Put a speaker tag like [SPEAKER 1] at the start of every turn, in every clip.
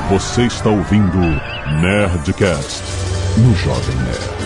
[SPEAKER 1] Você está ouvindo Nerdcast no Jovem Nerd.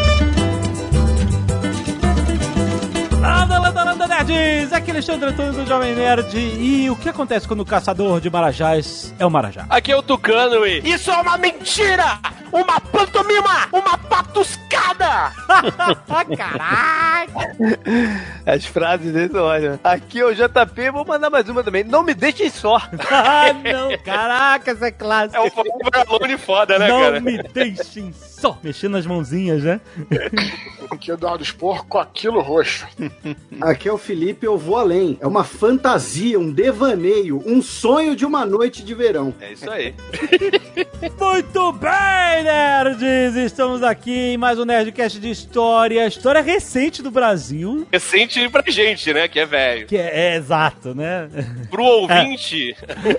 [SPEAKER 2] Landa Nerds! Aqui é Alexandre Antônio do Jovem Nerd. E o que acontece quando o caçador de marajás é o marajá?
[SPEAKER 3] Aqui é o Tucano e... Isso é uma mentira! Uma pantomima! Uma patuscada!
[SPEAKER 2] Caraca!
[SPEAKER 4] As frases dele são ótimas. Aqui é o JP, vou mandar mais uma também. Não me deixem só.
[SPEAKER 2] Ah, não! Caraca, essa é clássica.
[SPEAKER 3] É o Forever foda, né,
[SPEAKER 2] não
[SPEAKER 3] cara?
[SPEAKER 2] Não me deixem só. Mexendo nas mãozinhas, né?
[SPEAKER 5] Aqui é o Eduardo Spor com aquilo roxo.
[SPEAKER 6] Aqui é o Felipe, eu vou além. É uma fantasia, um devaneio, um sonho de uma noite de verão.
[SPEAKER 3] É isso aí.
[SPEAKER 2] Muito bem, nerds! Estamos aqui em mais um Nerdcast de história. História recente do Brasil.
[SPEAKER 3] Recente pra gente, né? Que é velho.
[SPEAKER 2] Que é exato, né?
[SPEAKER 3] Pro ouvinte.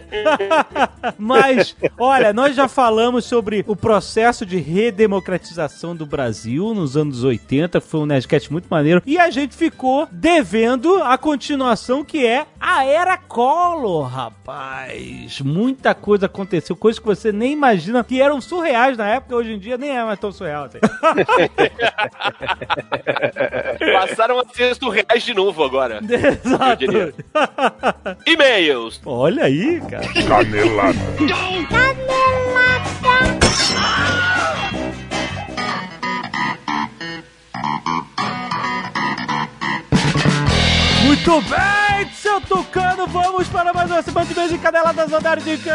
[SPEAKER 2] Mas, olha, nós já falamos sobre o processo de redemocratização do Brasil nos anos 80. Foi um Nerdcast muito maneiro. E a gente ficou devendo a continuação, que é a Era Collor, rapaz. Muita coisa aconteceu, coisas que você nem imagina, que eram surreais na época, hoje em dia nem é mais tão surreal. Assim.
[SPEAKER 3] Passaram a ser surreais de novo agora.
[SPEAKER 2] Exato.
[SPEAKER 3] E-mails.
[SPEAKER 2] Olha aí, cara.
[SPEAKER 1] Canelada.
[SPEAKER 2] Muito bem, seu Tucano, vamos para mais uma semana de beijo e caneladas nerdicas.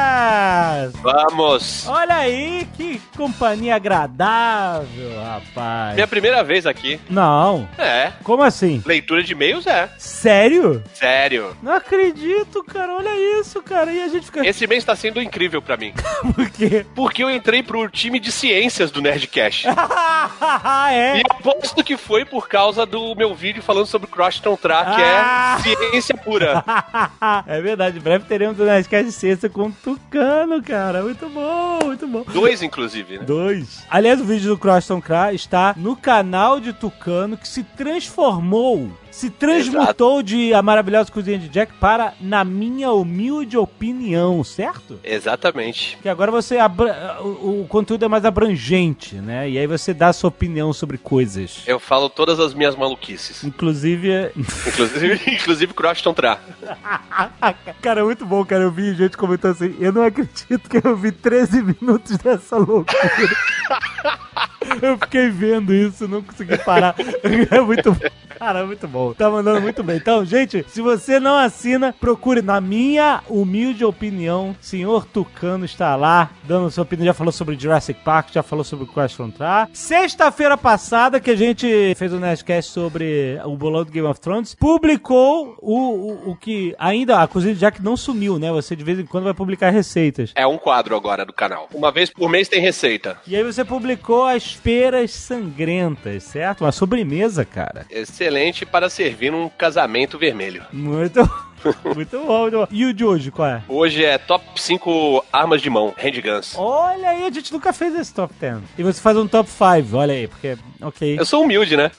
[SPEAKER 3] Vamos.
[SPEAKER 2] Olha aí, que companhia agradável, rapaz.
[SPEAKER 3] Minha primeira vez aqui.
[SPEAKER 2] Não.
[SPEAKER 3] É.
[SPEAKER 2] Como assim?
[SPEAKER 3] Leitura de e-mails é.
[SPEAKER 2] Sério?
[SPEAKER 3] Sério.
[SPEAKER 2] Não acredito, cara, olha isso, cara. E a gente fica...
[SPEAKER 3] Esse mês tá sendo incrível pra mim.
[SPEAKER 2] Por quê?
[SPEAKER 3] Porque eu entrei pro time de ciências do Nerdcast.
[SPEAKER 2] É?
[SPEAKER 3] E aposto que foi por causa do meu vídeo falando sobre Crosstown Track, que é ciência pura.
[SPEAKER 2] É verdade, em breve teremos o Nerdcast de ciência com o Tucano, cara. Muito bom, muito bom.
[SPEAKER 3] 2, inclusive, né?
[SPEAKER 2] 2. Aliás, o vídeo do Crosstown Track está no canal de Tucano, que se transformou, se transmutou
[SPEAKER 3] Exato.
[SPEAKER 2] de A Maravilhosa Cozinha de Jack para Na Minha Humilde Opinião, certo?
[SPEAKER 3] Exatamente.
[SPEAKER 2] Que agora você o conteúdo é mais abrangente, né? E aí você dá a sua opinião sobre coisas.
[SPEAKER 3] Eu falo todas as minhas maluquices.
[SPEAKER 2] Inclusive
[SPEAKER 3] Crosstown Track.
[SPEAKER 2] Cara, é muito bom, cara. Eu vi gente comentando assim, eu não acredito que eu vi 13 minutos dessa loucura. Eu fiquei vendo isso, não consegui parar. É muito bom. Cara, é muito bom. Tá mandando muito bem. Então, gente, se você não assina, procure Na Minha Humilde Opinião. Senhor Tucano está lá, dando sua opinião. Já falou sobre Jurassic Park, já falou sobre Crosstown Track. Sexta-feira passada, que a gente fez um Nerdcast sobre o bolão do Game of Thrones, publicou o que ainda a Cozinha de Jack não sumiu, né? Você de vez em quando vai publicar receitas.
[SPEAKER 3] É um quadro agora do canal. Uma vez por mês tem receita.
[SPEAKER 2] E aí você publicou as peras sangrentas, certo? Uma sobremesa, cara.
[SPEAKER 3] Excelente para servir num casamento vermelho.
[SPEAKER 2] Muito muito bom, muito bom. E o de hoje, qual é?
[SPEAKER 3] Hoje é top 5 armas de mão, handguns.
[SPEAKER 2] Olha aí, a gente nunca fez esse top 10. E você faz um top 5, olha aí, porque, ok.
[SPEAKER 3] Eu sou humilde, né?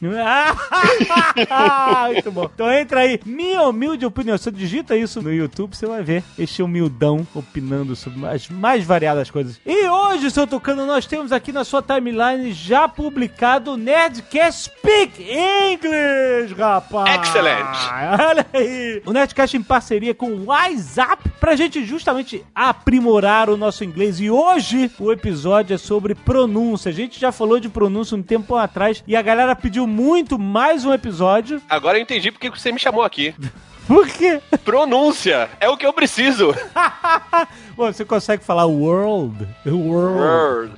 [SPEAKER 2] Muito bom. Então entra aí, Minha Humilde Opinião. Você digita isso no YouTube, você vai ver este humildão opinando sobre as mais variadas coisas. E hoje, seu Tucano, nós temos aqui na sua timeline já publicado o Nerdcast Speak English, rapaz.
[SPEAKER 3] Excelente.
[SPEAKER 2] Olha aí. O Nerdcast em parceria com o WhatsApp pra gente justamente aprimorar o nosso inglês. E hoje o episódio é sobre pronúncia. A gente já falou de pronúncia um tempo atrás e a galera pediu muito mais um episódio.
[SPEAKER 3] Agora eu entendi porque você me chamou aqui.
[SPEAKER 2] Por quê?
[SPEAKER 3] Pronúncia é o que eu preciso.
[SPEAKER 2] Bom, você consegue falar world?
[SPEAKER 3] World.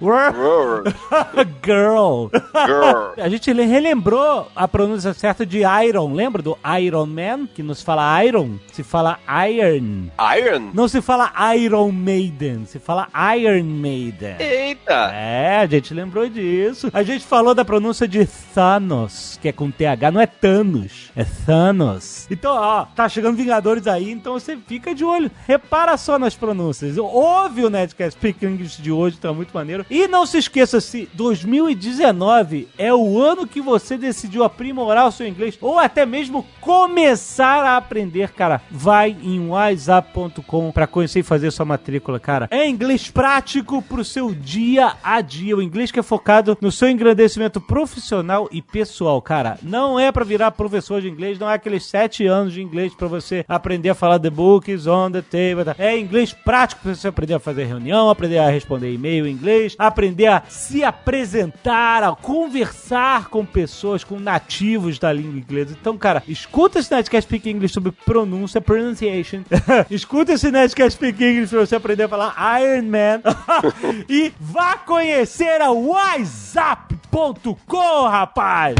[SPEAKER 2] Girl.
[SPEAKER 3] Girl.
[SPEAKER 2] A gente relembrou a pronúncia certa de Iron. Lembra do Iron Man? Que não se fala Iron, se fala Iron.
[SPEAKER 3] Iron?
[SPEAKER 2] Não se fala Iron Maiden, se fala Iron Maiden.
[SPEAKER 3] Eita.
[SPEAKER 2] É, a gente lembrou disso. A gente falou da pronúncia de Thanos, que é com TH, não é Thanos, é Thanos. Então, ó, tá tá chegando Vingadores aí, então você fica de olho. Repara só nas pronúncias. Ouve o Nerdcast Speak English de hoje, tá muito maneiro. E não se esqueça, se 2019 é o ano que você decidiu aprimorar o seu inglês, ou até mesmo começar a aprender, cara, vai em wiseup.com pra conhecer e fazer sua matrícula, cara. É inglês prático pro seu dia a dia. O inglês que é focado no seu engrandecimento profissional e pessoal, cara. Não é pra virar professor de inglês, não é aqueles 7 anos de inglês pra você aprender a falar the book is on the table. É inglês prático pra você aprender a fazer reunião, aprender a responder e-mail em inglês, aprender a se apresentar, a conversar com pessoas, com nativos da língua inglesa. Então, cara, escuta esse Nerdcast Speak English sobre pronúncia, pronunciation. Escuta esse Nerdcast Speak English pra você aprender a falar Iron Man. E vá conhecer a wiseup.com, rapaz!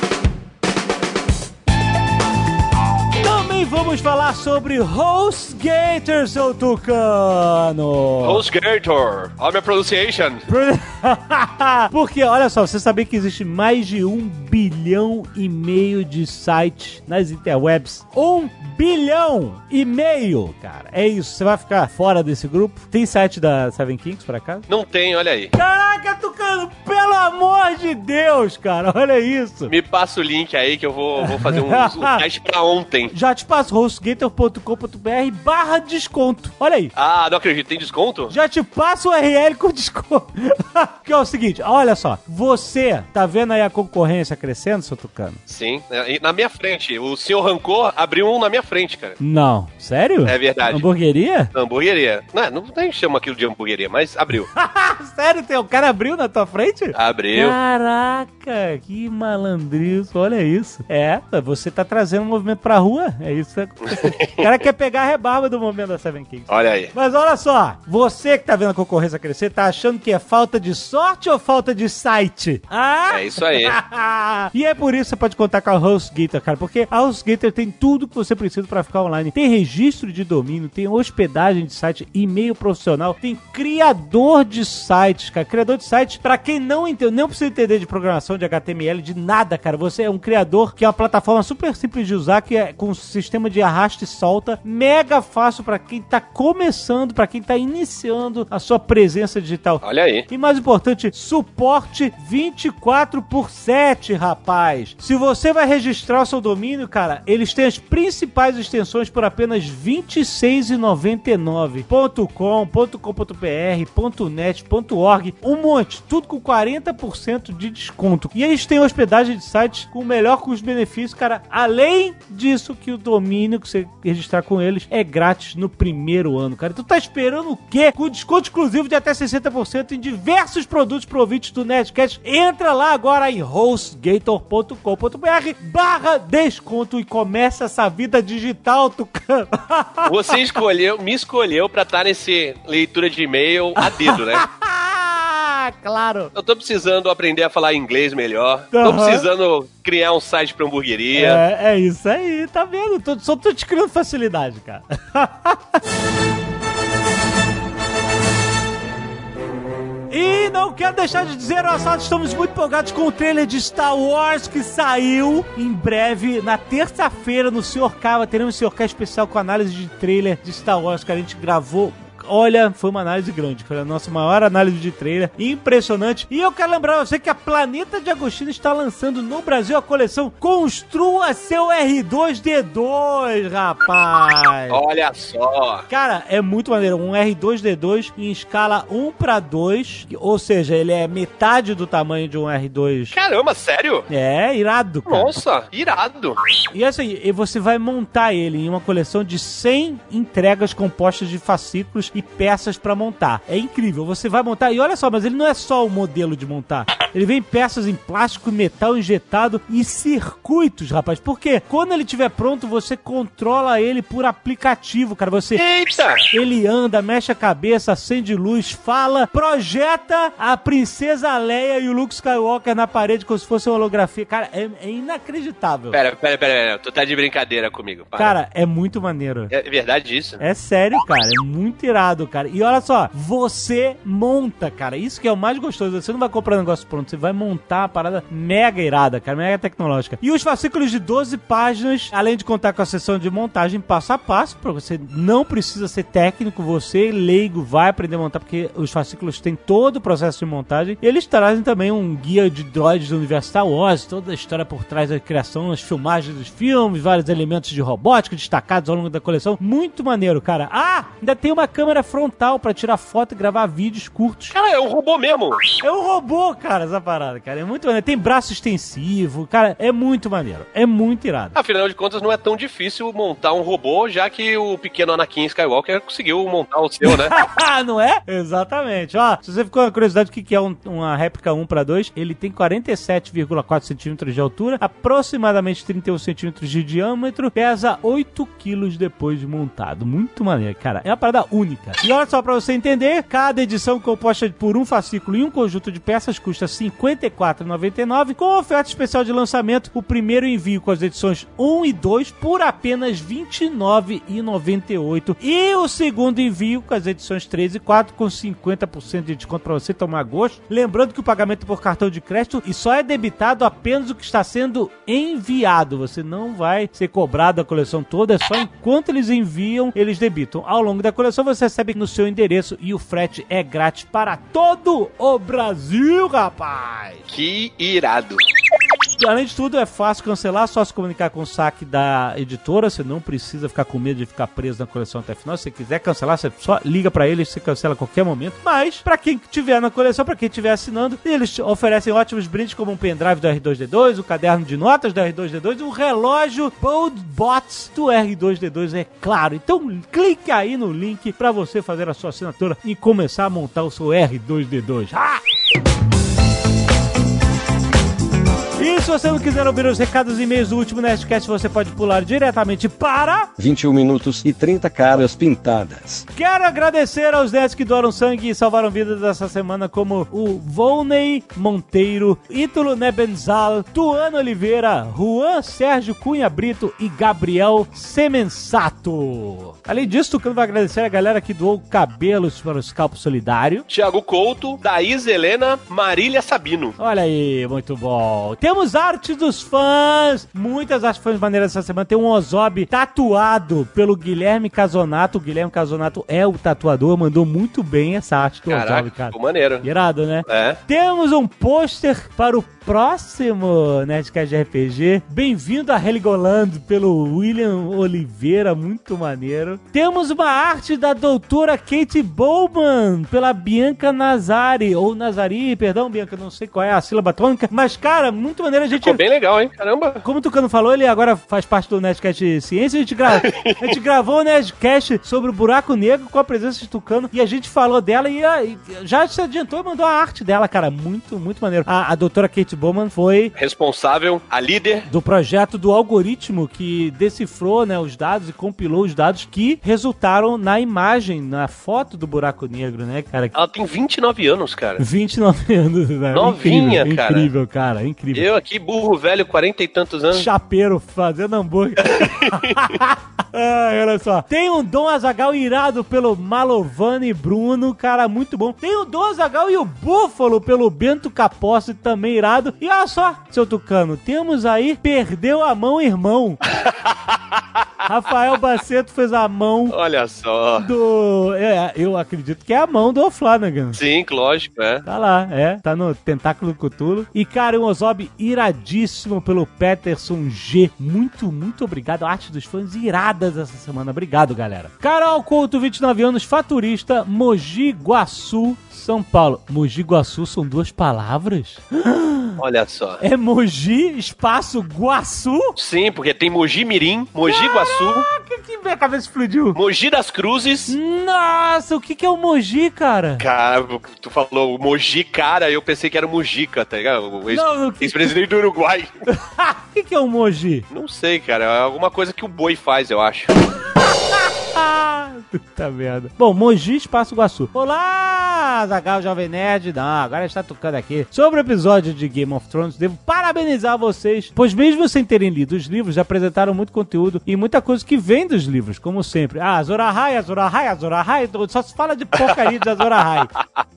[SPEAKER 2] Também vamos falar sobre HostGator, seu tucano.
[SPEAKER 3] HostGator. Olha a minha pronunciation.
[SPEAKER 2] Porque, olha só, você sabia que existe mais de 1,5 bilhão de sites nas interwebs? 1,5 bilhão, cara. É isso, você vai ficar fora desse grupo? Tem site da Seven Kings, por acaso?
[SPEAKER 3] Não tem, olha aí.
[SPEAKER 2] Caraca, tucano, pelo amor de Deus, cara, olha isso.
[SPEAKER 3] Me passa o link aí que eu vou fazer um teste pra ontem.
[SPEAKER 2] Já te passo, hostgator.com.br/desconto. Olha aí.
[SPEAKER 3] Ah, não acredito, tem desconto?
[SPEAKER 2] Já te passo o URL com desconto. Que é o seguinte, olha só. Você tá vendo aí a concorrência crescendo, seu tucano?
[SPEAKER 3] Sim, na minha frente. O senhor Rancor abriu um na minha frente, cara.
[SPEAKER 2] Não, sério?
[SPEAKER 3] É verdade.
[SPEAKER 2] Hamburgueria?
[SPEAKER 3] Hamburgueria. Não a gente chama aquilo de hamburgueria, mas abriu.
[SPEAKER 2] Sério? O cara abriu na tua frente?
[SPEAKER 3] Abriu.
[SPEAKER 2] Caraca, que malandriço, olha isso. É, você tá trazendo um movimento pra rua, é isso que o cara quer pegar a rebarba do momento da Seven Kings.
[SPEAKER 3] Olha aí.
[SPEAKER 2] Mas olha só, você que tá vendo a concorrência crescer, tá achando que é falta de sorte ou falta de site? Ah?
[SPEAKER 3] É isso aí.
[SPEAKER 2] E é por isso que você pode contar com a HostGator, cara, porque a HostGator tem tudo que você precisa pra ficar online. Tem registro de domínio, tem hospedagem de site, e-mail profissional, tem criador de sites, cara. Criador de sites, pra quem não entende, não precisa entender de programação, de HTML, de nada, cara. Você é um criador que é uma plataforma super simples de usar, que é com sistema de arrasta e solta, mega fácil pra quem tá começando, pra quem tá iniciando a sua presença digital.
[SPEAKER 3] Olha aí.
[SPEAKER 2] E mais importante, suporte 24/7, rapaz. Se você vai registrar o seu domínio, cara, eles têm as principais extensões por apenas R$ 26,99. .com, .com.br, .net, .org, um monte, tudo com 40% de desconto. E eles têm hospedagem de sites com o melhor custo-benefício, cara. Além disso, que o domínio que você registrar com eles é grátis no primeiro ano, cara. Tu tá esperando o quê? Com desconto exclusivo de até 60% em diversos produtos provindos do Nerdcast. Entra lá agora em hostgator.com.br/desconto e começa essa vida digital, Tucano.
[SPEAKER 3] Você me escolheu pra estar nesse leitura de e-mail a dedo, né?
[SPEAKER 2] Claro.
[SPEAKER 3] Eu tô precisando aprender a falar inglês melhor. Tô precisando criar um site pra hamburgueria.
[SPEAKER 2] É isso aí, tá vendo? Só tô te criando facilidade, cara. E não quero deixar de dizer, olha só, estamos muito empolgados com o trailer de Star Wars que saiu em breve, na terça-feira, no Sr. K. Teremos Sr. K especial com análise de trailer de Star Wars que a gente gravou. Olha, foi uma análise grande, foi a nossa maior análise de trailer, impressionante. E eu quero lembrar você que a Planeta de Agostinho está lançando no Brasil a coleção Construa Seu R2-D2, rapaz.
[SPEAKER 3] Olha só.
[SPEAKER 2] Cara, é muito maneiro, um R2-D2 em escala 1:2, ou seja, ele é metade do tamanho de um R2.
[SPEAKER 3] Caramba, sério?
[SPEAKER 2] É, irado, cara.
[SPEAKER 3] Nossa, irado.
[SPEAKER 2] E assim, você vai montar ele em uma coleção de 100 entregas compostas de fascículos e peças pra montar. É incrível, você vai montar, e olha só, mas ele não é só o modelo de montar. Ele vem peças em plástico e metal injetado e circuitos, rapaz. Porque quando ele estiver pronto, você controla ele por aplicativo, cara. Você...
[SPEAKER 3] Eita!
[SPEAKER 2] Ele anda, mexe a cabeça, acende luz, fala, projeta a princesa Leia e o Luke Skywalker na parede como se fosse uma holografia. Cara, é inacreditável.
[SPEAKER 3] Pera. Tu tá de brincadeira comigo. Para.
[SPEAKER 2] Cara, é muito maneiro.
[SPEAKER 3] É verdade isso?
[SPEAKER 2] É sério, cara. É muito irado. irado, cara. E olha só, você monta, cara. Isso que é o mais gostoso. Você não vai comprar um negócio pronto, você vai montar uma parada mega irada, cara, mega tecnológica. E os fascículos de 12 páginas, além de contar com a sessão de montagem passo a passo, pra você não precisa ser técnico, você, leigo, vai aprender a montar, porque os fascículos têm todo o processo de montagem. E eles trazem também um guia de droids do universo Star Wars, toda a história por trás da criação, as filmagens dos filmes, vários elementos de robótica destacados ao longo da coleção. Muito maneiro, cara. Ah, ainda tem uma câmera frontal pra tirar foto e gravar vídeos curtos.
[SPEAKER 3] Cara, é um robô mesmo.
[SPEAKER 2] É um robô, cara, essa parada, cara. É muito maneiro. Tem braço extensivo, cara, é muito maneiro. É muito irado.
[SPEAKER 3] Afinal de contas, não é tão difícil montar um robô, já que o pequeno Anakin Skywalker conseguiu montar o seu, né?
[SPEAKER 2] Não é? Exatamente. Ó, se você ficou com a curiosidade do que é uma réplica 1:2, ele tem 47,4 centímetros de altura, aproximadamente 31 centímetros de diâmetro, pesa 8 quilos depois de montado. Muito maneiro, cara. É uma parada única. E olha só, pra você entender, cada edição composta por um fascículo e um conjunto de peças custa R$ 54,99, com oferta especial de lançamento, o primeiro envio com as edições 1 e 2 por apenas R$ 29,98 e o segundo envio com as edições 3 e 4 com 50% de desconto pra você tomar gosto. Lembrando que o pagamento por cartão de crédito e só é debitado apenas o que está sendo enviado. Você não vai ser cobrado a coleção toda, é só enquanto eles enviam, eles debitam. Ao longo da coleção você recebe no seu endereço e o frete é grátis para todo o Brasil, rapaz!
[SPEAKER 3] Que irado.
[SPEAKER 2] Além de tudo, é fácil cancelar, só se comunicar com o saque da editora. Você não precisa ficar com medo de ficar preso na coleção até o final. Se você quiser cancelar, você só liga pra eles, você cancela a qualquer momento. Mas, pra quem tiver na coleção, pra quem estiver assinando, eles oferecem ótimos brindes como um pendrive do R2-D2, o caderno de notas do R2-D2 e o relógio Bold Bots do R2-D2, é claro. Então, clique aí no link pra você fazer a sua assinatura e começar a montar o seu R2-D2. E se você não quiser ouvir os recados e e-mails do último Nerdcast, você pode pular diretamente para
[SPEAKER 7] 21 minutos e 30 caras pintadas.
[SPEAKER 2] Quero agradecer aos nerds que doaram sangue e salvaram vidas essa semana, como o Volney Monteiro, Ítalo Nebenzal, Tuano Oliveira, Juan Sérgio Cunha Brito e Gabriel Semensato. Além disso, Tucano vai agradecer a galera que doou cabelos para o Scalpo Solidário.
[SPEAKER 3] Thiago Couto, Thaís Helena, Marília Sabino.
[SPEAKER 2] Olha aí, muito bom. Temos arte dos fãs. Muitas artes fãs maneiras essa semana. Tem um Ozob tatuado pelo Guilherme Casonato. O Guilherme Casonato é o tatuador. Mandou muito bem essa arte do Ozob, cara.
[SPEAKER 3] Ficou maneiro.
[SPEAKER 2] Irado, né?
[SPEAKER 3] É.
[SPEAKER 2] Temos um pôster para o próximo Nerdcast de RPG. Bem-vindo a Heligoland pelo William Oliveira. Muito maneiro. Temos uma arte da doutora Kate Bowman pela Bianca Nazari. Ou Nazari, perdão, Bianca. Não sei qual é a sílaba tônica. Mas, cara, muito maneiro. A gente...
[SPEAKER 3] Ficou bem legal, hein? Caramba.
[SPEAKER 2] Como o Tucano falou, ele agora faz parte do Nerdcast Ciência. A gente gravou o Nerdcast sobre o buraco negro com a presença de Tucano e a gente falou dela e já se adiantou e mandou a arte dela, cara. Muito, muito maneiro. A doutora Kate Bowman foi
[SPEAKER 3] responsável, a líder
[SPEAKER 2] do projeto do algoritmo que decifrou, né, os dados e compilou os dados que resultaram na imagem, na foto do buraco negro, né, cara?
[SPEAKER 3] Ela tem 29 anos, cara.
[SPEAKER 2] 29 anos, né?
[SPEAKER 3] Novinha,
[SPEAKER 2] incrível,
[SPEAKER 3] cara.
[SPEAKER 2] Incrível, cara. Incrível.
[SPEAKER 3] Eu aqui, burro velho, 40 e tantos anos.
[SPEAKER 2] Chapeiro, fazendo hambúrguer. Olha só. Tem um Dom Azaghal irado pelo Malovani Bruno, cara, muito bom. Tem o Dom Azaghal e o Búfalo pelo Bento Capozzi, também irado. E olha só, seu Tucano, temos aí Perdeu a Mão Irmão. Rafael Baceto fez a mão.
[SPEAKER 3] Olha só.
[SPEAKER 2] Eu acredito que é a mão do O'Flanagan.
[SPEAKER 3] Sim, lógico, é.
[SPEAKER 2] Tá lá, tá no Tentáculo do Cthulhu. E, cara, um Ozob iradíssimo pelo Peterson G. Muito, muito obrigado. A arte dos fãs iradas essa semana. Obrigado, galera. Carol Couto, 29 anos, faturista, Mogi Guaçu, São Paulo. Mogi Guaçu são duas palavras?
[SPEAKER 3] Olha só.
[SPEAKER 2] É Mogi, espaço, Guaçu?
[SPEAKER 3] Sim, porque tem Mogi Mirim, Mogi Guaçu.
[SPEAKER 2] Que minha cabeça explodiu.
[SPEAKER 3] Mogi das Cruzes.
[SPEAKER 2] Nossa, o que é o Mogi, cara?
[SPEAKER 3] Cara, tu falou Mogi, cara, eu pensei que era o Mujica, tá ligado? O ex-presidente do Uruguai.
[SPEAKER 2] O que é o Mogi?
[SPEAKER 3] Não sei, cara. É alguma coisa que o boi faz, eu acho.
[SPEAKER 2] Puta merda. Bom, Mogi Espaço Iguaçu. Olá, Azaghal Jovem Nerd. Não, agora está tocando aqui. Sobre o episódio de Game of Thrones, devo parabenizar vocês, pois mesmo sem terem lido os livros, já apresentaram muito conteúdo e muita coisa que vem dos livros, como sempre. Ah, Azor Ahai, só se fala de porcaria de Azor Ahai.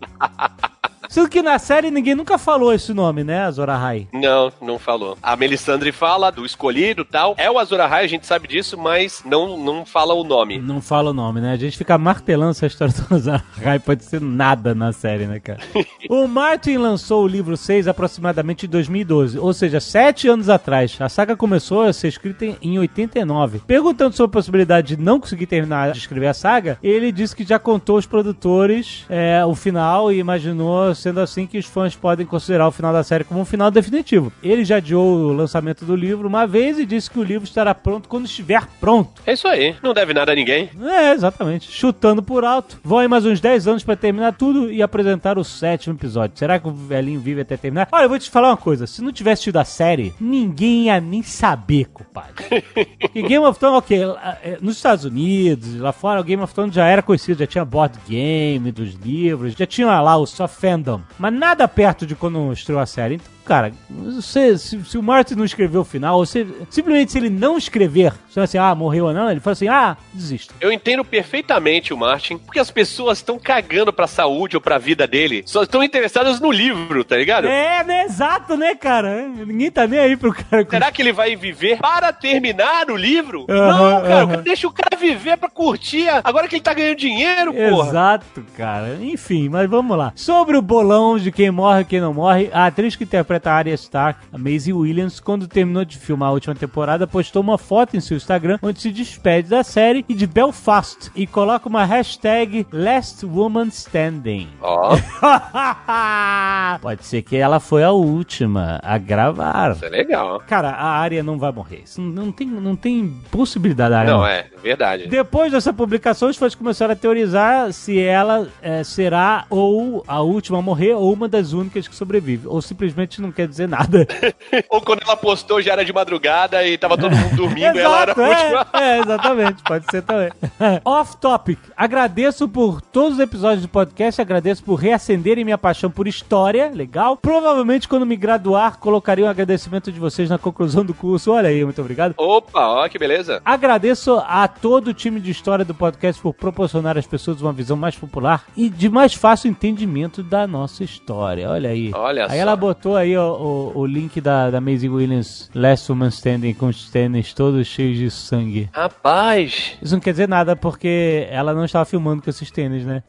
[SPEAKER 2] Sendo que na série ninguém nunca falou esse nome, né, Azor Ahai?
[SPEAKER 3] Não falou. A Melisandre fala do escolhido e tal. É o Azor Ahai, a gente sabe disso, mas não fala o nome.
[SPEAKER 2] Não fala o nome, né? A gente fica martelando essa história do Azor Ahai, pode ser nada na série, né, cara? O Martin lançou o livro 6 aproximadamente em 2012, ou seja, 7 anos atrás. A saga começou a ser escrita em 89. Perguntando sobre a possibilidade de não conseguir terminar de escrever a saga, ele disse que já contou aos produtores o final e imaginou, sendo assim, que os fãs podem considerar o final da série como um final definitivo. Ele já adiou o lançamento do livro uma vez e disse que o livro estará pronto quando estiver pronto.
[SPEAKER 3] É isso aí, não deve nada a ninguém.
[SPEAKER 2] É, exatamente. Chutando por alto. Vão aí mais uns 10 anos pra terminar tudo e apresentar o 7º episódio. Será que o velhinho vive até terminar? Olha, eu vou te falar uma coisa. Se não tivesse tido a série, ninguém ia nem saber, compadre. Porque Game of Thrones, ok, nos Estados Unidos, lá fora, o Game of Thrones já era conhecido, já tinha board game dos livros, já tinha lá o soft fandom. Mas nada perto de quando estreou a série. Então, cara, se o Martin não escreveu o final, ou simplesmente se ele não escrever, se assim, morreu ou não, ele fala assim, desisto.
[SPEAKER 3] Eu entendo perfeitamente o Martin, porque as pessoas estão cagando pra saúde ou pra vida dele, só estão interessadas no livro, tá ligado?
[SPEAKER 2] É, né? Exato, né, cara? Ninguém tá nem aí pro cara.
[SPEAKER 3] Será que ele vai viver para terminar o livro? Não, cara, deixa o cara viver pra curtir, agora que ele tá ganhando dinheiro, porra.
[SPEAKER 2] Exato, cara. Enfim, mas vamos lá. Sobre o bolão de quem morre e quem não morre, a atriz que interpreta a Arya Stark, a Maisie Williams, quando terminou de filmar a última temporada, postou uma foto em seu Instagram onde se despede da série e de Belfast e coloca uma hashtag Last Woman Standing. Pode ser que ela foi a última a gravar.
[SPEAKER 3] Isso é legal.
[SPEAKER 2] Cara, a Arya não vai morrer. Isso não tem possibilidade da Arya
[SPEAKER 3] não,
[SPEAKER 2] morrer.
[SPEAKER 3] É verdade.
[SPEAKER 2] Depois dessa publicação, os fãs começaram a teorizar se ela será ou a última a morrer ou uma das únicas que sobrevive. Ou simplesmente não quer dizer nada.
[SPEAKER 3] Ou quando ela postou já era de madrugada e tava todo mundo dormindo e ela era a última.
[SPEAKER 2] Exatamente. Pode ser também. Off topic. Agradeço por todos os episódios do podcast, agradeço por reacenderem minha paixão por história. Legal. Provavelmente quando me graduar, colocaria um agradecimento de vocês na conclusão do curso. Olha aí, muito obrigado.
[SPEAKER 3] Opa, ó, que beleza.
[SPEAKER 2] Agradeço a todo o time de história do podcast por proporcionar às pessoas uma visão mais popular e de mais fácil entendimento da nossa história. Olha aí.
[SPEAKER 3] Olha
[SPEAKER 2] aí
[SPEAKER 3] só.
[SPEAKER 2] Ela botou aí o link da Maisie Williams, Last Woman Standing, com os tênis todos cheios de sangue.
[SPEAKER 3] Rapaz.
[SPEAKER 2] Isso não quer dizer nada porque ela não estava filmando com esses tênis, né?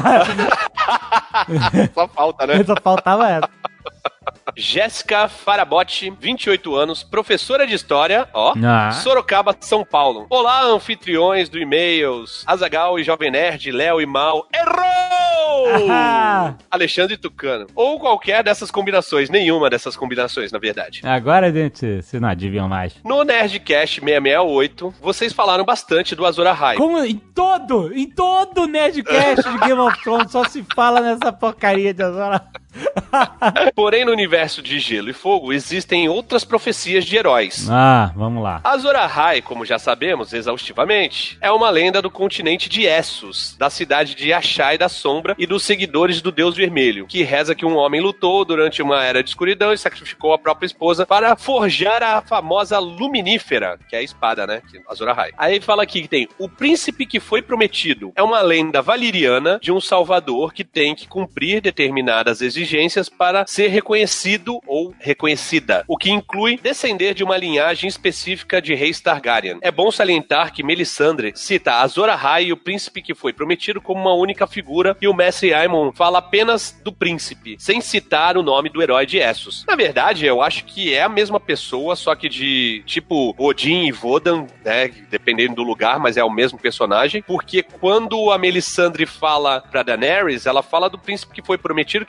[SPEAKER 3] Só falta, né?
[SPEAKER 2] Só faltava essa.
[SPEAKER 3] Jéssica Farabotti, 28 anos, professora de História, Sorocaba, São Paulo. Olá, anfitriões do E-mails, Azaghal e Jovem Nerd, Léo e Mal. Errou! Alexandre Tucano. Ou qualquer dessas combinações, nenhuma dessas combinações, na verdade.
[SPEAKER 2] Agora a gente se não adivinham mais.
[SPEAKER 3] No Nerdcast 668, vocês falaram bastante do Azor Ahai.
[SPEAKER 2] Como? Em todo Nerdcast de Game of Thrones só se fala nessa porcaria de Azor Ahai.
[SPEAKER 3] Porém, no universo de Gelo e Fogo, existem outras profecias de heróis.
[SPEAKER 2] Vamos lá.
[SPEAKER 3] Azor Ahai, como já sabemos exaustivamente, é uma lenda do continente de Essos, da cidade de Ashai da Sombra e dos seguidores do Deus Vermelho, que reza que um homem lutou durante uma era de escuridão e sacrificou a própria esposa para forjar a famosa Luminífera, que é a espada, né? Azor Ahai. Aí fala aqui que tem o príncipe que foi prometido. É uma lenda valiriana de um salvador que tem que cumprir determinadas exigências para ser reconhecido ou reconhecida, o que inclui descender de uma linhagem específica de reis Targaryen. É bom salientar que Melisandre cita Azor Ahai e o príncipe que foi prometido como uma única figura e o mestre Aemon fala apenas do príncipe, sem citar o nome do herói de Essos. Na verdade, eu acho que é a mesma pessoa, só que de tipo Odin e Vodan, né, dependendo do lugar, mas é o mesmo personagem, porque quando a Melisandre fala pra Daenerys, ela fala do príncipe que foi prometido, que até fala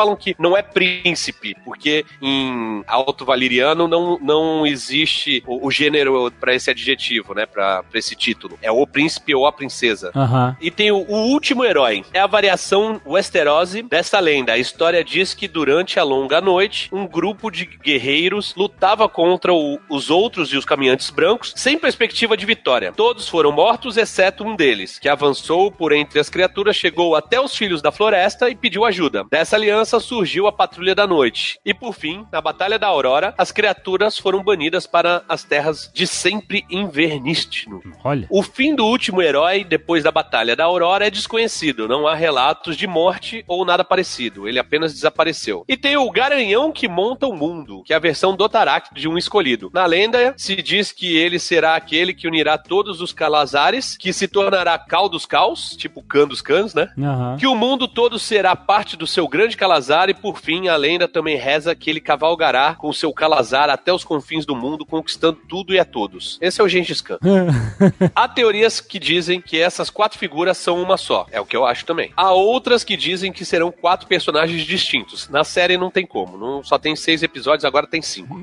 [SPEAKER 3] falam que não é príncipe, porque em Alto Valeriano não existe o gênero pra esse adjetivo, né? Pra esse título. É o príncipe ou a princesa. E tem o último herói. É a variação Westerosi dessa lenda. A história diz que durante a longa noite, um grupo de guerreiros lutava contra os outros e os caminhantes brancos, sem perspectiva de vitória. Todos foram mortos, exceto um deles, que avançou por entre as criaturas, chegou até os Filhos da Floresta e pediu ajuda. Dessa aliança surgiu a Patrulha da Noite. E por fim, na Batalha da Aurora, as criaturas foram banidas para as terras de Sempre Invernistino.
[SPEAKER 2] Olha.
[SPEAKER 3] O fim do último herói, depois da Batalha da Aurora, é desconhecido. Não há relatos de morte ou nada parecido. Ele apenas desapareceu. E tem o Garanhão que monta o mundo, que é a versão Dothraki de um escolhido. Na lenda, se diz que ele será aquele que unirá todos os Calazares, que se tornará Cal dos Caos, tipo Khan dos Cãs, né? Que o mundo todo será parte do seu grande Calazar e, por fim, a lenda também reza que ele cavalgará com o seu Calazar até os confins do mundo, conquistando tudo e a todos. Esse é o Gengis Khan. Há teorias que dizem que essas 4 figuras são uma só. É o que eu acho também. Há outras que dizem que serão 4 personagens distintos. Na série não tem como. Só tem 6 episódios, agora tem 5.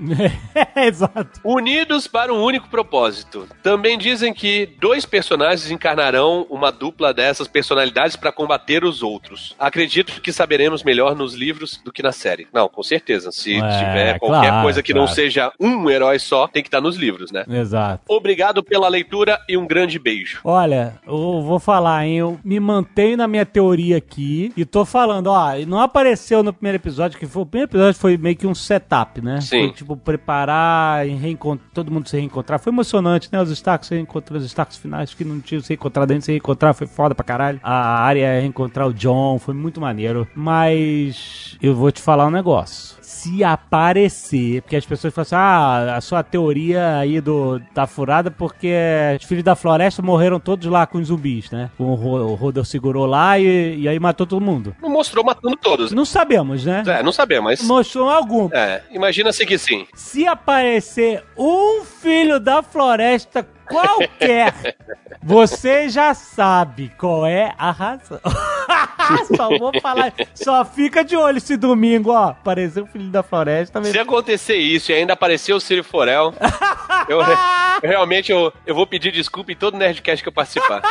[SPEAKER 2] Exato.
[SPEAKER 3] Unidos para um único propósito. Também dizem que 2 personagens encarnarão uma dupla dessas personalidades para combater os outros. Acredito que saberemos melhor nos livros do que na série. Não, com certeza. Se tiver qualquer coisa que não seja um herói só, tem que estar nos livros, né?
[SPEAKER 2] Exato.
[SPEAKER 3] Obrigado pela leitura e um grande beijo.
[SPEAKER 2] Olha, eu vou falar, hein? Eu me mantenho na minha teoria aqui e tô falando, ó, não apareceu no primeiro episódio, que foi, o primeiro episódio foi meio que um setup, né?
[SPEAKER 3] Sim.
[SPEAKER 2] Foi, tipo, preparar e todo mundo se reencontrar. Foi emocionante, né? Os Starks, os Starks finais que não tinham se reencontrado antes de se reencontrar, foi foda pra caralho. A Arya reencontrar o Jon, foi muito maneiro. Mas eu vou te falar um negócio. Se aparecer, porque as pessoas falam assim, a sua teoria aí tá furada porque os Filhos da Floresta morreram todos lá com os zumbis, né? O Hodor segurou lá e aí matou todo mundo.
[SPEAKER 3] Não mostrou matando todos.
[SPEAKER 2] Não sabemos, né?
[SPEAKER 3] Não sabemos, mas...
[SPEAKER 2] Mostrou algum.
[SPEAKER 3] Imagina-se que sim.
[SPEAKER 2] Se aparecer um Filho da Floresta qualquer, você já sabe qual é a razão. Só vou falar, só fica de olho esse domingo, ó, apareceu o Filho da Floresta.
[SPEAKER 3] Se acontecer isso e ainda aparecer o Ciro Forel, eu realmente vou pedir desculpa em todo Nerdcast que eu participar.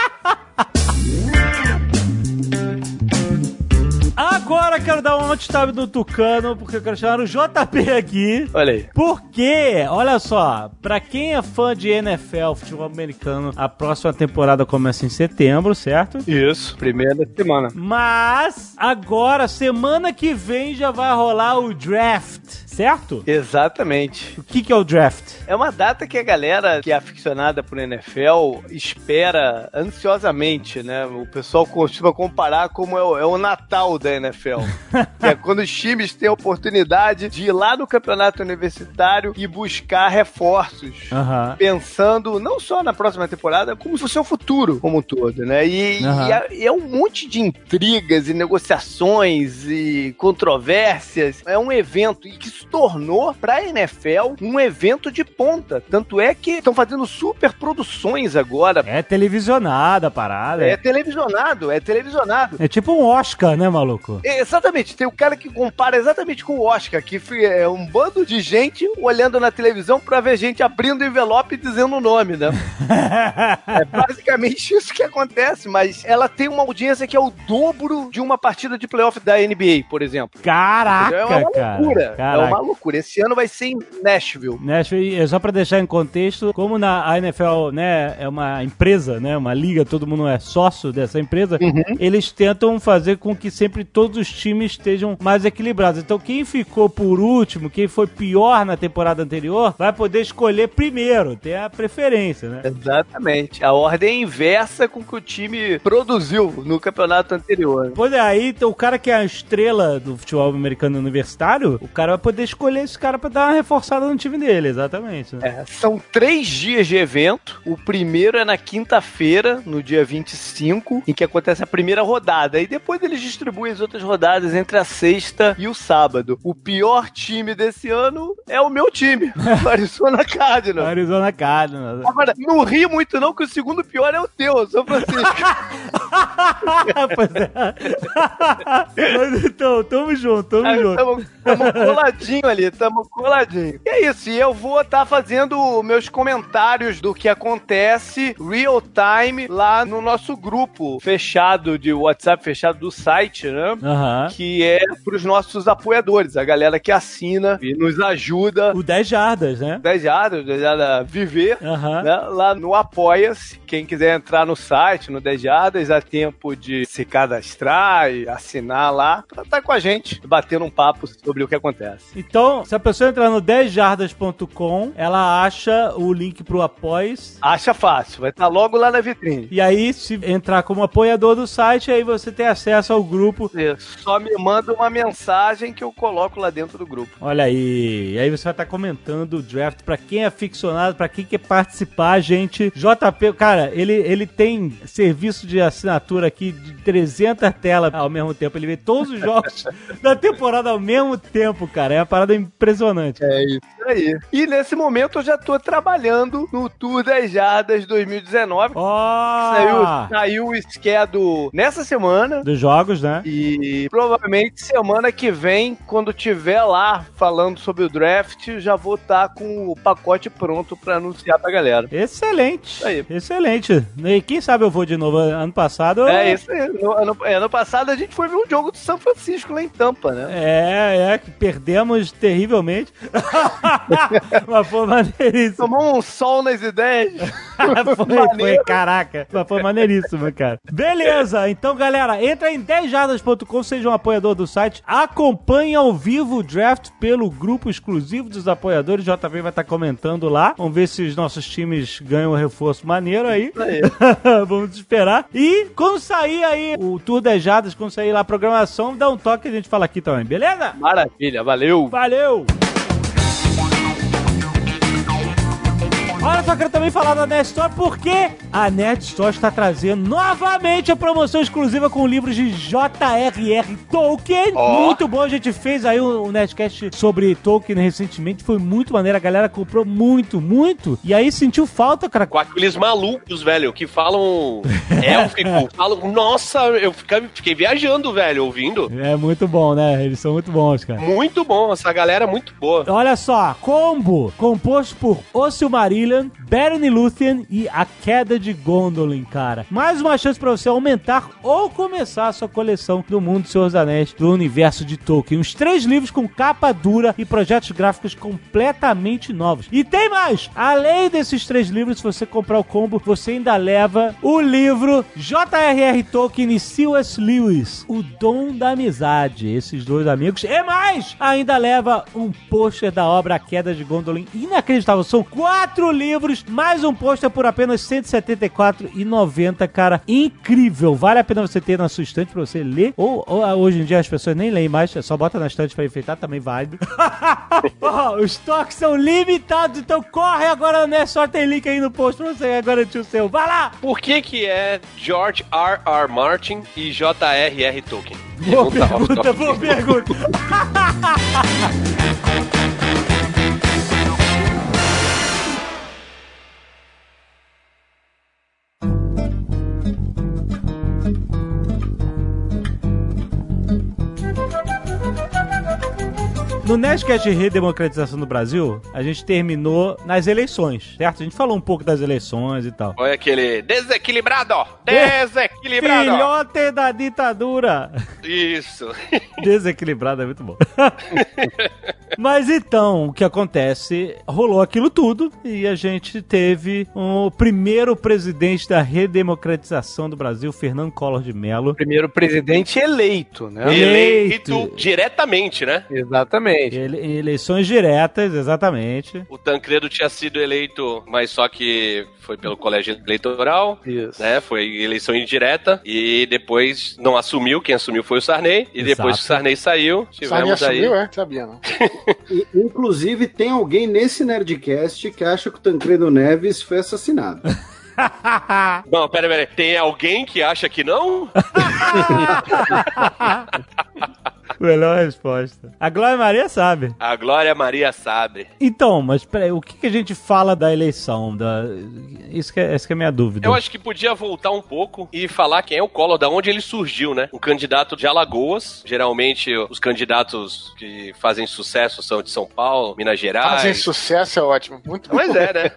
[SPEAKER 2] Agora quero dar um anti-tab do Tucano, porque eu quero chamar o JP aqui.
[SPEAKER 4] Olha aí.
[SPEAKER 2] Porque, olha só, pra quem é fã de NFL, futebol americano, a próxima temporada começa em setembro, certo?
[SPEAKER 4] Isso, primeira semana.
[SPEAKER 2] Mas, agora, semana que vem já vai rolar o draft, certo?
[SPEAKER 4] Exatamente.
[SPEAKER 2] O que é o draft?
[SPEAKER 4] É uma data que a galera que é aficionada por NFL espera ansiosamente, né? O pessoal costuma comparar como é o Natal da NFL. Que é quando os times têm a oportunidade de ir lá no campeonato universitário e buscar reforços. Pensando não só na próxima temporada, como se fosse o futuro como um todo, né? E é um monte de intrigas e negociações e controvérsias. É um evento que se tornou pra NFL um evento de ponta. Tanto é que estão fazendo super produções agora.
[SPEAKER 2] É televisionada a parada.
[SPEAKER 4] É televisionado.
[SPEAKER 2] É tipo um Oscar, né, maluco?
[SPEAKER 4] Exatamente. Tem o cara que compara exatamente com o Oscar, que é um bando de gente olhando na televisão pra ver gente abrindo envelope e dizendo o nome, né? É basicamente isso que acontece, mas ela tem uma audiência que é o dobro de uma partida de playoff da NBA, por exemplo.
[SPEAKER 2] Caraca,
[SPEAKER 4] é uma loucura.
[SPEAKER 2] Caraca.
[SPEAKER 4] É uma loucura. Esse ano vai ser em Nashville.
[SPEAKER 2] Só pra deixar em contexto, como a NFL, né, é uma empresa, né, uma liga, todo mundo é sócio dessa empresa, eles tentam fazer com que sempre todos os times estejam mais equilibrados. Então quem ficou por último, quem foi pior na temporada anterior, vai poder escolher primeiro, ter a preferência, né?
[SPEAKER 4] Exatamente. A ordem é inversa com que o time produziu no campeonato anterior.
[SPEAKER 2] Pois é, aí então, o cara que é a estrela do futebol americano universitário, o cara vai poder escolher esse cara pra dar uma reforçada no time dele, exatamente. Né?
[SPEAKER 4] São 3 dias de evento. O primeiro é na quinta-feira, no dia 25, em que acontece a primeira rodada. E depois eles distribuem as outras rodadas entre a sexta e o sábado. O pior time desse ano é o meu time, o Arizona Cardinals.
[SPEAKER 2] Arizona Cardinals.
[SPEAKER 4] Agora, não ri muito não, que o segundo pior é o teu, São Francisco.
[SPEAKER 2] Pois é. Mas então, tamo junto.
[SPEAKER 4] Tamo coladinho ali, tamo coladinho. E é isso, e eu vou estar fazendo meus comentários do que acontece real time lá no nosso grupo fechado de WhatsApp, fechado do site, né?
[SPEAKER 2] Uhum.
[SPEAKER 4] Que é pros nossos apoiadores, a galera que assina e nos ajuda.
[SPEAKER 2] O 10 Jardas, né?
[SPEAKER 4] 10 Jardas Viver,
[SPEAKER 2] uhum.
[SPEAKER 4] Né? Lá no Apoia-se. Quem quiser entrar no site, no 10 Jardas, há tempo de se cadastrar e assinar lá pra estar com a gente, batendo um papo sobre o que acontece.
[SPEAKER 2] Então, se a pessoa entrar no 10jardas.com, ela acha o link pro Apoia-se.
[SPEAKER 4] Acha fácil, vai estar logo lá na vitrine.
[SPEAKER 2] E aí, se entrar como apoiador do site, aí você tem acesso ao grupo.
[SPEAKER 4] Isso. Só me manda uma mensagem que eu coloco lá dentro do grupo.
[SPEAKER 2] Olha aí. E aí você vai estar comentando o draft pra quem é ficcionado, pra quem quer participar, gente. JP, cara, ele tem serviço de assinatura aqui de 300 telas ao mesmo tempo. Ele vê todos os jogos da temporada ao mesmo tempo, cara. É uma parada impressionante.
[SPEAKER 4] É isso aí. E nesse momento eu já tô trabalhando no Tour 10 Jardas 2019. Saiu o schedule nessa semana.
[SPEAKER 2] Dos jogos, né?
[SPEAKER 4] E provavelmente semana que vem, quando tiver lá falando sobre o draft, já vou estar com o pacote pronto pra anunciar pra galera.
[SPEAKER 2] Excelente.
[SPEAKER 4] Isso aí.
[SPEAKER 2] Excelente. E quem sabe eu vou de novo. Ano passado...
[SPEAKER 4] Isso aí. Ano passado a gente foi ver um jogo do São Francisco lá em Tampa, né?
[SPEAKER 2] Que perdemos terrivelmente. Mas foi maneiríssimo.
[SPEAKER 4] Tomou um sol nas ideias.
[SPEAKER 2] Foi, caraca. Mas foi maneiríssimo, cara. Beleza, então galera, entra em 10jardas.com, seja um apoiador do site, acompanhe ao vivo o draft pelo grupo exclusivo dos apoiadores, o JV vai estar comentando lá, vamos ver se os nossos times ganham um reforço maneiro aí. Vamos esperar. E quando sair aí o Tour 10 Jardas, quando sair lá a programação, dá um toque e a gente fala aqui também, beleza?
[SPEAKER 4] Maravilha, valeu!
[SPEAKER 2] Valeu! Olha só, quero também falar da Nerd Store, porque a Nerd Store está trazendo novamente a promoção exclusiva com livros de J.R.R. Tolkien. Muito bom, a gente fez aí um Nerdcast sobre Tolkien recentemente, foi muito maneiro, a galera comprou muito, e aí sentiu falta, cara.
[SPEAKER 3] Com aqueles malucos, velho, que falam élfico, falam, nossa, eu fiquei viajando, velho, ouvindo.
[SPEAKER 2] É muito bom, né? Eles são muito bons, cara.
[SPEAKER 3] Muito bom, essa galera é muito boa.
[SPEAKER 2] Olha só, combo, composto por O Silmarillion, Beren e Lúthien e A Queda de Gondolin, cara. Mais uma chance pra você aumentar ou começar a sua coleção do mundo do Senhor dos Anéis, do universo de Tolkien. Os 3 livros com capa dura e projetos gráficos completamente novos. E tem mais! Além desses 3 livros, se você comprar o combo, você ainda leva o livro J.R.R. Tolkien e C.S. Lewis, O Dom da Amizade. Esses 2 amigos. E mais! Ainda leva um pôster da obra A Queda de Gondolin. Inacreditável. São 4 livros, mais um pôster por apenas R$ 174,90, cara. Incrível. Vale a pena você ter na sua estante pra você ler. Ou hoje em dia as pessoas nem leem mais, só bota na estante pra enfeitar, também vale. Os estoques são limitados, então corre agora, né? Só tem link aí no post pra você garantir o seu. Vai lá!
[SPEAKER 3] Por que é George R.R. Martin e J.R.R. Tolkien?
[SPEAKER 2] Boa pergunta. No Nerdcast de Redemocratização do Brasil, a gente terminou nas eleições, certo? A gente falou um pouco das eleições e tal.
[SPEAKER 3] Olha aquele desequilibrado! Desequilibrado!
[SPEAKER 2] Filhote da ditadura!
[SPEAKER 3] Isso!
[SPEAKER 2] Desequilibrado é muito bom. Mas então, o que acontece? Rolou aquilo tudo e a gente teve o primeiro presidente da redemocratização do Brasil, Fernando Collor de Mello.
[SPEAKER 4] Primeiro presidente eleito, né?
[SPEAKER 3] Eleito diretamente, né?
[SPEAKER 4] Exatamente. Exatamente.
[SPEAKER 2] Em eleições diretas, exatamente.
[SPEAKER 3] O Tancredo tinha sido eleito, mas só que foi pelo colégio eleitoral.
[SPEAKER 4] Isso.
[SPEAKER 3] Né? Foi eleição indireta. E depois não assumiu. Quem assumiu foi o Sarney. E depois que o Sarney saiu,
[SPEAKER 5] Sarney
[SPEAKER 3] tivemos aí...
[SPEAKER 5] assumiu, Sabia, não?
[SPEAKER 6] Inclusive, tem alguém nesse Nerdcast que acha que o Tancredo Neves foi assassinado.
[SPEAKER 3] Não, pera. Tem alguém que acha que não?
[SPEAKER 2] Melhor resposta. A Glória Maria sabe.
[SPEAKER 3] A Glória Maria sabe.
[SPEAKER 2] Então, mas peraí, o que a gente fala da eleição? Essa que é a minha dúvida.
[SPEAKER 3] Eu acho que podia voltar um pouco e falar quem é o Collor, da onde ele surgiu, né? Um candidato de Alagoas. Geralmente, os candidatos que fazem sucesso são de São Paulo, Minas Gerais.
[SPEAKER 5] Fazem sucesso é ótimo. Muito
[SPEAKER 3] Mas é, né?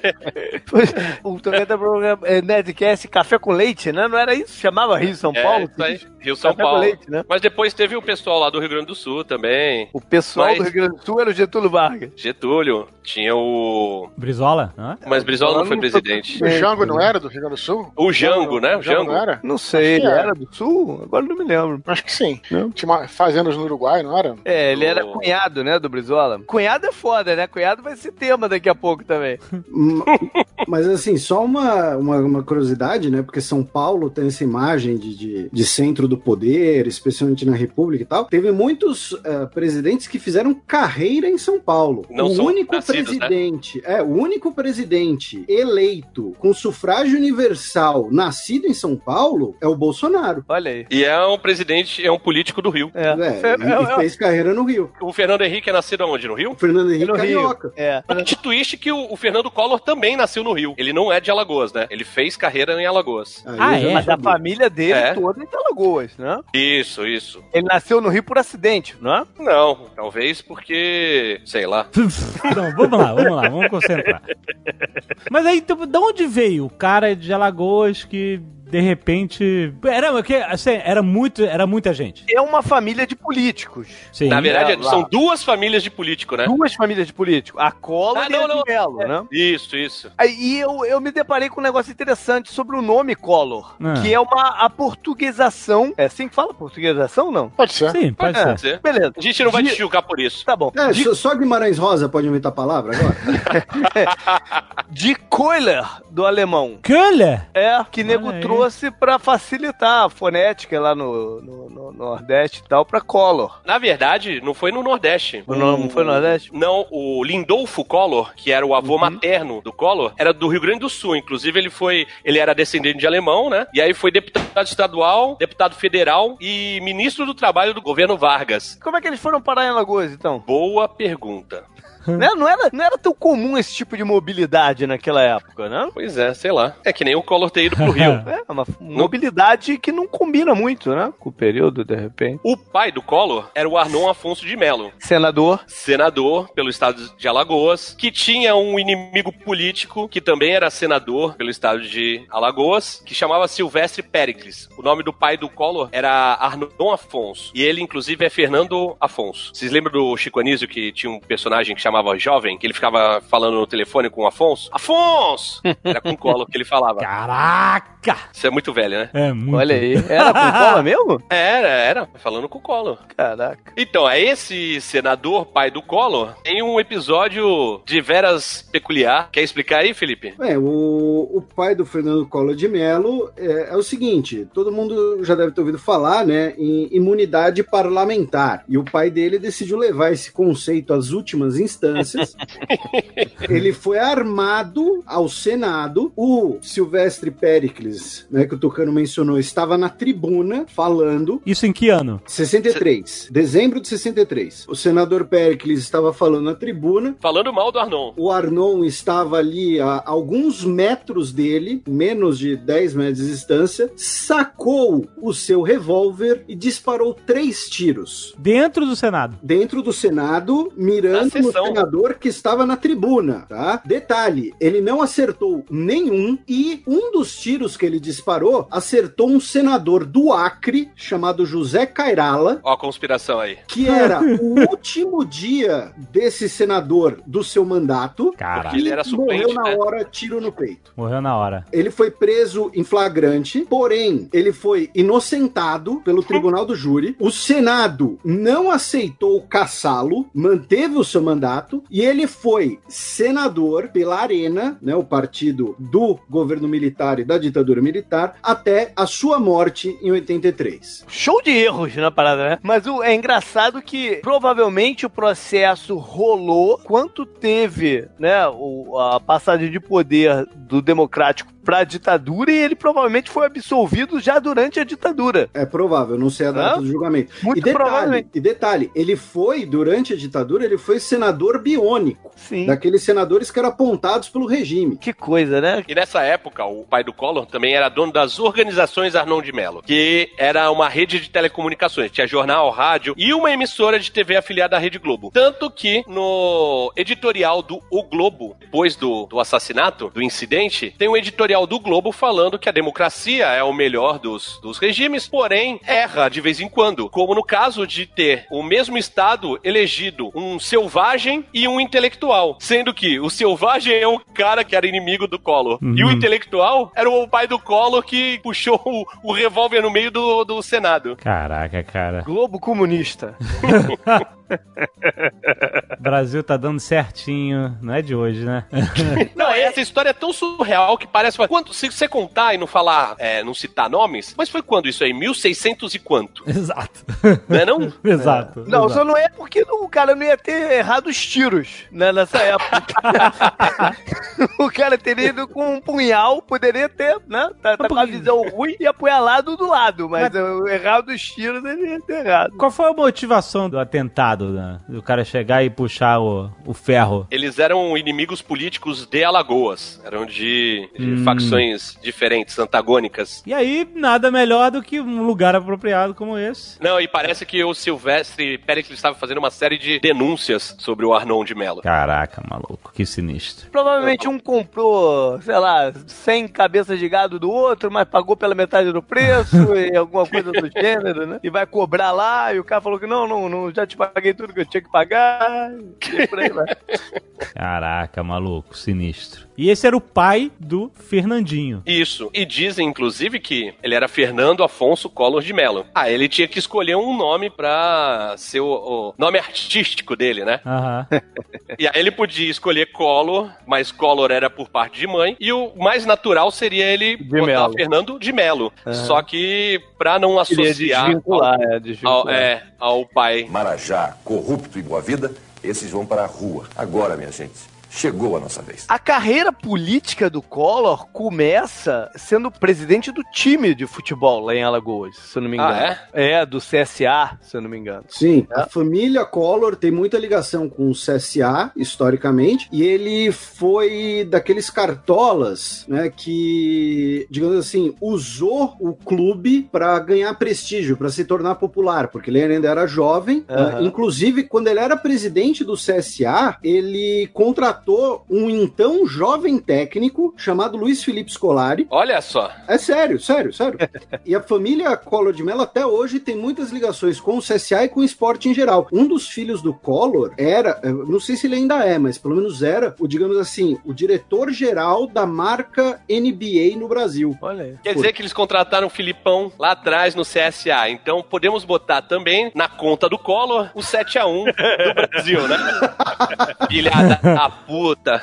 [SPEAKER 4] O programa Nerdcast Café com Leite, né? Não era isso? Chamava Rio São Paulo?
[SPEAKER 3] Isso aí. Rio São
[SPEAKER 4] Café
[SPEAKER 3] Paulo.
[SPEAKER 4] com Leite, né?
[SPEAKER 3] Mas depois teve o pessoal lá do Rio Grande do Sul também.
[SPEAKER 4] O pessoal do Rio Grande do Sul era o Getúlio Vargas.
[SPEAKER 3] Getúlio. Tinha o...
[SPEAKER 2] Brizola? Não é?
[SPEAKER 3] Mas Brizola não foi presidente.
[SPEAKER 5] O Jango não era do Rio Grande do Sul?
[SPEAKER 3] O Jango, né? O Jango.
[SPEAKER 5] Não era?
[SPEAKER 4] Não sei, ele era do Sul? Agora não me lembro.
[SPEAKER 5] Acho que sim. Tinha fazendas no Uruguai, não era?
[SPEAKER 4] É, ele era cunhado, né, do Brizola. Cunhado é foda, né? Cunhado vai ser tema daqui a pouco também.
[SPEAKER 6] Mas assim, só uma curiosidade, né? Porque São Paulo tem essa imagem de centro do poder, especialmente na República e tal. Teve muitos presidentes que fizeram carreira em São Paulo.
[SPEAKER 3] Não
[SPEAKER 6] o
[SPEAKER 3] são
[SPEAKER 6] único
[SPEAKER 3] nascidos,
[SPEAKER 6] presidente, o único presidente eleito com sufrágio universal nascido em São Paulo é o Bolsonaro.
[SPEAKER 4] Olha aí.
[SPEAKER 3] E é um presidente, é um político do Rio.
[SPEAKER 6] E fez carreira no Rio.
[SPEAKER 3] O Fernando Henrique é nascido aonde? No Rio?
[SPEAKER 6] O Fernando Henrique
[SPEAKER 4] No Rio.
[SPEAKER 6] carioca.
[SPEAKER 4] É.
[SPEAKER 3] Que twist que o Fernando Collor também nasceu no Rio. Ele não é de Alagoas, né? Ele fez carreira em Alagoas.
[SPEAKER 6] Aí eu já
[SPEAKER 4] Mas a
[SPEAKER 6] sabia.
[SPEAKER 4] família dele toda é de Alagoas, né?
[SPEAKER 3] Isso.
[SPEAKER 4] Ele nasceu no Rio por acidente, não é?
[SPEAKER 3] Não, talvez porque... sei lá.
[SPEAKER 2] Não, vamos concentrar. Mas aí, então, de onde veio o cara de Alagoas que... de repente... Era muita gente.
[SPEAKER 4] É uma família de políticos.
[SPEAKER 2] Sim.
[SPEAKER 3] Na verdade, são duas famílias de político, né?
[SPEAKER 4] Duas famílias de políticos. A Collor e a de Mello, né?
[SPEAKER 3] Isso.
[SPEAKER 4] Aí eu me deparei com um negócio interessante sobre o nome Collor, que é uma aportuguesação. É assim que fala? Portuguesação, não?
[SPEAKER 5] Pode ser.
[SPEAKER 2] Sim, pode
[SPEAKER 3] Pode
[SPEAKER 2] ser.
[SPEAKER 3] ser.
[SPEAKER 4] Beleza.
[SPEAKER 3] A gente não vai te julgar por isso.
[SPEAKER 4] Tá bom.
[SPEAKER 6] Só Guimarães Rosa pode inventar a palavra agora?
[SPEAKER 4] De Köhler, do alemão.
[SPEAKER 2] Köhler?
[SPEAKER 4] Que nego
[SPEAKER 2] Olha aí.
[SPEAKER 4] trouxe pra facilitar a fonética lá no Nordeste e tal, pra Collor.
[SPEAKER 3] Na verdade, não foi no Nordeste.
[SPEAKER 4] Não foi no Nordeste?
[SPEAKER 3] Não, o Lindolfo Collor, que era o avô materno do Collor, era do Rio Grande do Sul. Inclusive, ele era descendente de alemão, né? E aí foi deputado estadual, deputado federal e ministro do Trabalho do governo Vargas.
[SPEAKER 4] Como é que eles foram parar em Alagoas, então?
[SPEAKER 3] Boa pergunta.
[SPEAKER 4] Não era tão comum esse tipo de mobilidade naquela época, né?
[SPEAKER 3] Pois é, sei lá. É que nem o Collor ter ido pro Rio.
[SPEAKER 4] É uma mobilidade que não combina muito, né? Com o período, de repente.
[SPEAKER 3] O pai do Collor era o Arnon Afonso de Melo. Senador pelo estado de Alagoas, que tinha um inimigo político que também era senador pelo estado de Alagoas, que chamava Silvestre Péricles. O nome do pai do Collor era Arnon Afonso. E ele, inclusive, é Fernando Afonso. Vocês lembram do Chico Anísio, que tinha um personagem que chamava Jovem, que ele ficava falando no telefone com o Afonso? Afonso! Era com o Collor que ele falava.
[SPEAKER 2] Caraca!
[SPEAKER 3] Isso é muito velho, né?
[SPEAKER 2] É muito.
[SPEAKER 4] Olha aí. Era com Collor mesmo?
[SPEAKER 3] Era, falando com o Collor.
[SPEAKER 4] Caraca.
[SPEAKER 3] Então, esse senador, pai do Collor, tem um episódio de veras peculiar. Quer explicar aí, Felipe?
[SPEAKER 6] O pai do Fernando Collor de Mello é o seguinte, todo mundo já deve ter ouvido falar, né, em imunidade parlamentar. E o pai dele decidiu levar esse conceito às últimas instâncias. Ele foi armado ao Senado. O Silvestre Péricles, né, que o Tucano mencionou, estava na tribuna falando.
[SPEAKER 2] Isso em que ano?
[SPEAKER 6] 63. Dezembro de 63. O senador Péricles estava falando na tribuna.
[SPEAKER 3] Falando mal do Arnon.
[SPEAKER 6] O Arnon estava ali a alguns metros dele, menos de 10 metros de distância, sacou o seu revólver e disparou 3 tiros.
[SPEAKER 2] Dentro do Senado.
[SPEAKER 6] Dentro do Senado, mirando no senador que estava na tribuna, tá? Detalhe, ele não acertou nenhum e um dos tiros que ele disparou acertou um senador do Acre, chamado José Cairala.
[SPEAKER 3] Ó a conspiração aí.
[SPEAKER 6] Que era o último dia desse senador do seu mandato.
[SPEAKER 2] Caraca.
[SPEAKER 3] Ele era suplente,
[SPEAKER 6] morreu na
[SPEAKER 3] né?
[SPEAKER 6] hora, tiro no peito.
[SPEAKER 2] Morreu na hora.
[SPEAKER 6] Ele foi preso em flagrante, porém, ele foi inocentado pelo tribunal do júri. O Senado não aceitou caçá-lo, manteve o seu mandato, e ele foi senador pela Arena, né, o partido do governo militar e da ditadura militar, até a sua morte em 83.
[SPEAKER 4] Show de erros na parada, né? Mas é engraçado que provavelmente o processo rolou quanto teve, né, a passagem de poder do democrático pra ditadura, e ele provavelmente foi absolvido já durante a ditadura.
[SPEAKER 6] É provável, não sei a data do julgamento.
[SPEAKER 4] Muito provavelmente.
[SPEAKER 6] E detalhe, ele foi, durante a ditadura, ele foi senador biônico.
[SPEAKER 4] Sim.
[SPEAKER 6] Daqueles senadores que eram apontados pelo regime.
[SPEAKER 4] Que coisa, né?
[SPEAKER 3] E nessa época, o pai do Collor também era dono das Organizações Arnon de Mello, que era uma rede de telecomunicações. Tinha jornal, rádio e uma emissora de TV afiliada à Rede Globo. Tanto que no editorial do O Globo, depois do assassinato, do incidente, tem um editorial do Globo falando que a democracia é o melhor dos regimes, porém erra de vez em quando, como no caso de ter o mesmo Estado elegido um selvagem e um intelectual, sendo que o selvagem é o cara que era inimigo do Collor, e o intelectual era o pai do Collor que puxou o revólver no meio do Senado.
[SPEAKER 2] Caraca, cara.
[SPEAKER 4] Globo comunista.
[SPEAKER 2] O Brasil tá dando certinho, não é de hoje, né?
[SPEAKER 3] Não, essa história é tão surreal que parece... Se você contar e não falar, não citar nomes, mas foi quando isso aí? 1600 e quanto?
[SPEAKER 2] Exato.
[SPEAKER 3] Não é não?
[SPEAKER 2] Exato.
[SPEAKER 4] Não,
[SPEAKER 2] exato.
[SPEAKER 4] só não é porque o cara não ia ter errado os tiros, né, nessa época. O cara teria ido com um punhal, poderia ter, né? Tá com a visão ruim e apunhalado do lado, mas o errado dos tiros ele ia ter errado.
[SPEAKER 2] Qual foi a motivação do atentado, né? Do cara chegar e puxar o ferro?
[SPEAKER 3] Eles eram inimigos políticos de Alagoas. Eram de facções diferentes, antagônicas.
[SPEAKER 2] E aí, nada melhor do que um lugar apropriado como esse.
[SPEAKER 3] Não, e parece que o Silvestre Péricles estava fazendo uma série de denúncias sobre o Arnon de Mello.
[SPEAKER 2] Caraca, maluco, que sinistro.
[SPEAKER 4] Provavelmente um comprou, sei lá, 100 cabeças de gado do outro, mas pagou pela metade do preço e alguma coisa do gênero, né? E vai cobrar lá, e o cara falou que não, já te paguei tudo que eu tinha que pagar, e por aí vai.
[SPEAKER 2] Caraca, maluco, sinistro. E esse era o pai do Fernandinho.
[SPEAKER 3] Isso. E dizem, inclusive, que ele era Fernando Afonso Collor de Mello. Ah, ele tinha que escolher um nome pra ser o nome artístico dele, né?
[SPEAKER 2] Aham.
[SPEAKER 3] E aí ele podia escolher Collor, mas Collor era por parte de mãe. E o mais natural seria ele botar
[SPEAKER 4] Mello.
[SPEAKER 3] Fernando de Mello. Só que pra não
[SPEAKER 4] Ele ia
[SPEAKER 3] associar
[SPEAKER 4] desvincular,
[SPEAKER 3] ao pai.
[SPEAKER 8] Marajá, corrupto e boa vida, esses vão para a rua. Agora, minha gente, chegou a nossa vez.
[SPEAKER 4] A carreira política do Collor começa sendo presidente do time de futebol lá em Alagoas, se eu não me engano.
[SPEAKER 3] Ah,
[SPEAKER 4] é, do CSA, se eu não me engano.
[SPEAKER 6] Sim, a família Collor tem muita ligação com o CSA, historicamente, e ele foi daqueles cartolas, né, que, digamos assim, usou o clube para ganhar prestígio, para se tornar popular, porque ele ainda era jovem. Inclusive, quando ele era presidente do CSA, ele contratou um então jovem técnico chamado Luiz Felipe Scolari.
[SPEAKER 3] Olha só.
[SPEAKER 6] É sério. E a família Collor de Mello até hoje tem muitas ligações com o CSA e com o esporte em geral. Um dos filhos do Collor era, não sei se ele ainda é, mas pelo menos era, digamos assim, o diretor-geral da marca NBA no Brasil.
[SPEAKER 4] Olha aí.
[SPEAKER 3] Quer dizer que eles contrataram o Filipão lá atrás no CSA. Então podemos botar também na conta do Collor o 7-1 do Brasil, né? Filhada da puta.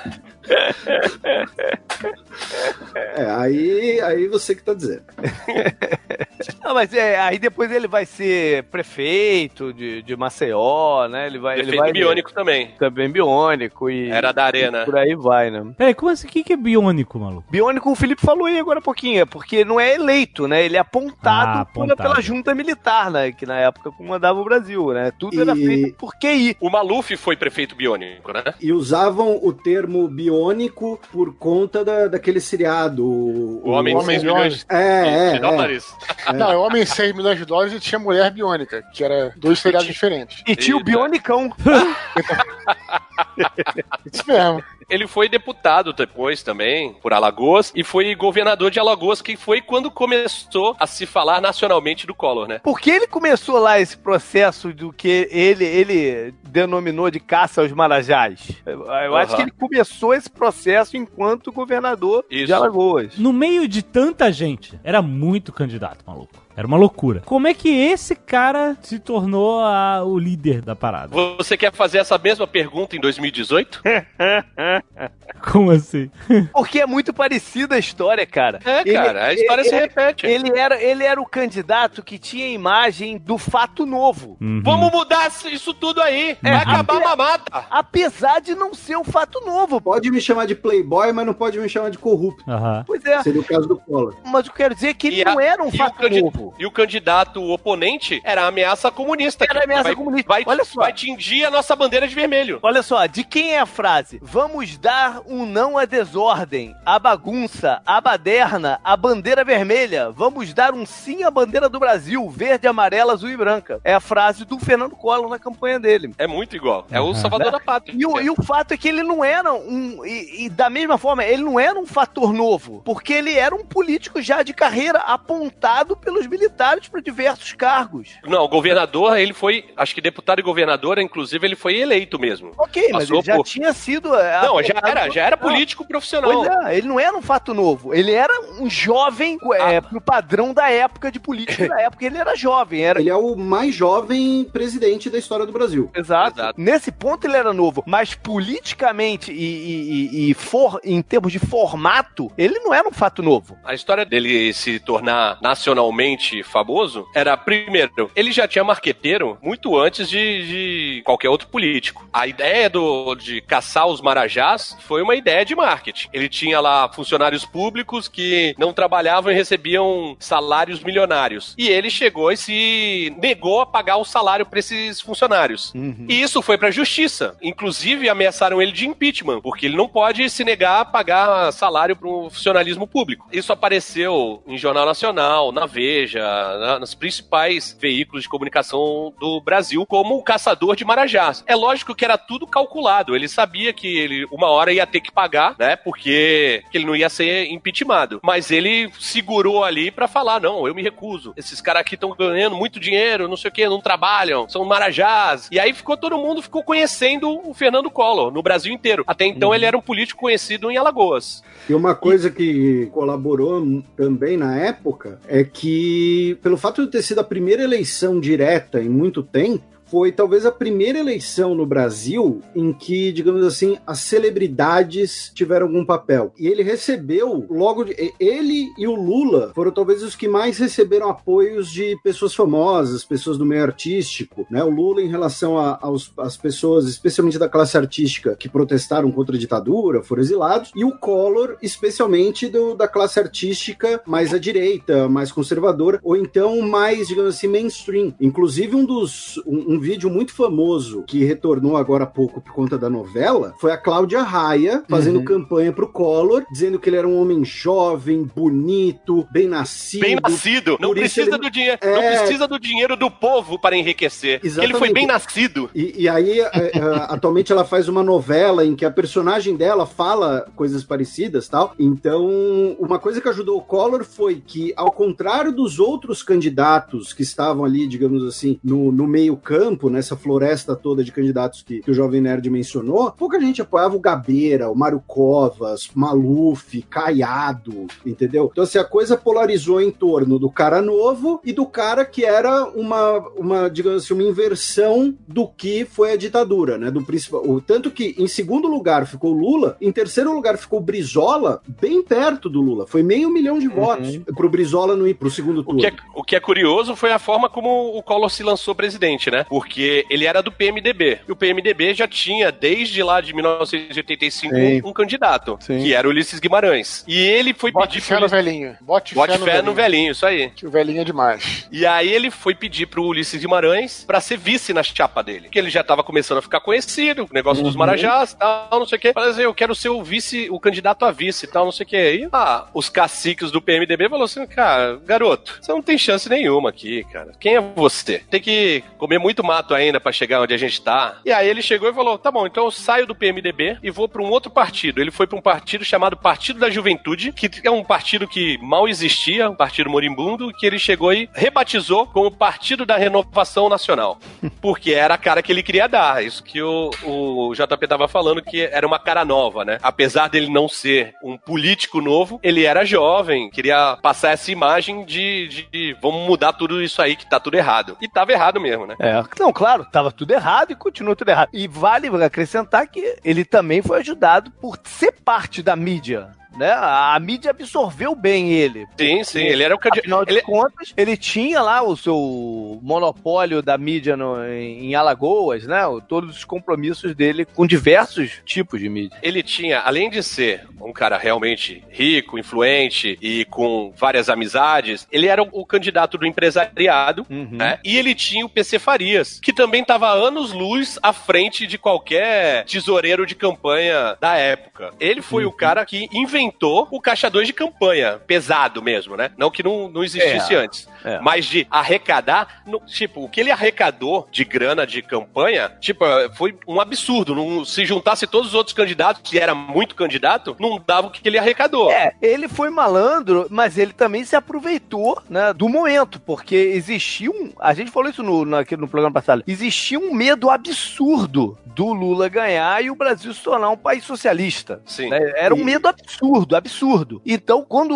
[SPEAKER 6] Aí você que tá dizendo.
[SPEAKER 4] Não, mas aí depois ele vai ser prefeito de Maceió, né? Ele vai
[SPEAKER 3] biônico também.
[SPEAKER 4] Também biônico e...
[SPEAKER 3] Era da Arena.
[SPEAKER 4] Por aí vai, né?
[SPEAKER 2] Peraí, como assim? O que é biônico, maluco?
[SPEAKER 4] Biônico, o Felipe falou aí agora há pouquinho, porque não é eleito, né? Ele é apontado pela junta militar, né? Que na época comandava o Brasil, né? Tudo era feito por QI.
[SPEAKER 3] O Maluf foi prefeito biônico, né?
[SPEAKER 6] E usavam o termo biônico por conta daquele seriado.
[SPEAKER 3] O Homem de 6 milhões
[SPEAKER 6] de
[SPEAKER 3] dólares.
[SPEAKER 5] Não, é Homem 6 milhões de dólares e tinha Mulher Biônica, que era dois seriados diferentes.
[SPEAKER 4] E tinha o Bionicão.
[SPEAKER 5] Isso mesmo.
[SPEAKER 3] Ele foi deputado depois também, por Alagoas, e foi governador de Alagoas, que foi quando começou a se falar nacionalmente do Collor, né?
[SPEAKER 4] Por que ele começou lá esse processo do que ele denominou de caça aos marajás? Eu acho que ele começou esse processo enquanto governador de Alagoas.
[SPEAKER 2] No meio de tanta gente, era muito candidato, maluco. Era uma loucura. Como é que esse cara se tornou o líder da parada?
[SPEAKER 3] Você quer fazer essa mesma pergunta em 2018?
[SPEAKER 2] Como assim?
[SPEAKER 4] Porque é muito parecida a história, cara.
[SPEAKER 3] A história se repete.
[SPEAKER 4] Ele era o candidato que tinha a imagem do fato novo.
[SPEAKER 2] Uhum.
[SPEAKER 3] Vamos mudar isso tudo aí. Vai acabar a mamata.
[SPEAKER 4] Apesar de não ser um fato novo.
[SPEAKER 6] Pode me chamar de playboy, mas não pode me chamar de corrupto.
[SPEAKER 2] Uhum.
[SPEAKER 4] Pois é.
[SPEAKER 6] Seria o caso do Collor.
[SPEAKER 4] Mas eu quero dizer que ele não era um fato novo.
[SPEAKER 3] E o candidato oponente era a ameaça comunista.
[SPEAKER 4] Era a ameaça comunista.
[SPEAKER 3] Olha só. Vai tingir a nossa bandeira de vermelho.
[SPEAKER 4] Olha só, de quem é a frase? Vamos dar um não à desordem, à bagunça, à baderna, à bandeira vermelha. Vamos dar um sim à bandeira do Brasil, verde, amarela, azul e branca. É a frase do Fernando Collor na campanha dele.
[SPEAKER 3] É muito igual. É o salvador da pátria.
[SPEAKER 4] E o fato é que ele não era e da mesma forma, ele não era um fator novo, porque ele era um político já de carreira apontado pelos militares para diversos cargos.
[SPEAKER 3] Não, o governador, ele foi, acho que deputado e governador, inclusive, ele foi eleito mesmo.
[SPEAKER 4] Ok, mas ele já tinha sido...
[SPEAKER 3] Não, já era político profissional.
[SPEAKER 4] Pois é, ele não era um fato novo. Ele era um jovem, pro padrão da época de política da época, ele era jovem.
[SPEAKER 6] Ele é o mais jovem presidente da história do Brasil.
[SPEAKER 4] Exato. Nesse ponto ele era novo, mas politicamente em termos de formato, ele não era um fato novo.
[SPEAKER 3] A história dele se tornar nacionalmente famoso era, primeiro, ele já tinha marqueteiro muito antes de qualquer outro político. A ideia de caçar os marajás foi uma ideia de marketing. Ele tinha lá funcionários públicos que não trabalhavam e recebiam salários milionários. E ele chegou e se negou a pagar o salário para esses funcionários.
[SPEAKER 4] Uhum.
[SPEAKER 3] E isso foi pra justiça. Inclusive, ameaçaram ele de impeachment, porque ele não pode se negar a pagar salário para o funcionalismo público. Isso apareceu em Jornal Nacional, na Veja, nos principais veículos de comunicação do Brasil, como o caçador de marajás. É lógico que era tudo calculado. Ele sabia que ele uma hora ia ter que pagar, né? Porque ele não ia ser impeachmentado. Mas ele segurou ali pra falar, não, eu me recuso. Esses caras aqui estão ganhando muito dinheiro, não sei o que, não trabalham, são marajás. E aí todo mundo ficou conhecendo o Fernando Collor no Brasil inteiro. Até então ele era um político conhecido em Alagoas.
[SPEAKER 6] E uma coisa que colaborou também na época é que, pelo fato de ter sido a primeira eleição direta em muito tempo, foi talvez a primeira eleição no Brasil em que, digamos assim, as celebridades tiveram algum papel. E ele recebeu ele e o Lula foram talvez os que mais receberam apoios de pessoas famosas, pessoas do meio artístico, né? O Lula em relação às pessoas, especialmente da classe artística, que protestaram contra a ditadura, foram exilados, e o Collor, especialmente da classe artística mais à direita, mais conservadora, ou então mais, digamos assim, mainstream. Inclusive um vídeo muito famoso que retornou agora há pouco por conta da novela foi a Cláudia Raia fazendo campanha pro Collor, dizendo que ele era um homem jovem, bonito, bem nascido.
[SPEAKER 3] Bem nascido. Não precisa do dinheiro. Não precisa do dinheiro do povo para enriquecer.
[SPEAKER 6] Exatamente.
[SPEAKER 3] Ele foi bem nascido.
[SPEAKER 6] E aí, atualmente ela faz uma novela em que a personagem dela fala coisas parecidas, tal. Então, uma coisa que ajudou o Collor foi que, ao contrário dos outros candidatos que estavam ali, digamos assim, no meio campo, nessa floresta toda de candidatos que o Jovem Nerd mencionou, pouca gente apoiava o Gabeira, o Mário Covas, Maluf, Caiado, entendeu? Então, assim, a coisa polarizou em torno do cara novo e do cara que era uma digamos assim, uma inversão do que foi a ditadura, né? Do principal. Tanto que, em segundo lugar, ficou Lula, em terceiro lugar ficou Brizola, bem perto do Lula. Foi 500 mil de votos pro Brizola não ir pro segundo turno.
[SPEAKER 3] O que é curioso foi a forma como o Collor se lançou presidente, né? Porque ele era do PMDB. E o PMDB já tinha, desde lá de 1985, um candidato, que era o Ulisses Guimarães. E ele foi pedir...
[SPEAKER 5] Bote fé no velhinho.
[SPEAKER 3] Bote fé no velhinho, isso aí.
[SPEAKER 5] Que o velhinho é demais.
[SPEAKER 3] E aí ele foi pedir pro Ulisses Guimarães pra ser vice na chapa dele. Porque ele já tava começando a ficar conhecido, o negócio dos marajás, tal, não sei o quê. Falei assim, eu quero ser o vice, o candidato a vice, tal, não sei o quê. Aí, os caciques do PMDB falaram assim, cara, garoto, você não tem chance nenhuma aqui, cara. Quem é você? Tem que comer muito muito mato ainda pra chegar onde a gente tá. E aí ele chegou e falou, tá bom, então eu saio do PMDB e vou pra um outro partido. Ele foi pra um partido chamado Partido da Juventude, que é um partido que mal existia, um partido moribundo, que ele chegou e rebatizou como Partido da Renovação Nacional. Porque era a cara que ele queria dar. Isso que o JP tava falando, que era uma cara nova, né? Apesar dele não ser um político novo, ele era jovem, queria passar essa imagem de vamos mudar tudo isso aí que tá tudo errado. E tava errado mesmo, né?
[SPEAKER 4] Não, claro, tava tudo errado e continua tudo errado. E vale acrescentar que ele também foi ajudado por ser parte da mídia. Né? A mídia absorveu bem ele.
[SPEAKER 3] Sim, ele era o candidato.
[SPEAKER 4] Afinal de contas, ele tinha lá o seu monopólio da mídia em Alagoas, né? Todos os compromissos dele com diversos tipos de mídia.
[SPEAKER 3] Ele tinha, além de ser um cara realmente rico, influente e com várias amizades, ele era o candidato do empresariado, né? E ele tinha o PC Farias, que também estava anos-luz à frente de qualquer tesoureiro de campanha da época. Ele foi o cara que inventou o caixa 2 de campanha, pesado mesmo, né? Não que não existisse antes, mas de arrecadar, tipo, o que ele arrecadou de grana de campanha, tipo, foi um absurdo. Se juntasse todos os outros candidatos, que era muito candidato, não dava o que ele arrecadou.
[SPEAKER 4] Ele foi malandro, mas ele também se aproveitou, né, do momento, porque existia a gente falou isso no programa passado, existia um medo absurdo do Lula ganhar e o Brasil se tornar um país socialista.
[SPEAKER 3] Sim.
[SPEAKER 4] Né? Era um medo absurdo. Então, quando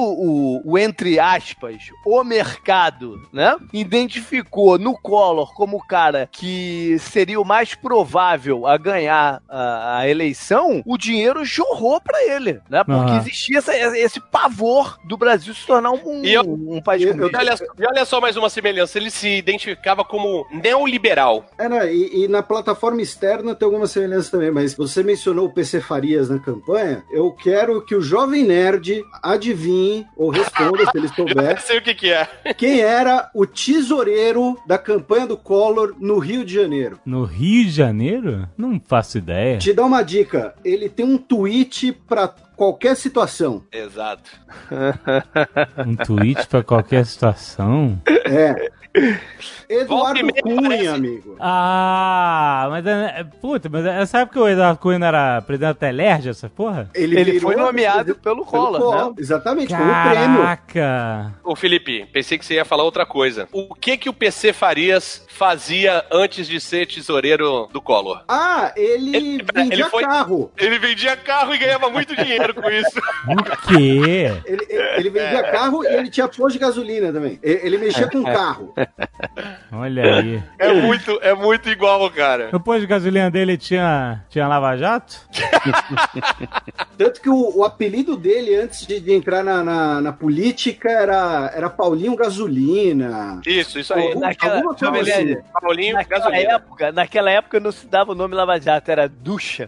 [SPEAKER 4] entre aspas, o mercado, né, identificou no Collor como o cara que seria o mais provável a ganhar a eleição, o dinheiro jorrou pra ele, né? Porque existia esse pavor do Brasil se tornar um país comunista.
[SPEAKER 3] E olha só mais uma semelhança, ele se identificava como neoliberal.
[SPEAKER 6] E na plataforma externa tem alguma semelhança também, mas você mencionou o PC Farias na campanha, eu quero que o Jovem Nerd adivinhe ou responda, se ele souber.
[SPEAKER 3] Eu sei o que é.
[SPEAKER 6] Quem era o tesoureiro da campanha do Collor no Rio de Janeiro?
[SPEAKER 2] No Rio de Janeiro? Não faço ideia.
[SPEAKER 6] Te dá uma dica, ele tem um tweet pra qualquer situação.
[SPEAKER 3] Exato.
[SPEAKER 2] Um tweet pra qualquer situação?
[SPEAKER 6] Eduardo Cunha, amigo.
[SPEAKER 2] Mas essa época o Eduardo Cunha era presidente da Telerge, essa porra?
[SPEAKER 4] Ele foi nomeado pelo Collor, né?
[SPEAKER 6] Exatamente,
[SPEAKER 2] como prêmio. Caraca.
[SPEAKER 3] Ô, Felipe, pensei que você ia falar outra coisa. O que o PC Farias fazia antes de ser tesoureiro do Collor?
[SPEAKER 6] Ele vendia carro.
[SPEAKER 3] Ele vendia carro e ganhava muito dinheiro com isso.
[SPEAKER 2] O quê?
[SPEAKER 6] Ele vendia carro e ele tinha posto de gasolina também. Ele mexia com carro.
[SPEAKER 2] Olha aí.
[SPEAKER 3] É muito igual, cara.
[SPEAKER 2] No posto de gasolina dele tinha Lava Jato?
[SPEAKER 6] Tanto que o apelido dele, antes de entrar na política, era Paulinho Gasolina.
[SPEAKER 3] Isso aí.
[SPEAKER 4] Paulinho Gasolina. Naquela época não se dava o nome Lava Jato, era Ducha.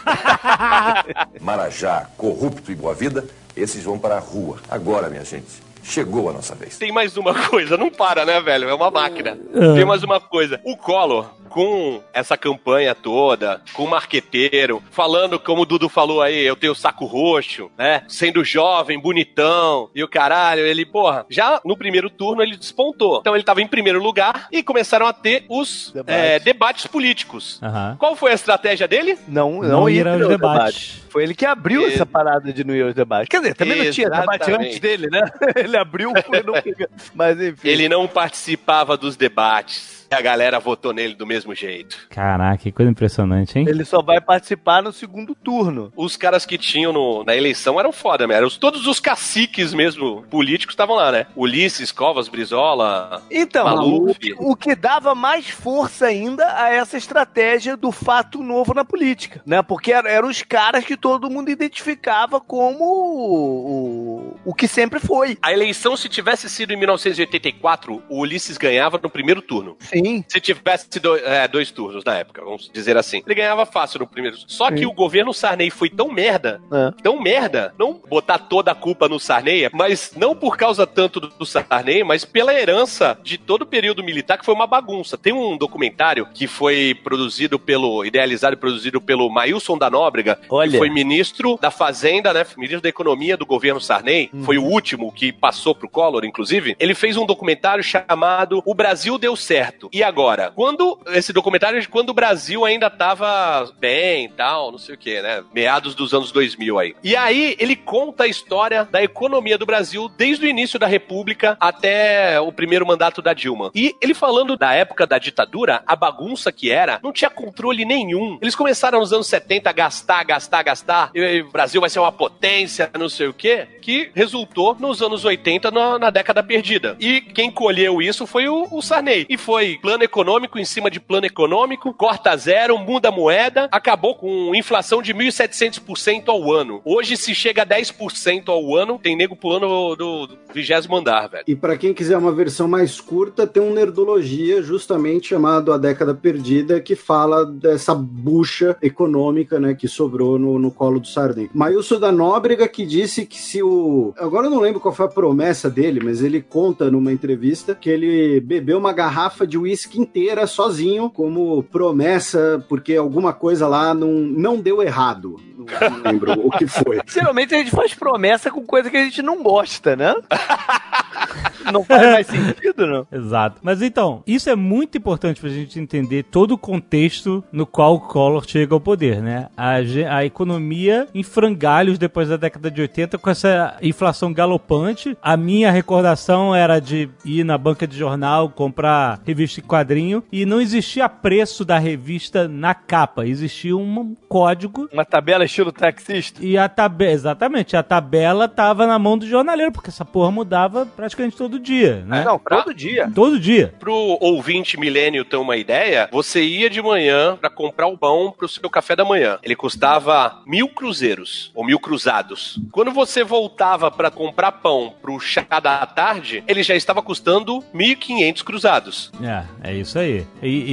[SPEAKER 8] Marajá, corrupto e boa vida, esses vão para a rua. Agora, minha gente, chegou a nossa vez.
[SPEAKER 3] Tem mais uma coisa, não para, né, velho? É uma máquina. Tem mais uma coisa. O Collor, com essa campanha toda, com o marqueteiro, falando, como o Dudu falou aí, eu tenho saco roxo, né? Sendo jovem, bonitão, e o caralho, ele, já no primeiro turno ele despontou. Então ele tava em primeiro lugar e começaram a ter os debates políticos. Qual foi a estratégia dele?
[SPEAKER 2] Não ir aos debates.
[SPEAKER 4] Foi ele que abriu essa parada de não ir aos debates. Quer dizer, também não tinha debate antes dele, né? Ele abriu, mas enfim.
[SPEAKER 3] Ele não participava dos debates. A galera votou nele do mesmo jeito.
[SPEAKER 2] Caraca, que coisa impressionante, hein?
[SPEAKER 4] Ele só vai participar no segundo turno.
[SPEAKER 3] Os caras que tinham na eleição eram foda, né? Todos os caciques mesmo, políticos, estavam lá, né? Ulisses, Covas, Brizola,
[SPEAKER 4] então,
[SPEAKER 3] Maluf.
[SPEAKER 4] O que dava mais força ainda a essa estratégia do fato novo na política, né? Porque eram os caras que todo mundo identificava como o que sempre foi.
[SPEAKER 3] A eleição, se tivesse sido em 1984, o Ulisses ganhava no primeiro turno.
[SPEAKER 4] Sim.
[SPEAKER 3] Se tivesse dois turnos na época, vamos dizer assim. Ele ganhava fácil no primeiro. Só que o governo Sarney foi tão merda, não botar toda a culpa no Sarney, mas não por causa tanto do Sarney, mas pela herança de todo o período militar, que foi uma bagunça. Tem um documentário que foi idealizado e produzido pelo Maílson da Nóbrega, que foi ministro da Fazenda, né, ministro da Economia do governo Sarney, foi o último que passou pro Collor, inclusive, ele fez um documentário chamado O Brasil Deu Certo. E agora? Esse documentário é de quando o Brasil ainda tava bem e tal, não sei o que, né? Meados dos anos 2000 aí. E aí, ele conta a história da economia do Brasil desde o início da República até o primeiro mandato da Dilma. E ele falando da época da ditadura, a bagunça que era, não tinha controle nenhum. Eles começaram nos anos 70 a gastar, e o Brasil vai ser uma potência, não sei o quê, que resultou nos anos 80 na década perdida. E quem colheu isso foi o Sarney. E foi plano econômico em cima de plano econômico, corta zero, muda a moeda, acabou com inflação de 1.700% ao ano. Hoje, se chega a 10% ao ano, tem nego pulando do 20º andar, velho.
[SPEAKER 6] E pra quem quiser uma versão mais curta, tem um Nerdologia justamente chamado A Década Perdida, que fala dessa bucha econômica, né, que sobrou no colo do Sarney. Maílson da Nóbrega, que disse que se o... Agora eu não lembro qual foi a promessa dele, mas ele conta numa entrevista que ele bebeu uma garrafa de uísque inteira sozinho, como promessa, porque alguma coisa lá não deu errado. Não lembro o que foi.
[SPEAKER 4] Geralmente a gente faz promessa com coisa que a gente não gosta, né? Não faz mais sentido, não?
[SPEAKER 2] Exato. Mas então, isso é muito importante pra gente entender todo o contexto no qual o Collor chega ao poder, né? A economia em frangalhos depois da década de 80 com essa inflação galopante. A minha recordação era de ir na banca de jornal, comprar revista em quadrinho e não existia preço da revista na capa. Existia um código.
[SPEAKER 4] Uma tabela estilo taxista.
[SPEAKER 2] E a tabela, exatamente, a tabela tava na mão do jornaleiro, porque essa porra mudava praticamente todo dia, né?
[SPEAKER 4] Não, todo dia.
[SPEAKER 2] Todo dia.
[SPEAKER 3] Pro ouvinte milênio ter uma ideia, você ia de manhã pra comprar o pão pro seu café da manhã. Ele custava 1.000 cruzeiros, ou 1.000 cruzados. Quando você voltava pra comprar pão pro chá da tarde, ele já estava custando 1.500 cruzados.
[SPEAKER 2] É isso aí.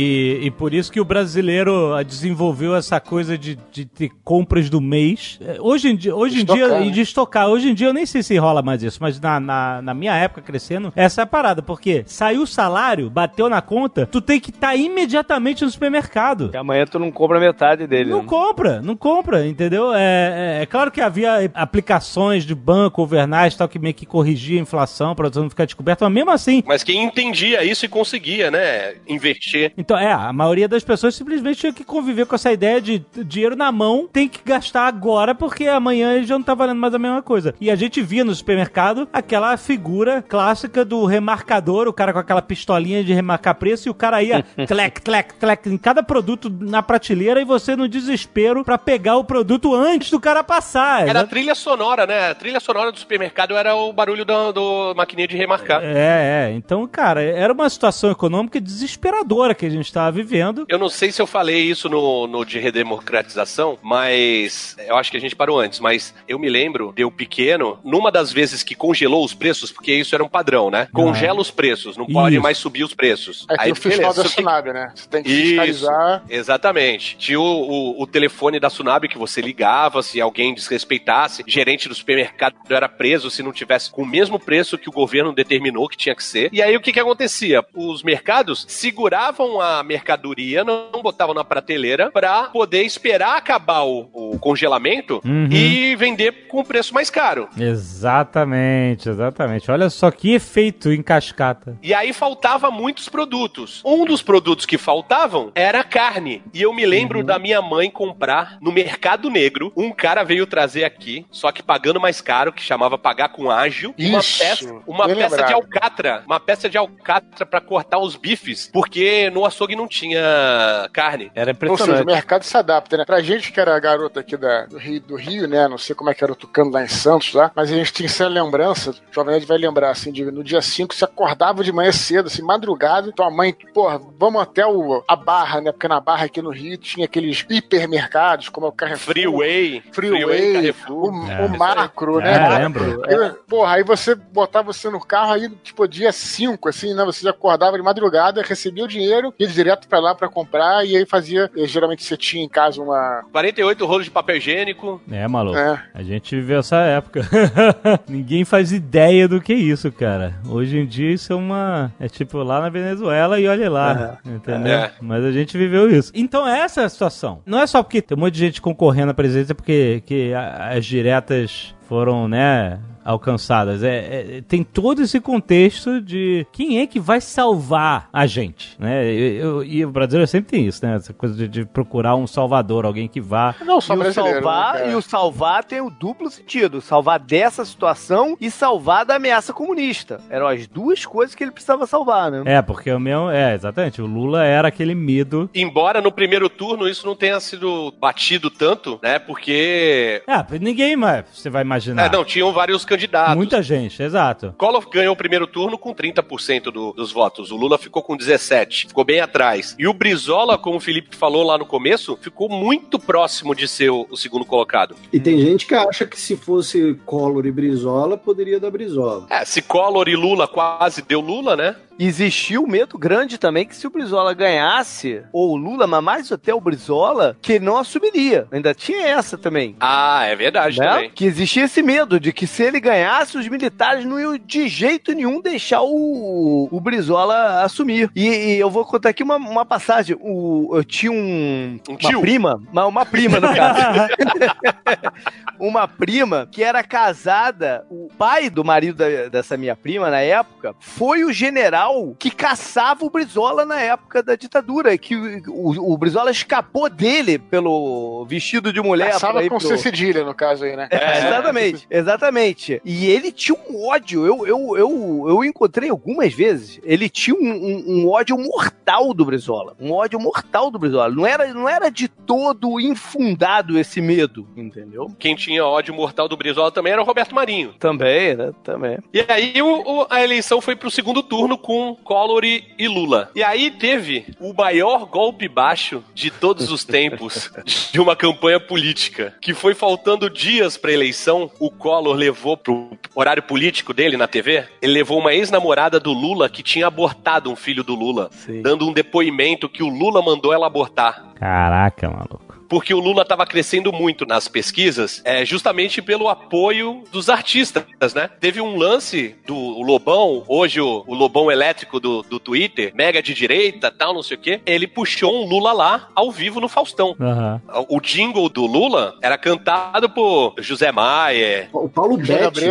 [SPEAKER 2] E por isso que o brasileiro desenvolveu essa coisa de ter compras do mês. Hoje em dia,
[SPEAKER 5] né?
[SPEAKER 2] de estocar. Hoje em dia eu nem sei se rola mais isso, mas na minha época crescendo, essa é a parada, porque saiu o salário, bateu na conta, tu tem que estar imediatamente no supermercado.
[SPEAKER 4] E amanhã tu não compra metade dele.
[SPEAKER 2] Não compra, entendeu? É claro que havia aplicações de banco, overnight, tal, que meio que corrigia a inflação pra não ficar descoberto, mas mesmo assim...
[SPEAKER 3] Mas quem entendia isso e conseguia, né, investir.
[SPEAKER 2] Então, a maioria das pessoas simplesmente tinha que conviver com essa ideia de dinheiro na mão, tem que gastar agora, porque amanhã ele já não tá valendo mais a mesma coisa. E a gente via no supermercado aquela figura clássica do remarcador, o cara com aquela pistolinha de remarcar preço, e o cara ia tlec, em cada produto na prateleira, e você no desespero pra pegar o produto antes do cara passar.
[SPEAKER 3] Era a trilha sonora, né? A trilha sonora do supermercado era o barulho do maquininha de remarcar.
[SPEAKER 2] Então, cara, era uma situação econômica desesperadora que a gente tava vivendo.
[SPEAKER 3] Eu não sei se eu falei isso no de redemocratização, mas eu acho que a gente parou antes, mas eu me lembro, eu pequeno, numa das vezes que congelou os preços, porque isso era um padrão, né? Congela os preços, não pode mais subir os preços.
[SPEAKER 5] Aí tem o fiscal da Sunab, né? Você tem que fiscalizar.
[SPEAKER 3] Exatamente. Tinha o telefone da Sunab que você ligava, se alguém desrespeitasse, gerente do supermercado era preso se não tivesse com o mesmo preço que o governo determinou que tinha que ser. E aí o que acontecia? Os mercados seguravam a mercadoria, não botavam na prateleira pra poder esperar acabar o congelamento e vender com preço mais caro.
[SPEAKER 2] Exatamente. Olha só que efeito em cascata.
[SPEAKER 3] E aí faltava muitos produtos. Um dos produtos que faltavam era a carne. E eu me lembro da minha mãe comprar no Mercado Negro. Um cara veio trazer aqui, só que pagando mais caro, que chamava pagar com ágil. Uma peça de alcatra. Uma peça de alcatra pra cortar os bifes, porque no açougue não tinha carne.
[SPEAKER 4] Era impressionante.
[SPEAKER 5] Ou seja, o mercado se adapta, né? Pra gente que era garota aqui do Rio, né? Não sei como é que era o Tucano lá em Santos, lá, mas a gente tinha essa lembrança, o Jovem Nerd vai lembrar, assim, no dia 5, você acordava de manhã cedo, assim, madrugada, tua mãe, porra, vamos até a Barra, né? Porque na Barra aqui no Rio tinha aqueles hipermercados, como é o Carrefour.
[SPEAKER 3] Freeway,
[SPEAKER 5] Carrefour. O Macro, né?
[SPEAKER 2] Lembro.
[SPEAKER 5] Porra, aí você botava você no carro, aí, tipo, dia 5, assim, né? Você já acordava de madrugada, recebia o dinheiro, ia direto pra lá pra comprar, e aí fazia, geralmente você tinha em casa
[SPEAKER 3] 48 rolos de papel higiênico.
[SPEAKER 2] Maluco. A gente viveu essa época. Ninguém faz ideia do que é isso, cara. Hoje em dia isso é tipo lá na Venezuela e olha lá, entendeu? Mas a gente viveu isso. Então essa é a situação. Não é só porque tem um monte de gente concorrendo à presidência porque as diretas foram, né, alcançadas. Tem todo esse contexto de quem é que vai salvar a gente, né? E o brasileiro sempre tem isso, né? Essa coisa de procurar um salvador, alguém que vá...
[SPEAKER 5] Não, só brasileiro.
[SPEAKER 4] E o salvar tem o duplo sentido. Salvar dessa situação e salvar da ameaça comunista. Eram as duas coisas que ele precisava salvar, né?
[SPEAKER 2] Porque o meu... exatamente. O Lula era aquele medo.
[SPEAKER 3] Embora no primeiro turno isso não tenha sido batido tanto, né? Porque...
[SPEAKER 2] ninguém mais, você vai imaginar.
[SPEAKER 3] Não, tinham vários candidatos.
[SPEAKER 2] Muita gente, exato.
[SPEAKER 3] Collor ganhou o primeiro turno com 30% dos votos. O Lula ficou com 17%. Ficou bem atrás. E o Brizola, como o Felipe falou lá no começo, ficou muito próximo de ser o segundo colocado.
[SPEAKER 6] E tem gente que acha que se fosse Collor e Brizola, poderia dar Brizola.
[SPEAKER 3] Se Collor e Lula quase deu Lula, né?
[SPEAKER 4] Existia um medo grande também que se o Brizola ganhasse, ou o Lula, mas mais até o Brizola, que ele não assumiria. Ainda tinha essa também.
[SPEAKER 3] É verdade também.
[SPEAKER 4] Que existia esse medo de que se ele ganhasse, os militares não iam de jeito nenhum deixar o Brizola assumir. E eu vou contar aqui uma passagem. Eu tinha uma prima no caso. Uma prima que era casada, o pai do marido dessa minha prima na época, foi o general que caçava o Brizola na época da ditadura, que o Brizola escapou dele pelo vestido de mulher.
[SPEAKER 5] Caçava com C cedilha, no caso aí, né?
[SPEAKER 4] Exatamente. E ele tinha um ódio, eu encontrei algumas vezes, ele tinha um ódio mortal do Brizola. Não era de todo infundado esse medo, entendeu?
[SPEAKER 3] Quem tinha ódio mortal do Brizola também era o Roberto Marinho.
[SPEAKER 4] Também, né? Também.
[SPEAKER 3] E aí a eleição foi pro segundo turno com Collor e Lula. E aí teve o maior golpe baixo de todos os tempos de uma campanha política, que foi faltando dias pra eleição, o Collor levou pro horário político dele na TV, ele levou uma ex-namorada do Lula que tinha abortado um filho do Lula, dando um depoimento que o Lula mandou ela abortar.
[SPEAKER 2] Caraca, maluco.
[SPEAKER 3] Porque o Lula estava crescendo muito nas pesquisas, justamente pelo apoio dos artistas, né? Teve um lance do Lobão, hoje o Lobão elétrico do Twitter, mega de direita, tal, não sei o quê, ele puxou um Lula lá, ao vivo no Faustão. O jingle do Lula era cantado por José Maia,
[SPEAKER 6] o Paulo Betti,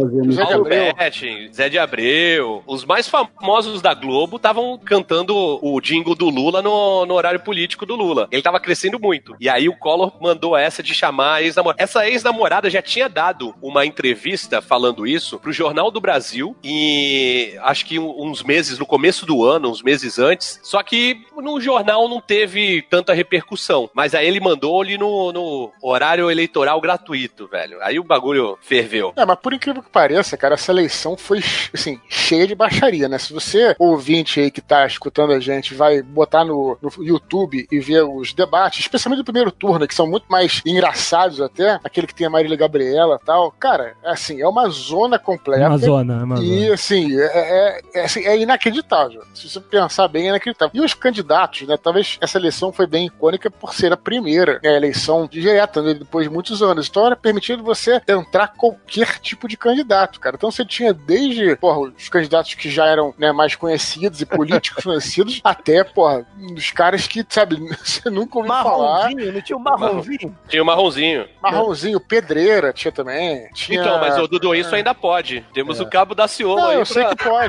[SPEAKER 3] Zé de Abreu. Os mais famosos da Globo estavam cantando o jingle do Lula no horário político do Lula. Ele estava crescendo muito. E aí o Collor mandou essa de chamar a ex-namorada. Essa ex-namorada já tinha dado uma entrevista falando isso pro Jornal do Brasil e acho que uns meses, no começo do ano, uns meses antes, só que no jornal não teve tanta repercussão. Mas aí ele mandou ali no horário eleitoral gratuito, velho. Aí o bagulho ferveu.
[SPEAKER 5] Mas por incrível que pareça, cara, essa eleição foi, assim, cheia de baixaria, né? Se você, ouvinte aí que tá escutando a gente, vai botar no YouTube e ver os debates, especialmente do primeiro turno, que são muito mais engraçados até, aquele que tem a Marília Gabriela e tal, cara, assim, é uma zona completa.
[SPEAKER 2] É uma zona.
[SPEAKER 5] E, assim, é inacreditável. Se você pensar bem, é inacreditável. E os candidatos, né, talvez essa eleição foi bem icônica por ser a primeira, né, eleição direta, né, depois de muitos anos. Então era permitido você entrar qualquer tipo de candidato, cara. Então você tinha desde, os candidatos que já eram, né, mais conhecidos e políticos conhecidos, até, os caras que, sabe, você nunca ouviu falar.
[SPEAKER 4] Não tinha o Marronzinho?
[SPEAKER 3] Tinha o Marronzinho.
[SPEAKER 5] Marronzinho, Pedreira tinha também.
[SPEAKER 3] Então, mas o Dudu, isso ainda pode. Temos o Cabo da Ciolo aí.
[SPEAKER 5] Eu sei que pode.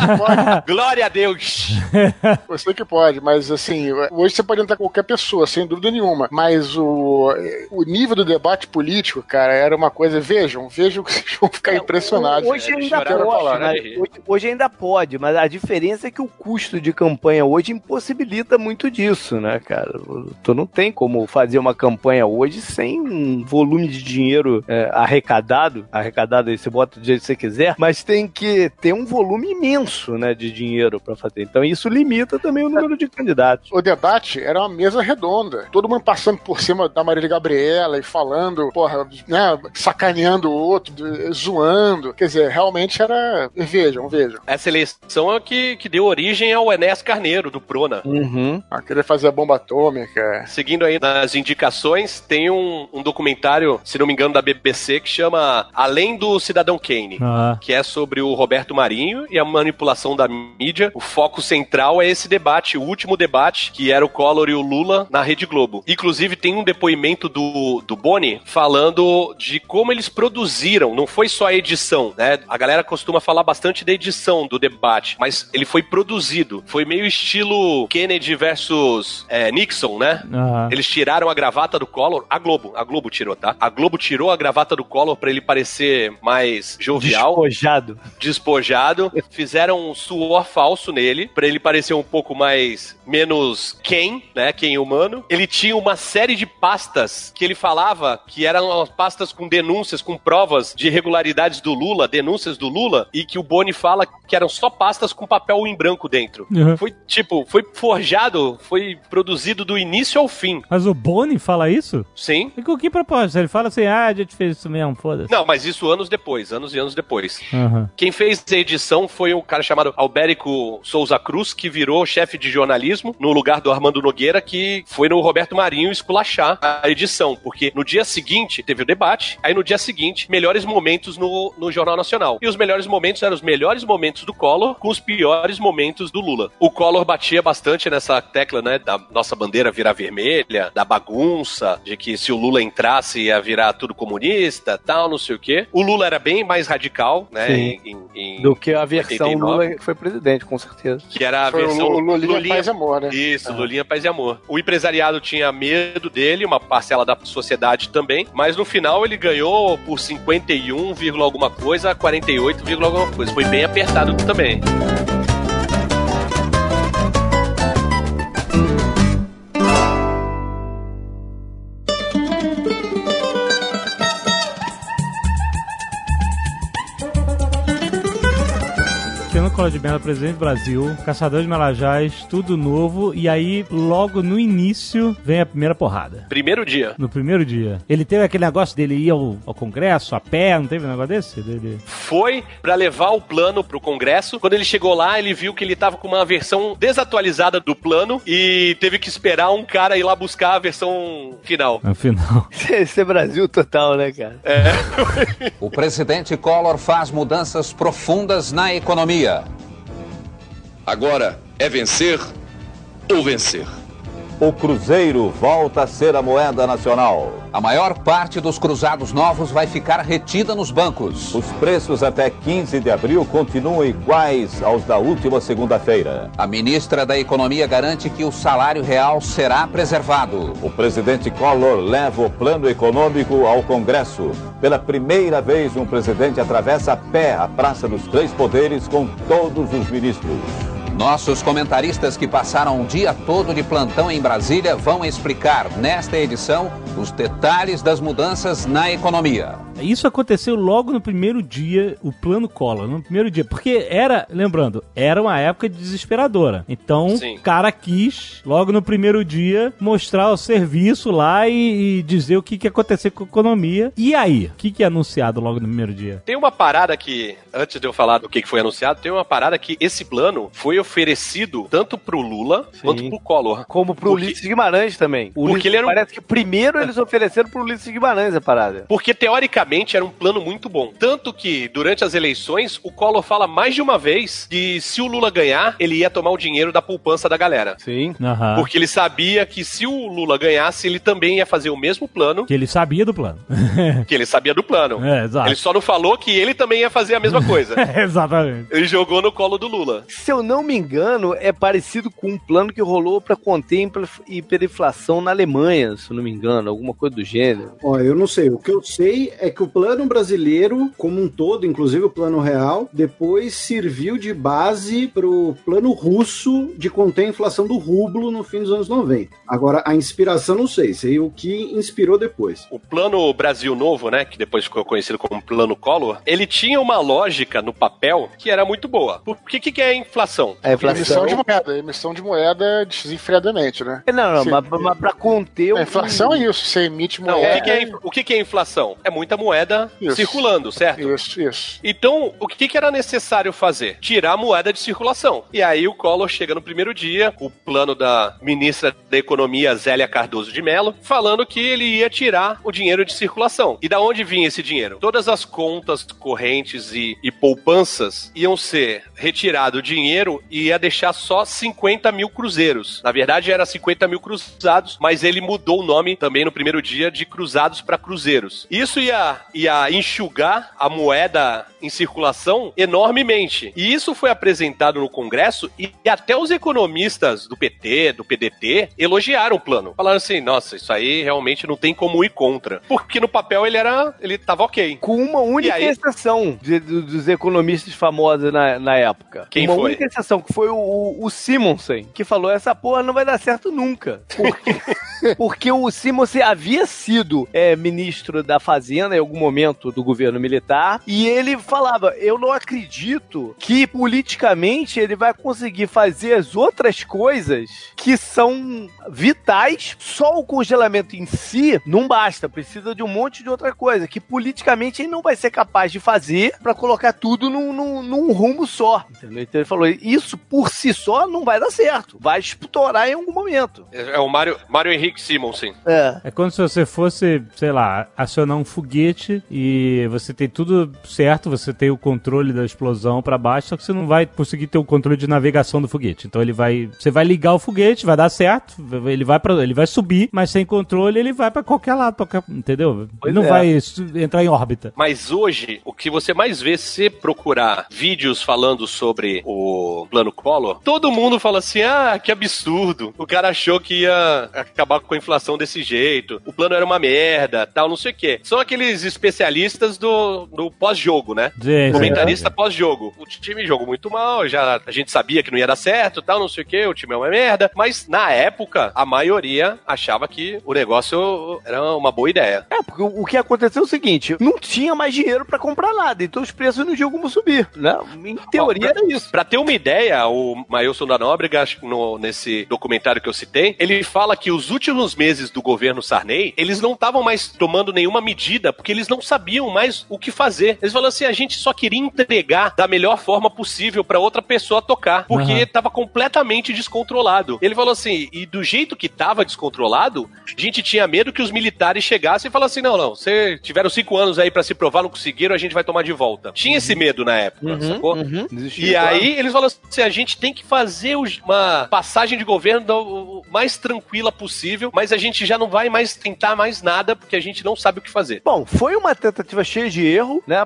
[SPEAKER 3] Glória a Deus.
[SPEAKER 5] Eu sei que pode, mas assim, hoje você pode entrar com qualquer pessoa, sem dúvida nenhuma. Mas o nível do debate político, cara, era uma coisa. Vejam que vocês vão ficar impressionados.
[SPEAKER 4] Hoje ainda pode, hoje ainda pode, mas a diferença é que o custo de campanha hoje impossibilita muito disso, né, cara? Tu não tem como fazer uma campanha hoje sem um volume de dinheiro arrecadado aí você bota do jeito que você quiser, mas tem que ter um volume imenso, né, de dinheiro pra fazer. Então isso limita também o número de candidatos.
[SPEAKER 5] O debate era uma mesa redonda, todo mundo passando por cima da Marília Gabriela e falando, né, sacaneando o outro, zoando, quer dizer, realmente era... Vejam.
[SPEAKER 3] Essa eleição é que deu origem ao Enéas Carneiro, do Prona.
[SPEAKER 5] Querer fazer a bomba atômica.
[SPEAKER 3] Seguindo aí nas indicações, tem um documentário, se não me engano, da BBC, que chama Além do Cidadão Kane, que é sobre o Roberto Marinho e a manipulação da mídia. O foco central é esse debate, o último debate, que era o Collor e o Lula na Rede Globo. Inclusive, tem um depoimento do Boni falando de como eles produziram, não foi só a edição, né? A galera costuma falar bastante da edição do debate, mas ele foi produzido. Foi meio estilo Kennedy versus Nixon, né? Eles tiraram a gravata do Collor, a Globo tirou, tá? A Globo tirou a gravata do Collor pra ele parecer mais jovial. Despojado. Fizeram um suor falso nele, pra ele parecer um pouco menos Ken, né? Ken humano. Ele tinha uma série de pastas que ele falava que eram pastas com denúncias, com provas de irregularidades do Lula, denúncias do Lula, e que o Boni fala que eram só pastas com papel em branco dentro. Foi forjado, foi produzido do início ao fim.
[SPEAKER 2] Mas o Boni fala isso?
[SPEAKER 3] Sim.
[SPEAKER 2] E com que propósito? Ele fala assim, a gente fez isso mesmo, foda-se.
[SPEAKER 3] Não, mas isso anos e anos depois. Quem fez a edição foi um cara chamado Albérico Souza Cruz, que virou chefe de jornalismo no lugar do Armando Nogueira, que foi no Roberto Marinho esculachar a edição, porque no dia seguinte teve o debate, aí no dia seguinte, melhores momentos no Jornal Nacional. E os melhores momentos eram os melhores momentos do Collor com os piores momentos do Lula. O Collor batia bastante nessa tecla, né, da nossa bandeira virar vermelha, da bagunça, de que se o Lula entrasse ia virar tudo comunista, tal, não sei o quê. O Lula era bem mais radical, né,
[SPEAKER 4] do que a versão 89. Lula que foi presidente, com certeza.
[SPEAKER 3] Que era a versão
[SPEAKER 5] Lulinha, Paz e Amor, né?
[SPEAKER 3] Isso, Lulinha, Paz e Amor. O empresariado tinha medo dele, uma parcela da sociedade também, mas no final ele ganhou por 51, alguma coisa, 48, alguma coisa. Foi bem apertado também.
[SPEAKER 2] Collor de Mello, presidente do Brasil, caçador de Marajás, tudo novo, e aí, logo no início, vem a primeira porrada.
[SPEAKER 3] Primeiro dia.
[SPEAKER 2] No primeiro dia. Ele teve aquele negócio dele ir ao Congresso, a pé, não teve um negócio desse?
[SPEAKER 3] Foi pra levar o plano pro Congresso. Quando ele chegou lá, ele viu que ele tava com uma versão desatualizada do plano e teve que esperar um cara ir lá buscar a versão final.
[SPEAKER 2] A final.
[SPEAKER 4] Esse é Brasil total, né, cara?
[SPEAKER 9] O presidente Collor faz mudanças profundas na economia.
[SPEAKER 8] Agora é vencer ou vencer.
[SPEAKER 10] O Cruzeiro volta a ser a moeda nacional.
[SPEAKER 9] A maior parte dos cruzados novos vai ficar retida nos bancos.
[SPEAKER 10] Os preços até 15 de abril continuam iguais aos da última segunda-feira.
[SPEAKER 9] A ministra da Economia garante que o salário real será preservado.
[SPEAKER 10] O presidente Collor leva o plano econômico ao Congresso. Pela primeira vez, um presidente atravessa a pé a Praça dos Três Poderes com todos os ministros.
[SPEAKER 9] Nossos comentaristas que passaram o dia todo de plantão em Brasília vão explicar nesta edição os detalhes das mudanças na economia.
[SPEAKER 2] Isso aconteceu logo no primeiro dia, o plano Collor, no primeiro dia, porque lembrando, era uma época desesperadora. Então, o cara quis, logo no primeiro dia, mostrar o serviço lá e dizer o que ia acontecer com a economia. E aí? O que é anunciado logo no primeiro dia?
[SPEAKER 3] Tem uma parada que, antes de eu falar do que foi anunciado, tem uma parada que esse plano foi oferecido tanto pro Lula quanto pro Collor.
[SPEAKER 4] Como pro Ulisses Guimarães também.
[SPEAKER 3] Porque ele era
[SPEAKER 4] parece que primeiro eles ofereceram pro Ulisses Guimarães a parada.
[SPEAKER 3] Porque, teoricamente, era um plano muito bom. Tanto que, durante as eleições, o Collor fala mais de uma vez que se o Lula ganhar, ele ia tomar o dinheiro da poupança da galera.
[SPEAKER 2] Sim.
[SPEAKER 3] Porque ele sabia que se o Lula ganhasse, ele também ia fazer o mesmo plano.
[SPEAKER 2] Que ele sabia do plano.
[SPEAKER 3] Exato. Ele só não falou que ele também ia fazer a mesma coisa.
[SPEAKER 2] Exatamente.
[SPEAKER 3] Ele jogou no colo do Lula.
[SPEAKER 4] Se eu não me engano, é parecido com um plano que rolou para conter hiperinflação na Alemanha, se eu não me engano, alguma coisa do gênero.
[SPEAKER 6] Eu não sei. O que eu sei é que o plano brasileiro, como um todo, inclusive o plano real, depois serviu de base pro plano russo de conter a inflação do rublo no fim dos anos 90. Agora, a inspiração não sei o que inspirou depois.
[SPEAKER 3] O plano Brasil Novo, né, que depois ficou conhecido como plano Collor, ele tinha uma lógica no papel que era muito boa. Porque o que é a inflação?
[SPEAKER 5] A inflação emissão de moeda desenfreadamente, né?
[SPEAKER 4] Mas pra conter...
[SPEAKER 5] A inflação é isso, você emite moeda...
[SPEAKER 3] Não, o que é inflação? É muita moeda moeda circulando, certo?
[SPEAKER 5] Isso.
[SPEAKER 3] Então, o que era necessário fazer? Tirar a moeda de circulação. E aí o Collor chega no primeiro dia, o plano da ministra da Economia, Zélia Cardoso de Mello, falando que ele ia tirar o dinheiro de circulação. E da onde vinha esse dinheiro? Todas as contas correntes e poupanças iam ser retirado o dinheiro e ia deixar só 50 mil cruzeiros. Na verdade, era 50 mil cruzados, mas ele mudou o nome também no primeiro dia de cruzados para cruzeiros. Isso ia enxugar a moeda em circulação enormemente. E isso foi apresentado no Congresso e até os economistas do PT, do PDT, elogiaram o plano. Falaram assim, nossa, isso aí realmente não tem como ir contra. Porque no papel ele tava ok.
[SPEAKER 4] Com uma única exceção dos economistas famosos na época.
[SPEAKER 3] Quem
[SPEAKER 4] uma
[SPEAKER 3] foi?
[SPEAKER 4] Única exceção, que foi o Simonsen, que falou, essa porra não vai dar certo nunca. Porque o Simonsen havia sido ministro da Fazenda em algum momento do governo militar, e ele falava, eu não acredito que politicamente ele vai conseguir fazer as outras coisas que são vitais, só o congelamento em si não basta, precisa de um monte de outra coisa, que politicamente ele não vai ser capaz de fazer pra colocar tudo num rumo só, entendeu? Então ele falou, isso por si só não vai dar certo, vai estourar em algum momento.
[SPEAKER 3] É o Mário Henrique Simonsen.
[SPEAKER 2] É como se você fosse, sei lá, acionar um foguete e você tem tudo certo, você tem o controle da explosão pra baixo, só que você não vai conseguir ter o controle de navegação do foguete. Então você vai ligar o foguete, vai dar certo, ele vai subir, mas sem controle ele vai pra qualquer lado, entendeu? Ele não vai entrar em órbita.
[SPEAKER 3] Mas hoje, o que você mais vê se procurar vídeos falando sobre o plano Collor, todo mundo fala assim, que absurdo, o cara achou que ia acabar com a inflação desse jeito, o plano era uma merda, tal, não sei o quê. São aqueles especialistas do pós-jogo, né? Comentarista pós-jogo. O time jogou muito mal, a gente sabia que não ia dar certo, tal, não sei o quê, o time é uma merda, mas na época, a maioria achava que o negócio era uma boa ideia.
[SPEAKER 4] Porque o que aconteceu é o seguinte, não tinha mais dinheiro pra comprar nada, então os preços não tinham como subir, né? Em teoria era isso.
[SPEAKER 3] Pra ter uma ideia, o Mailson da Nóbrega, acho que nesse documentário que eu citei, ele fala que os últimos meses do governo Sarney, eles não estavam mais tomando nenhuma medida, porque eles não sabiam mais o que fazer. Eles falaram assim, a gente só queria entregar da melhor forma possível pra outra pessoa tocar, porque tava completamente descontrolado. Ele falou assim, e do jeito que tava descontrolado, a gente tinha medo que os militares chegassem e falassem, não, vocês tiveram 5 anos aí pra se provar, não conseguiram, a gente vai tomar de volta. Tinha esse medo na época, sacou? E aí eles falaram assim, a gente tem que fazer uma passagem de governo o mais tranquila possível, mas a gente já não vai mais tentar mais nada, porque a gente não sabe o que fazer.
[SPEAKER 4] Bom, foi uma tentativa cheia de erro, né,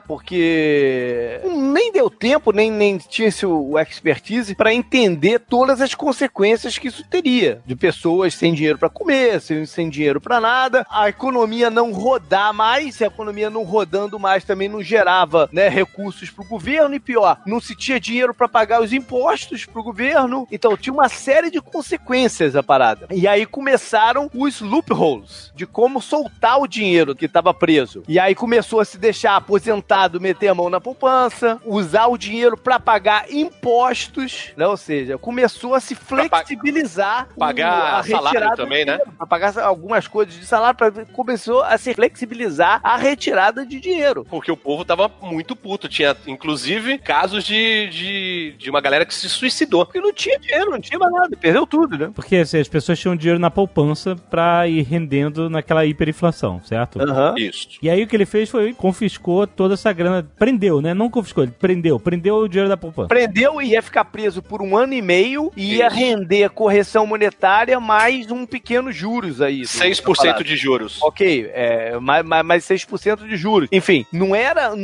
[SPEAKER 4] porque nem deu tempo, nem tinha o expertise pra entender todas as consequências que isso teria, de pessoas sem dinheiro pra comer, sem dinheiro pra nada, a economia não rodar mais, a economia não rodando mais também não gerava, né, recursos pro governo, e pior, não se tinha dinheiro pra pagar os impostos pro governo, então tinha uma série de consequências a parada. E aí começaram os loopholes, de como soltar o dinheiro que estava preso. E aí começou a se deixar aposentado, meter a mão na poupança, usar o dinheiro pra pagar impostos, né? Ou seja, começou a se flexibilizar.
[SPEAKER 3] Pagar salário também, né?
[SPEAKER 4] Pra pagar algumas coisas de salário, começou a se flexibilizar a retirada de dinheiro.
[SPEAKER 3] Porque o povo tava muito puto. Tinha, inclusive, casos de uma galera que se suicidou.
[SPEAKER 4] Porque não tinha dinheiro, não tinha mais nada. Perdeu tudo, né?
[SPEAKER 2] Porque assim, as pessoas tinham dinheiro na poupança pra ir rendendo naquela hiperinflação, certo?
[SPEAKER 3] Isso.
[SPEAKER 2] E aí o que ele fez foi confiscou toda essa grana. Prendeu, né? Não confiscou, ele prendeu o dinheiro da poupança.
[SPEAKER 4] Prendeu e ia ficar preso por 1 ano e meio e ia render correção monetária mais um pequeno juros aí.
[SPEAKER 3] 6% de juros.
[SPEAKER 4] Ok, mais 6% de juros. Enfim, não era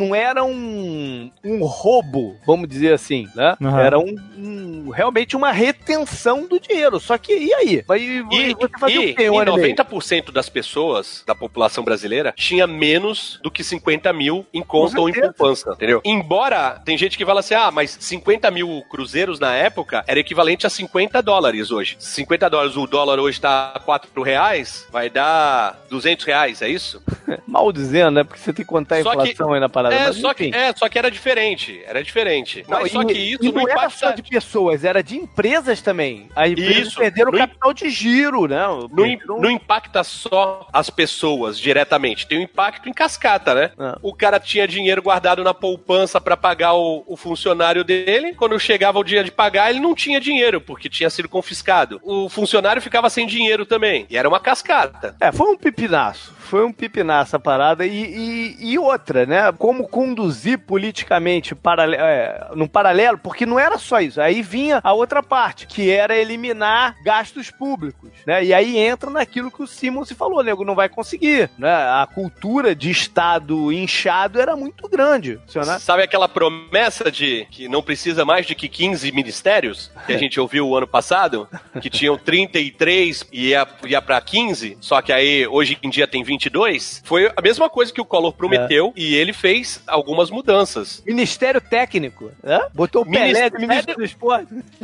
[SPEAKER 4] um roubo, vamos dizer assim, né? Era realmente uma retenção do dinheiro. Só que e aí? Você fazia o quê?
[SPEAKER 3] E 90% das pessoas da população brasileira tinha menos do que 50 mil em conta ou em poupança, entendeu? Embora tem gente que fala assim, mas 50 mil cruzeiros na época era equivalente a $50 hoje. 50 dólares, o dólar hoje tá a R$4, vai dar R$200, é isso?
[SPEAKER 4] Mal dizendo, né? Porque você tem que contar a inflação aí na parada.
[SPEAKER 3] Só que era diferente. Mas só que isso
[SPEAKER 4] não era só de pessoas, era de empresas também. As empresas perderam o capital de giro, né?
[SPEAKER 3] não impacta só as pessoas diretamente, tem um impacto em cascata, né? O cara tinha dinheiro guardado na poupança pra pagar o funcionário dele, quando chegava o dia de pagar, ele não tinha dinheiro, porque tinha sido confiscado. O funcionário ficava sem dinheiro também, e era uma cascata.
[SPEAKER 4] Foi um pipinaço. Foi um pipinaço a parada. E outra, né? Como conduzir politicamente no paralelo, porque não era só isso. Aí vinha a outra parte, que era eliminar gastos públicos, né? E aí entra naquilo que o Simons falou, nego, não vai conseguir, né? A cultura de Estado inchado era muito grande. Né?
[SPEAKER 3] Sabe aquela promessa de que não precisa mais de que 15 ministérios, que a gente ouviu o ano passado, que tinham 33 e ia pra 15, só que aí hoje em dia tem 22? Foi a mesma coisa que o Collor prometeu e ele fez algumas mudanças.
[SPEAKER 4] Ministério técnico, né? Botou o Pelé de ministro do esporte.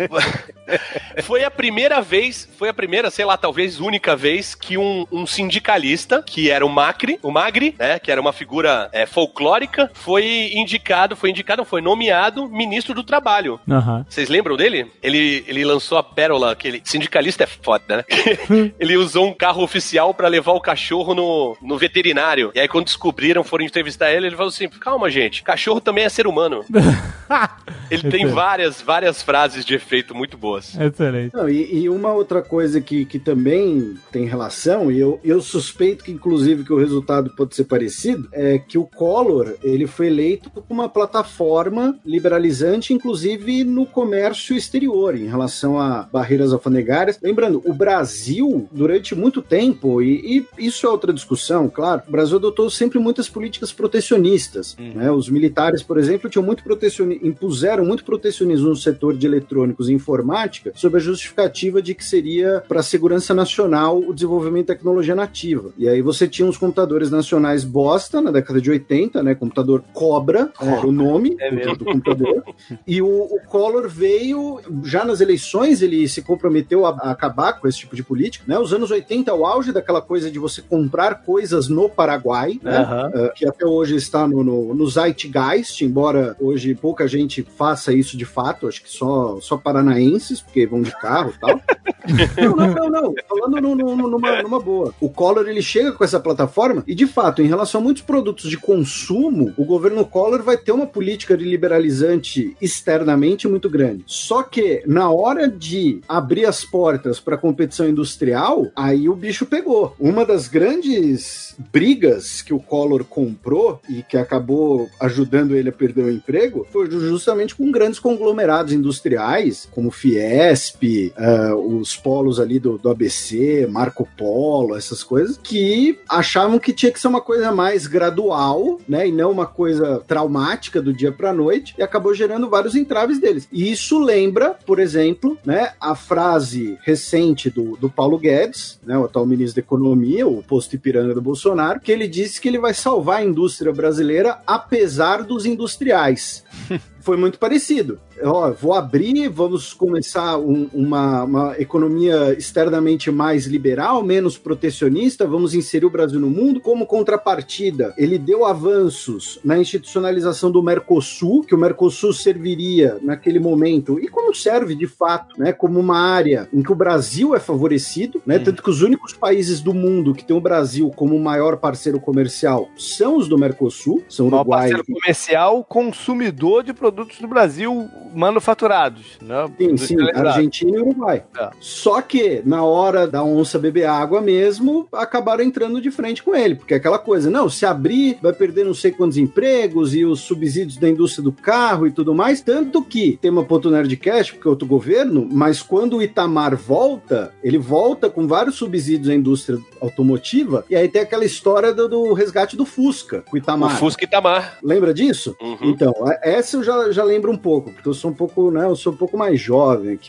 [SPEAKER 3] Foi a primeira, sei lá, talvez única vez que um sindicalista, que era o Magri, né, que era uma figura folclórica, foi nomeado ministro do Trabalho. Vocês lembram dele? Ele lançou a pérola, aquele sindicalista é foda, né? Ele usou um carro oficial pra levar o cachorro no veterinário. E aí quando foram entrevistar ele falou assim, calma gente, cachorro também é ser humano. Ele tem várias frases de efeito muito boas.
[SPEAKER 2] Excelente.
[SPEAKER 6] Não, e uma outra coisa que também tem relação, e eu suspeito que inclusive que o resultado pode ser parecido, é que o Collor, ele foi eleito com uma plataforma liberalizante, inclusive no comércio exterior, em relação a barreiras alfandegárias. Lembrando, o Brasil, durante muito tempo, e isso é outra discussão, claro, o Brasil adotou sempre muitas políticas protecionistas. Né? Os militares, por exemplo, impuseram muito protecionismo no setor de eletrônicos e informática, sob a justificativa de que seria para a segurança nacional o desenvolvimento de tecnologia nativa. E aí você tinha uns computadores nacionais bosta, na década de 80, né? Computador Cobra, era o nome do computador. E o Collor veio, já nas eleições, ele se comprometeu a acabar com esse tipo de política, né? Os anos 80, o auge daquela coisa de você comprar coisas no Paraguai, né? Que até hoje está no Zeitgeist, embora hoje pouca gente faça isso de fato, acho que só paranaenses, porque vão de carro e tal. Não. Falando numa boa. O Collor, ele chega com essa plataforma e, de fato, em relação a muitos produtos de consumo, o governo Collor vai ter uma política de liberalizante externamente muito grande. Só que, na hora de abrir as portas para a competição industrial, aí o bicho pegou. Uma das grandes brigas que o Collor comprou e que acabou ajudando ele a perder o emprego foi justamente com grandes conglomerados industriais, como Fiesp, os polos ali do ABC, Marco Polo, essas coisas, que achavam que tinha que ser uma coisa mais gradual, né, e não uma coisa traumática do dia pra noite, e acabou gerando vários entraves deles. E isso lembra, por exemplo, né, a frase recente do Paulo Guedes, né, o atual ministro da Economia, o posto Ipiranga do Bolsonaro, que ele disse que ele vai salvar a indústria brasileira apesar dos industriais. Foi muito parecido. Vou abrir, vamos começar uma economia externamente mais liberal, menos protecionista, vamos inserir o Brasil no mundo. Como contrapartida, ele deu avanços na institucionalização do Mercosul, que o Mercosul serviria naquele momento, e como serve de fato, né, como uma área em que o Brasil é favorecido, né, tanto que os únicos países do mundo que tem o Brasil como maior parceiro comercial são os do Mercosul, são Uruguai.
[SPEAKER 4] Parceiro comercial, consumidor de produtos do Brasil manufaturados, né?
[SPEAKER 6] Sim, Argentina e Uruguai. Só que, na hora da onça beber água mesmo, acabaram entrando de frente com ele, porque é aquela coisa, não, se abrir, vai perder não sei quantos empregos e os subsídios da indústria do carro e tudo mais, tanto que tem uma ponto Nerdcast, porque é outro governo, mas quando o Itamar volta, ele volta com vários subsídios à indústria automotiva, e aí tem aquela história do resgate do Fusca, com o Itamar.
[SPEAKER 3] O Fusca Itamar.
[SPEAKER 6] Lembra disso? Então, essa eu já lembro um pouco, porque eu sou um pouco mais jovem aqui.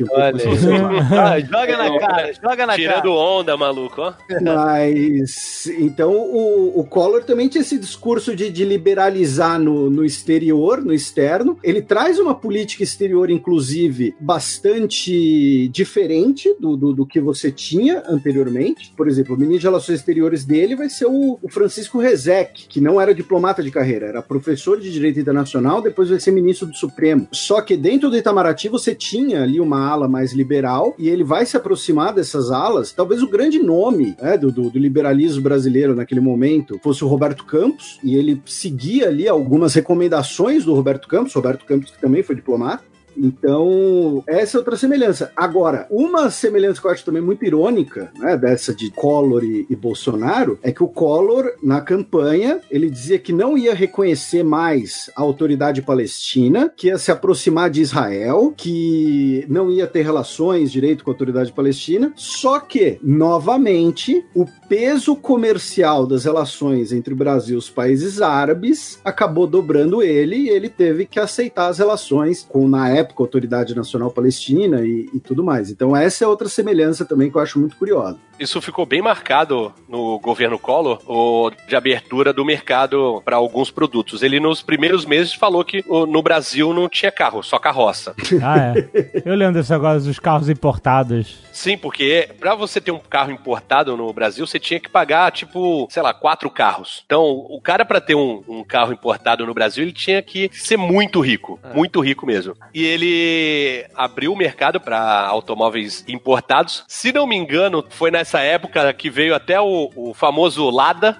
[SPEAKER 4] Joga na cara.
[SPEAKER 3] Tirando onda, maluco, ó.
[SPEAKER 6] Mas, então, o Collor também tinha esse discurso de liberalizar no exterior, no externo. Ele traz uma política exterior, inclusive, bastante diferente do que você tinha anteriormente. Por exemplo, o ministro de Relações Exteriores dele vai ser o Francisco Rezec, que não era diplomata de carreira, era professor de Direito Internacional, depois vai ser ministro do Supremo. Só que dentro do Itamaraty você tinha ali uma ala mais liberal e ele vai se aproximar dessas alas. Talvez o grande nome do liberalismo brasileiro naquele momento fosse o Roberto Campos, e ele seguia ali algumas recomendações do Roberto Campos que também foi diplomata. Então, essa é outra semelhança. Agora, uma semelhança que eu acho também muito irônica, né, dessa de Collor e Bolsonaro, é que o Collor, na campanha, ele dizia que não ia reconhecer mais a autoridade palestina, que ia se aproximar de Israel, que não ia ter relações direito com a autoridade palestina, só que, novamente, o peso comercial das relações entre o Brasil e os países árabes acabou dobrando ele, e ele teve que aceitar as relações com, na época, a Autoridade Nacional Palestina e tudo mais. Então essa é outra semelhança também que eu acho muito curiosa.
[SPEAKER 3] Isso ficou bem marcado no governo Collor, de abertura do mercado para alguns produtos. Ele, nos primeiros meses, falou que no Brasil não tinha carro, só carroça.
[SPEAKER 2] Ah, é. Eu lembro desse negócio dos carros importados.
[SPEAKER 3] Sim, porque para você ter um carro importado no Brasil, você tinha que pagar, 4 carros. Então, o cara, para ter um carro importado no Brasil, ele tinha que ser muito rico. Muito rico mesmo. E ele abriu o mercado para automóveis importados. Se não me engano, foi nessa época que veio até o famoso Lada.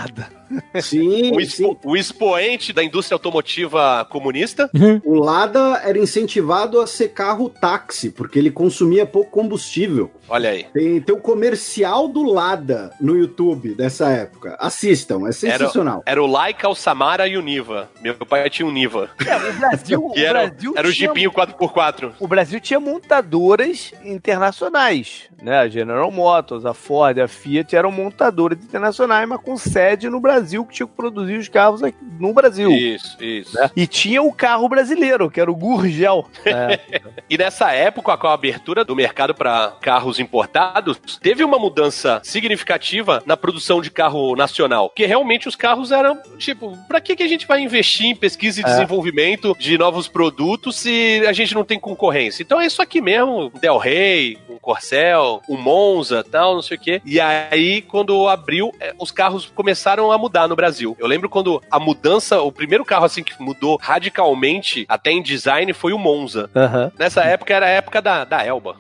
[SPEAKER 6] Sim,
[SPEAKER 3] o expoente da indústria automotiva comunista.
[SPEAKER 6] O Lada era incentivado a ser carro táxi, porque ele consumia pouco combustível.
[SPEAKER 3] Olha aí.
[SPEAKER 6] Tem o comercial do Lada no YouTube dessa época. Assistam, é sensacional.
[SPEAKER 3] Era o Laika, o Samara e o Niva. Meu pai tinha um Niva.
[SPEAKER 4] O Brasil,
[SPEAKER 3] era o Jeepinho 4x4.
[SPEAKER 4] O Brasil tinha montadoras internacionais, né? A General Motors, a Ford, a Fiat eram montadoras internacionais, mas com sede no Brasil, que tinha que produzir os carros aqui no Brasil.
[SPEAKER 3] Isso.
[SPEAKER 4] Né? E tinha o carro brasileiro, que era o Gurgel.
[SPEAKER 3] E nessa época, com a abertura do mercado para carros importados, teve uma mudança significativa na produção de carro nacional. Porque realmente os carros eram, pra que a gente vai investir em pesquisa e desenvolvimento de novos produtos se a gente não tem concorrência? Então é isso aqui mesmo, um Del Rey, um Corcel, um Monza, tal, não sei o quê. E aí, quando abriu, os carros começaram a mudar no Brasil. Eu lembro quando a mudança, o primeiro carro assim que mudou radicalmente, até em design, foi o Monza. Nessa época era a época da Elba.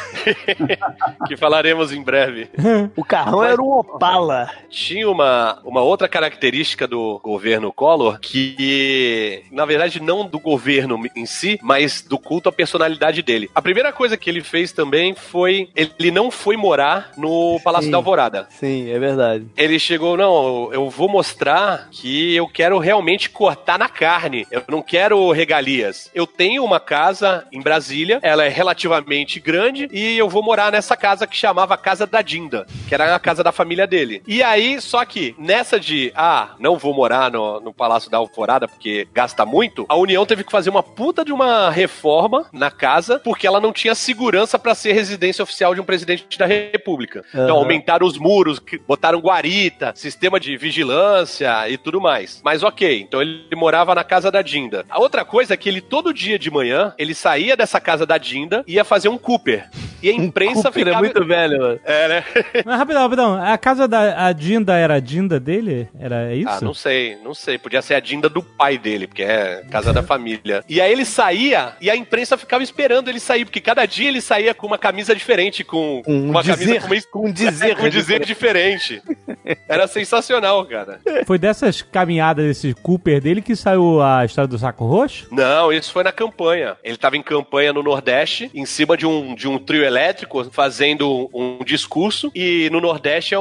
[SPEAKER 3] Que falaremos em breve.
[SPEAKER 4] O carrão era um Opala.
[SPEAKER 3] Tinha uma outra característica do governo Collor que, na verdade, não do governo em si, mas do culto à personalidade dele. A primeira coisa que ele fez também foi, ele não foi morar no Palácio da Alvorada.
[SPEAKER 4] Sim, é verdade.
[SPEAKER 3] Ele chegou, não, eu vou mostrar que eu quero realmente cortar na carne. Eu não quero regalias. Eu tenho uma casa em Brasília, ela é relativamente grande e eu vou morar nessa casa que chamava Casa da Dinda, que era a casa da família dele. E aí, só que nessa de, não vou morar no Palácio da Alvorada porque gasta muito, a União teve que fazer uma puta de uma reforma na casa porque ela não tinha segurança pra ser residência oficial de um presidente da República. Então, aumentaram os muros, botaram guarita, sistema de vigilância e tudo mais. Mas ok, então ele morava na Casa da Dinda. A outra coisa é que ele, todo dia de manhã, ele saía dessa Casa da Dinda e ia fazer um Cooper. E a imprensa ficava...
[SPEAKER 4] é muito velho, mano.
[SPEAKER 3] É, né?
[SPEAKER 2] Mas rapidão. A casa da Dinda era a Dinda dele? Era isso?
[SPEAKER 3] Não sei. Podia ser a Dinda do pai dele, porque é casa da família. E aí ele saía e a imprensa ficava esperando ele sair, porque cada dia ele saía com uma camisa diferente, com uma camisa com um dizer diferente. Era sensacional, cara.
[SPEAKER 2] Foi dessas caminhadas, desse Cooper dele, que saiu a história do saco roxo?
[SPEAKER 3] Não, isso foi na campanha. Ele tava em campanha no Nordeste, em cima de um trio elétrico, fazendo um discurso, e no Nordeste é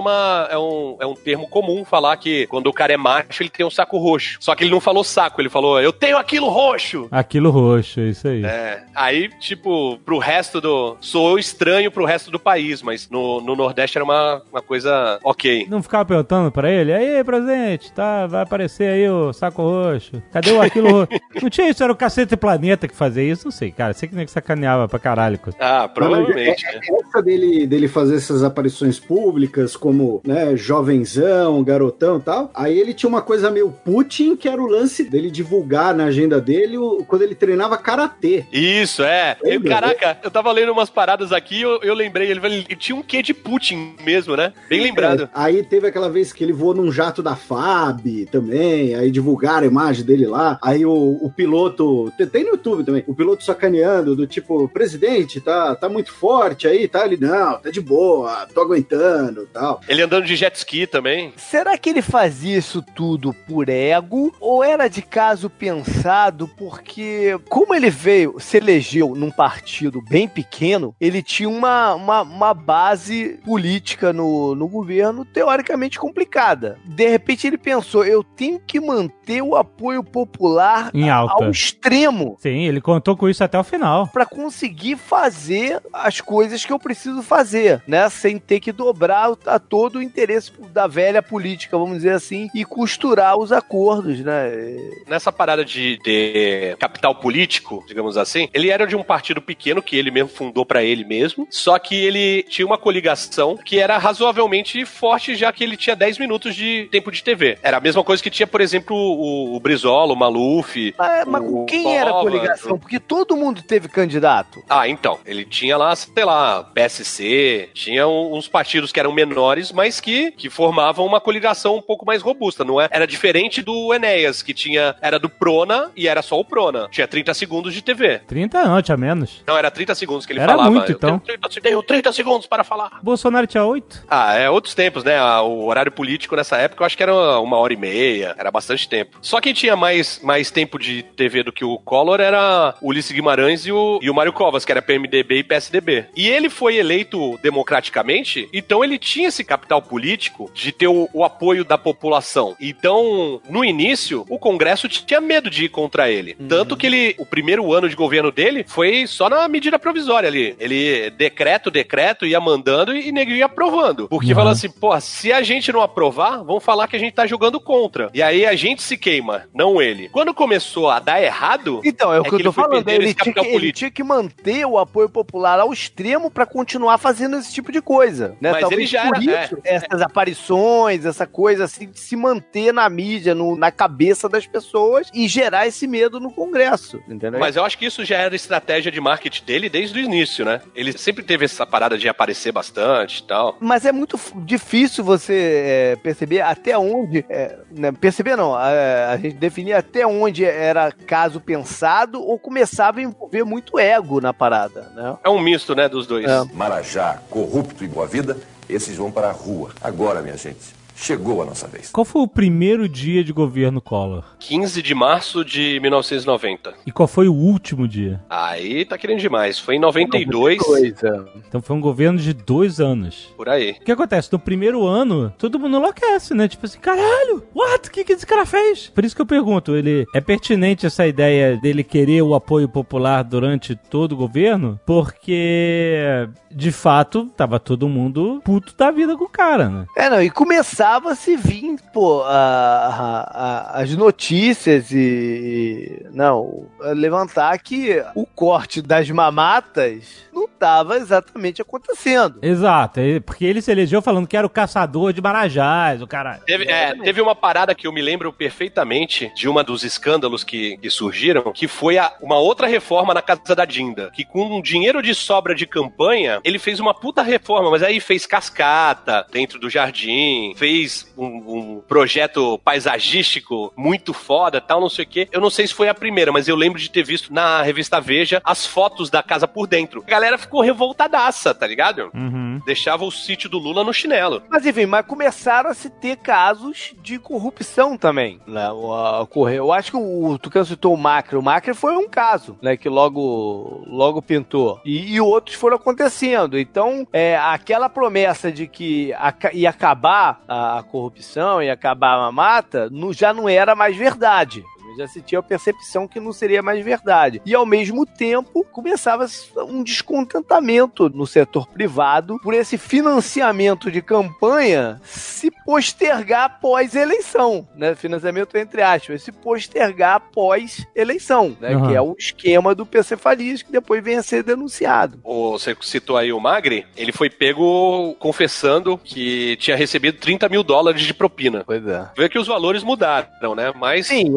[SPEAKER 3] um termo comum falar que quando o cara é macho, ele tem um saco roxo. Só que ele não falou saco, ele falou, eu tenho aquilo roxo!
[SPEAKER 2] Aquilo roxo, isso aí.
[SPEAKER 3] Aí, pro resto soou estranho pro resto do país, mas no Nordeste era uma coisa ok.
[SPEAKER 2] Não ficava perguntando pra ele, aí, presidente, vai aparecer aí o saco roxo. Cadê o aquilo roxo? Não tinha isso, era o Cacete Planeta que fazia isso? Não sei, cara, sei que nem que sacaneava pra caralho.
[SPEAKER 3] Provavelmente.
[SPEAKER 6] Essa dele fazer essas aparições públicas como, né, jovenzão, garotão e tal, aí ele tinha uma coisa meio Putin, que era o lance dele divulgar na agenda dele quando ele treinava karatê.
[SPEAKER 3] Isso, caraca, eu tava lendo umas paradas aqui, eu lembrei, ele tinha um quê de Putin mesmo, né? Bem lembrado.
[SPEAKER 6] Aí teve teve aquela vez que ele voou num jato da FAB também, aí divulgaram a imagem dele lá, aí o piloto, tem no YouTube também, o piloto sacaneando, do tipo, presidente, tá muito forte aí, tá? Ele, não, tá de boa, tô aguentando, tal.
[SPEAKER 3] Ele andando de jet ski também.
[SPEAKER 4] Será que ele fazia isso tudo por ego, ou era de caso pensado porque, como ele se elegeu num partido bem pequeno, ele tinha uma base política no governo teoricamente complicada. De repente ele pensou, eu tenho que manter o apoio popular
[SPEAKER 2] em alta,
[SPEAKER 4] ao extremo.
[SPEAKER 2] Sim, ele contou com isso até o final.
[SPEAKER 4] Pra conseguir fazer as coisas que eu preciso fazer, né? Sem ter que dobrar a todo o interesse da velha política, vamos dizer assim, e costurar os acordos, né?
[SPEAKER 3] Nessa parada de capital político, digamos assim, ele era de um partido pequeno que ele mesmo fundou pra ele mesmo, só que ele tinha uma coligação que era razoavelmente forte, já que ele tinha 10 minutos de tempo de TV. Era a mesma coisa que tinha, por exemplo, o Brizola, o Maluf.
[SPEAKER 4] Mas com quem era a coligação? Porque todo mundo teve candidato.
[SPEAKER 3] Ah, então. Ele tinha lá, sei lá, PSC, tinha uns partidos que eram menores, mas que formavam uma coligação um pouco mais robusta, não é? Era diferente do Enéas, que era do Prona e era só o Prona. Tinha 30 segundos de TV.
[SPEAKER 2] 30 não, tinha menos.
[SPEAKER 3] Não, era 30 segundos que ele
[SPEAKER 2] era
[SPEAKER 3] falava.
[SPEAKER 2] Muito, então.
[SPEAKER 3] Tenho 30 segundos para falar.
[SPEAKER 2] Bolsonaro tinha 8.
[SPEAKER 3] Ah, outros tempos, né? O horário político nessa época eu acho que era 1h30, era bastante tempo. Só quem tinha mais tempo de TV do que o Collor era o Ulisses Guimarães e o Mário Covas, que era PMDB e PSDB. E ele foi eleito democraticamente, então ele tinha esse capital político de ter o apoio da população. Então, no início, o Congresso tinha medo de ir contra ele. Tanto que o primeiro ano de governo dele foi só na medida provisória ali. Ele decreto, ia mandando e nego ia aprovando. Porque falando assim, pô, se a gente não aprovar, vão falar que a gente tá jogando contra. E aí a gente se queima, não ele. Quando começou a dar errado...
[SPEAKER 4] Então, é o que eu tô falando. Ele tinha que manter o apoio popular ao extremo pra continuar fazendo esse tipo de coisa. Né?
[SPEAKER 3] Mas
[SPEAKER 4] talvez
[SPEAKER 3] ele já
[SPEAKER 4] por
[SPEAKER 3] era...
[SPEAKER 4] isso, essas aparições, essa coisa assim, de se manter na mídia, na cabeça das pessoas e gerar esse medo no Congresso, entendeu?
[SPEAKER 3] Mas eu acho que isso já era estratégia de marketing dele desde o início, né? Ele sempre teve essa parada de aparecer bastante e tal.
[SPEAKER 4] Mas é muito difícil você perceber até onde... né, perceber não, a gente definir até onde era caso pensado ou começava a envolver muito ego na parada, né?
[SPEAKER 3] É um misto, né, dos dois.
[SPEAKER 8] Marajá, corrupto e boa vida, esses vão para a rua. Agora, minha gente, chegou a nossa vez.
[SPEAKER 2] Qual foi o primeiro dia de governo Collor?
[SPEAKER 3] 15 de março de 1990.
[SPEAKER 2] E qual foi o último dia?
[SPEAKER 3] Aí tá querendo demais. Foi em 92.
[SPEAKER 2] Então foi um governo de 2 anos.
[SPEAKER 3] Por aí.
[SPEAKER 2] O que acontece? No primeiro ano, todo mundo enlouquece, né? Tipo assim, caralho, what? O que esse cara fez? Por isso que eu pergunto, é pertinente essa ideia dele querer o apoio popular durante todo o governo? Porque, de fato, tava todo mundo puto da vida com o cara, né?
[SPEAKER 4] E começava a se vir, pô, as notícias levantar que o corte das mamatas não estava exatamente acontecendo.
[SPEAKER 2] Exato, porque ele se elegeu falando que era o caçador de marajás, o cara...
[SPEAKER 3] Teve uma parada que eu me lembro perfeitamente de uma dos escândalos que surgiram, que foi uma outra reforma na casa da Dinda, que com dinheiro de sobra de campanha, ele fez uma puta reforma, mas aí fez cascata dentro do jardim, fez um projeto paisagístico muito foda, tal, não sei o quê. Eu não sei se foi a primeira, mas eu lembro de ter visto na revista Veja as fotos da casa por dentro. A galera ficou revoltadaça, tá ligado?
[SPEAKER 2] Uhum.
[SPEAKER 3] Deixava o sítio do Lula no chinelo.
[SPEAKER 4] Mas enfim, começaram a se ter casos de corrupção também, né? Eu acho que o Tucano citou o Macri. O Macri foi um caso, né? Que logo pintou. E outros foram acontecendo. Então, aquela promessa de que ia acabar a corrupção, ia acabar a mamata, já não era mais verdade. Já se tinha a percepção que não seria mais verdade. E, ao mesmo tempo, começava um descontentamento no setor privado por esse financiamento de campanha se postergar após eleição, né? Financiamento entre aspas, se postergar após eleição, né? Que é o esquema do PC Farias, que depois vem a ser denunciado.
[SPEAKER 3] Você citou aí o Magri, ele foi pego confessando que tinha recebido $30 mil de propina.
[SPEAKER 4] Pois é.
[SPEAKER 3] Vê que os valores mudaram, né? Mas...
[SPEAKER 4] Sim,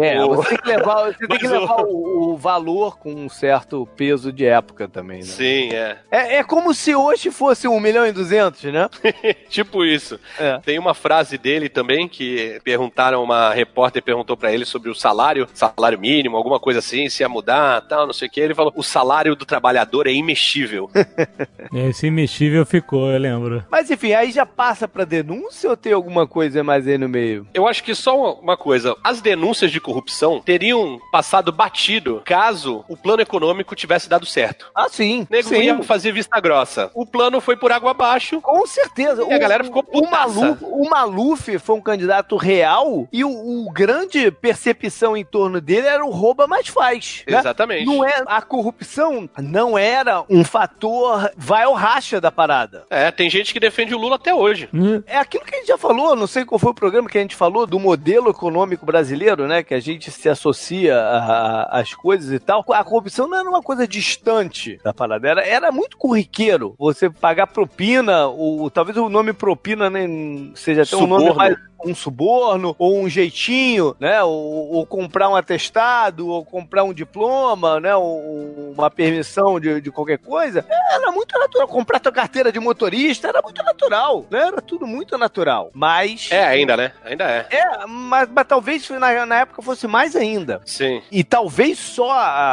[SPEAKER 4] tem que levar o valor com um certo peso de época também, né?
[SPEAKER 3] Sim, é.
[SPEAKER 4] É como se hoje fosse 1.200.000, né?
[SPEAKER 3] Tipo isso. É. Tem uma frase dele também que uma repórter perguntou pra ele sobre o salário mínimo, alguma coisa assim, se ia mudar, tal, não sei o que. Ele falou, o salário do trabalhador é imexível.
[SPEAKER 2] Esse imexível ficou, eu lembro.
[SPEAKER 4] Mas enfim, aí já passa pra denúncia ou tem alguma coisa mais aí no meio?
[SPEAKER 3] Eu acho que só uma coisa, as denúncias de corrupção teriam passado batido caso o plano econômico tivesse dado certo.
[SPEAKER 4] Ah, sim.
[SPEAKER 3] Nego ia fazer vista grossa. O plano foi por água abaixo.
[SPEAKER 4] Com certeza.
[SPEAKER 3] E a galera ficou putaça.
[SPEAKER 4] O Maluf foi um candidato real e o grande percepção em torno dele era o rouba mais faz. Né?
[SPEAKER 3] Exatamente.
[SPEAKER 4] A corrupção não era um fator vai ou racha da parada.
[SPEAKER 3] É, tem gente que defende o Lula até hoje.
[SPEAKER 4] É aquilo que a gente já falou, não sei qual foi o programa que a gente falou do modelo econômico brasileiro, né? Que a gente se associa às coisas e tal. A corrupção não era uma coisa distante da parada, era muito corriqueiro. Você pagar propina, talvez o nome propina nem seja até um nome mais... Um suborno, ou um jeitinho, né? Ou comprar um atestado, ou comprar um diploma, né? Ou uma permissão de qualquer coisa. Era muito natural. Comprar tua carteira de motorista era muito natural, né? Era tudo muito natural. Mas...
[SPEAKER 3] ainda, né? Ainda é.
[SPEAKER 4] Mas talvez na época fosse mais ainda.
[SPEAKER 3] Sim.
[SPEAKER 4] E talvez só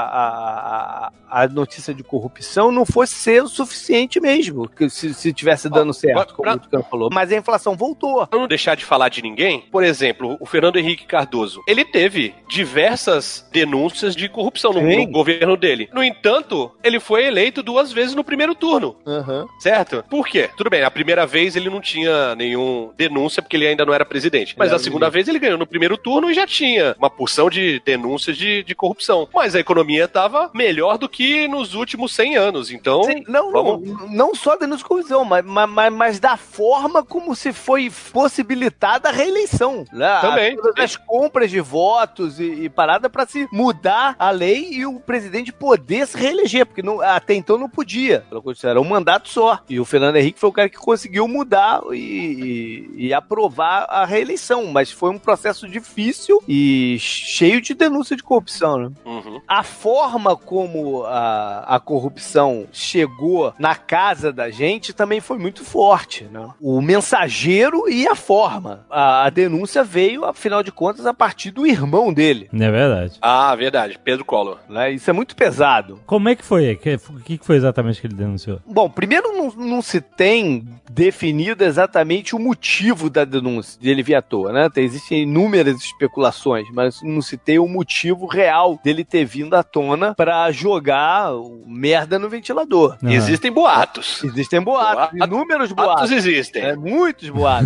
[SPEAKER 4] a notícia de corrupção não fosse ser o suficiente mesmo, se tivesse dando certo, como o Tucano falou. Mas a inflação voltou.
[SPEAKER 3] Pra não deixar de falar de ninguém, por exemplo, o Fernando Henrique Cardoso, ele teve diversas denúncias de corrupção no governo dele. No entanto, ele foi eleito 2 vezes no primeiro turno. Certo? Por quê? Tudo bem, a primeira vez ele não tinha nenhuma denúncia porque ele ainda não era presidente. Mas a segunda vez ele ganhou no primeiro turno e já tinha uma porção de denúncias de corrupção. Mas a economia estava melhor do que nos últimos 100 anos. Então,
[SPEAKER 4] sim, não só denúncia de corrupção, mas da forma como se foi possibilitada a reeleição, né?
[SPEAKER 3] Também.
[SPEAKER 4] As compras de votos e parada pra se mudar a lei e o presidente poder se reeleger, porque até então não podia. Era um mandato só. E o Fernando Henrique foi o cara que conseguiu mudar e aprovar a reeleição, mas foi um processo difícil e cheio de denúncia de corrupção, né? A forma como a corrupção chegou na casa da gente também foi muito forte, né? O mensageiro e a forma. A denúncia veio, afinal de contas, a partir do irmão dele.
[SPEAKER 2] É verdade.
[SPEAKER 3] Ah, verdade. Pedro Collor.
[SPEAKER 4] Né? Isso é muito pesado.
[SPEAKER 2] Como é que foi? O que foi exatamente que ele denunciou?
[SPEAKER 4] Bom, primeiro não se tem definido exatamente o motivo da denúncia dele vir à toa, né? Existem inúmeras especulações, mas não se tem o motivo real dele ter vindo à tona pra jogar merda no ventilador.
[SPEAKER 3] Existem boatos.
[SPEAKER 4] Existem boatos. Inúmeros boatos.
[SPEAKER 3] Existem.
[SPEAKER 4] Muitos boatos.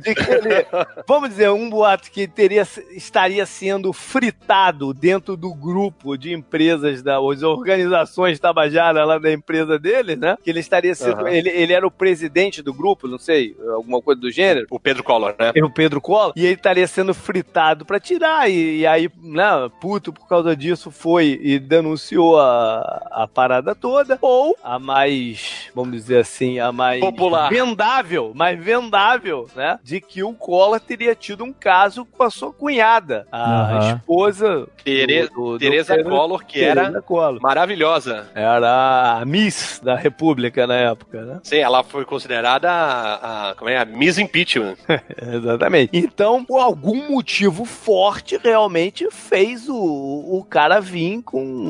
[SPEAKER 4] Vamos dizer, um boato que estaria sendo fritado dentro do grupo de empresas, as organizações Tabajara lá da empresa dele, né? Que ele estaria sendo... Ele era o presidente do grupo, não sei, alguma coisa do gênero.
[SPEAKER 3] O Pedro Collor, né?
[SPEAKER 4] O Pedro Collor. E ele estaria sendo fritado pra tirar. E aí, né, puto por causa disso, foi e denunciou a parada toda. Ou a mais, vamos dizer assim, a mais...
[SPEAKER 3] popular.
[SPEAKER 4] vendável, né? De que o Collor teria tido um caso com a sua cunhada, a esposa
[SPEAKER 3] Tereza Collor, que era maravilhosa.
[SPEAKER 4] Era a Miss da República na época, né?
[SPEAKER 3] Sim, ela foi considerada a Miss Impeachment.
[SPEAKER 4] Exatamente. Então, por algum motivo forte, realmente fez o cara vir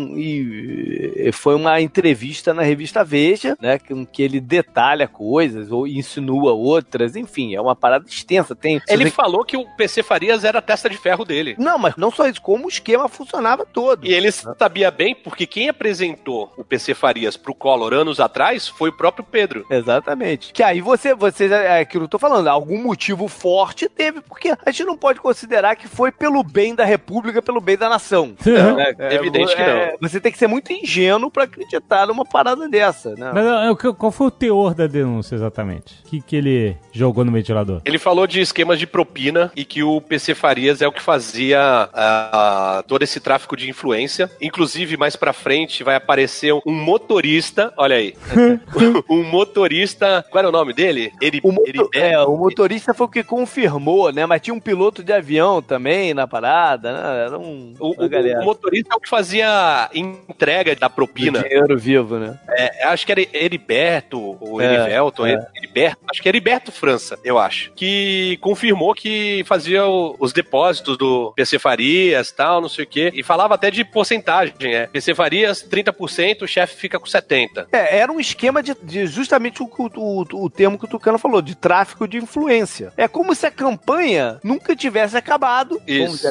[SPEAKER 4] e foi uma entrevista na revista Veja, né? Que ele detalha coisas ou insinua outras, enfim, é uma parada extensa.
[SPEAKER 3] Ele falou que o PC Farias era a testa de ferro dele.
[SPEAKER 4] Não, mas não só isso, como o esquema funcionava todo.
[SPEAKER 3] E ele sabia bem, porque quem apresentou o PC Farias pro Collor anos atrás foi o próprio Pedro.
[SPEAKER 4] Exatamente. Que aí você é aquilo que eu tô falando, algum motivo forte teve, porque a gente não pode considerar que foi pelo bem da República, pelo bem da nação.
[SPEAKER 3] É evidente que não.
[SPEAKER 4] Você tem que ser muito ingênuo pra acreditar numa parada dessa, né?
[SPEAKER 2] Mas qual foi o teor da denúncia exatamente? O que ele jogou no ventilador?
[SPEAKER 3] Ele falou de esquema esquema de propina e que o PC Farias é o que fazia todo esse tráfico de influência. Inclusive, mais pra frente, vai aparecer um motorista, olha aí, um motorista, qual era o nome dele?
[SPEAKER 4] O motorista foi o que confirmou, né? Mas tinha um piloto de avião também na parada, né? Era
[SPEAKER 3] o motorista é o que fazia entrega da propina.
[SPEAKER 4] Dinheiro vivo, né?
[SPEAKER 3] Acho que era Heriberto, ou Herivelto, Heriberto, acho que era Heriberto França, eu acho, que confirmou que fazia os depósitos do PC Farias e tal, não sei o quê, e falava até de porcentagem, PC Farias, 30%, o chefe fica com 70%.
[SPEAKER 4] Era um esquema de justamente o termo que o Tucano falou, de tráfico de influência. É como se a campanha nunca tivesse acabado,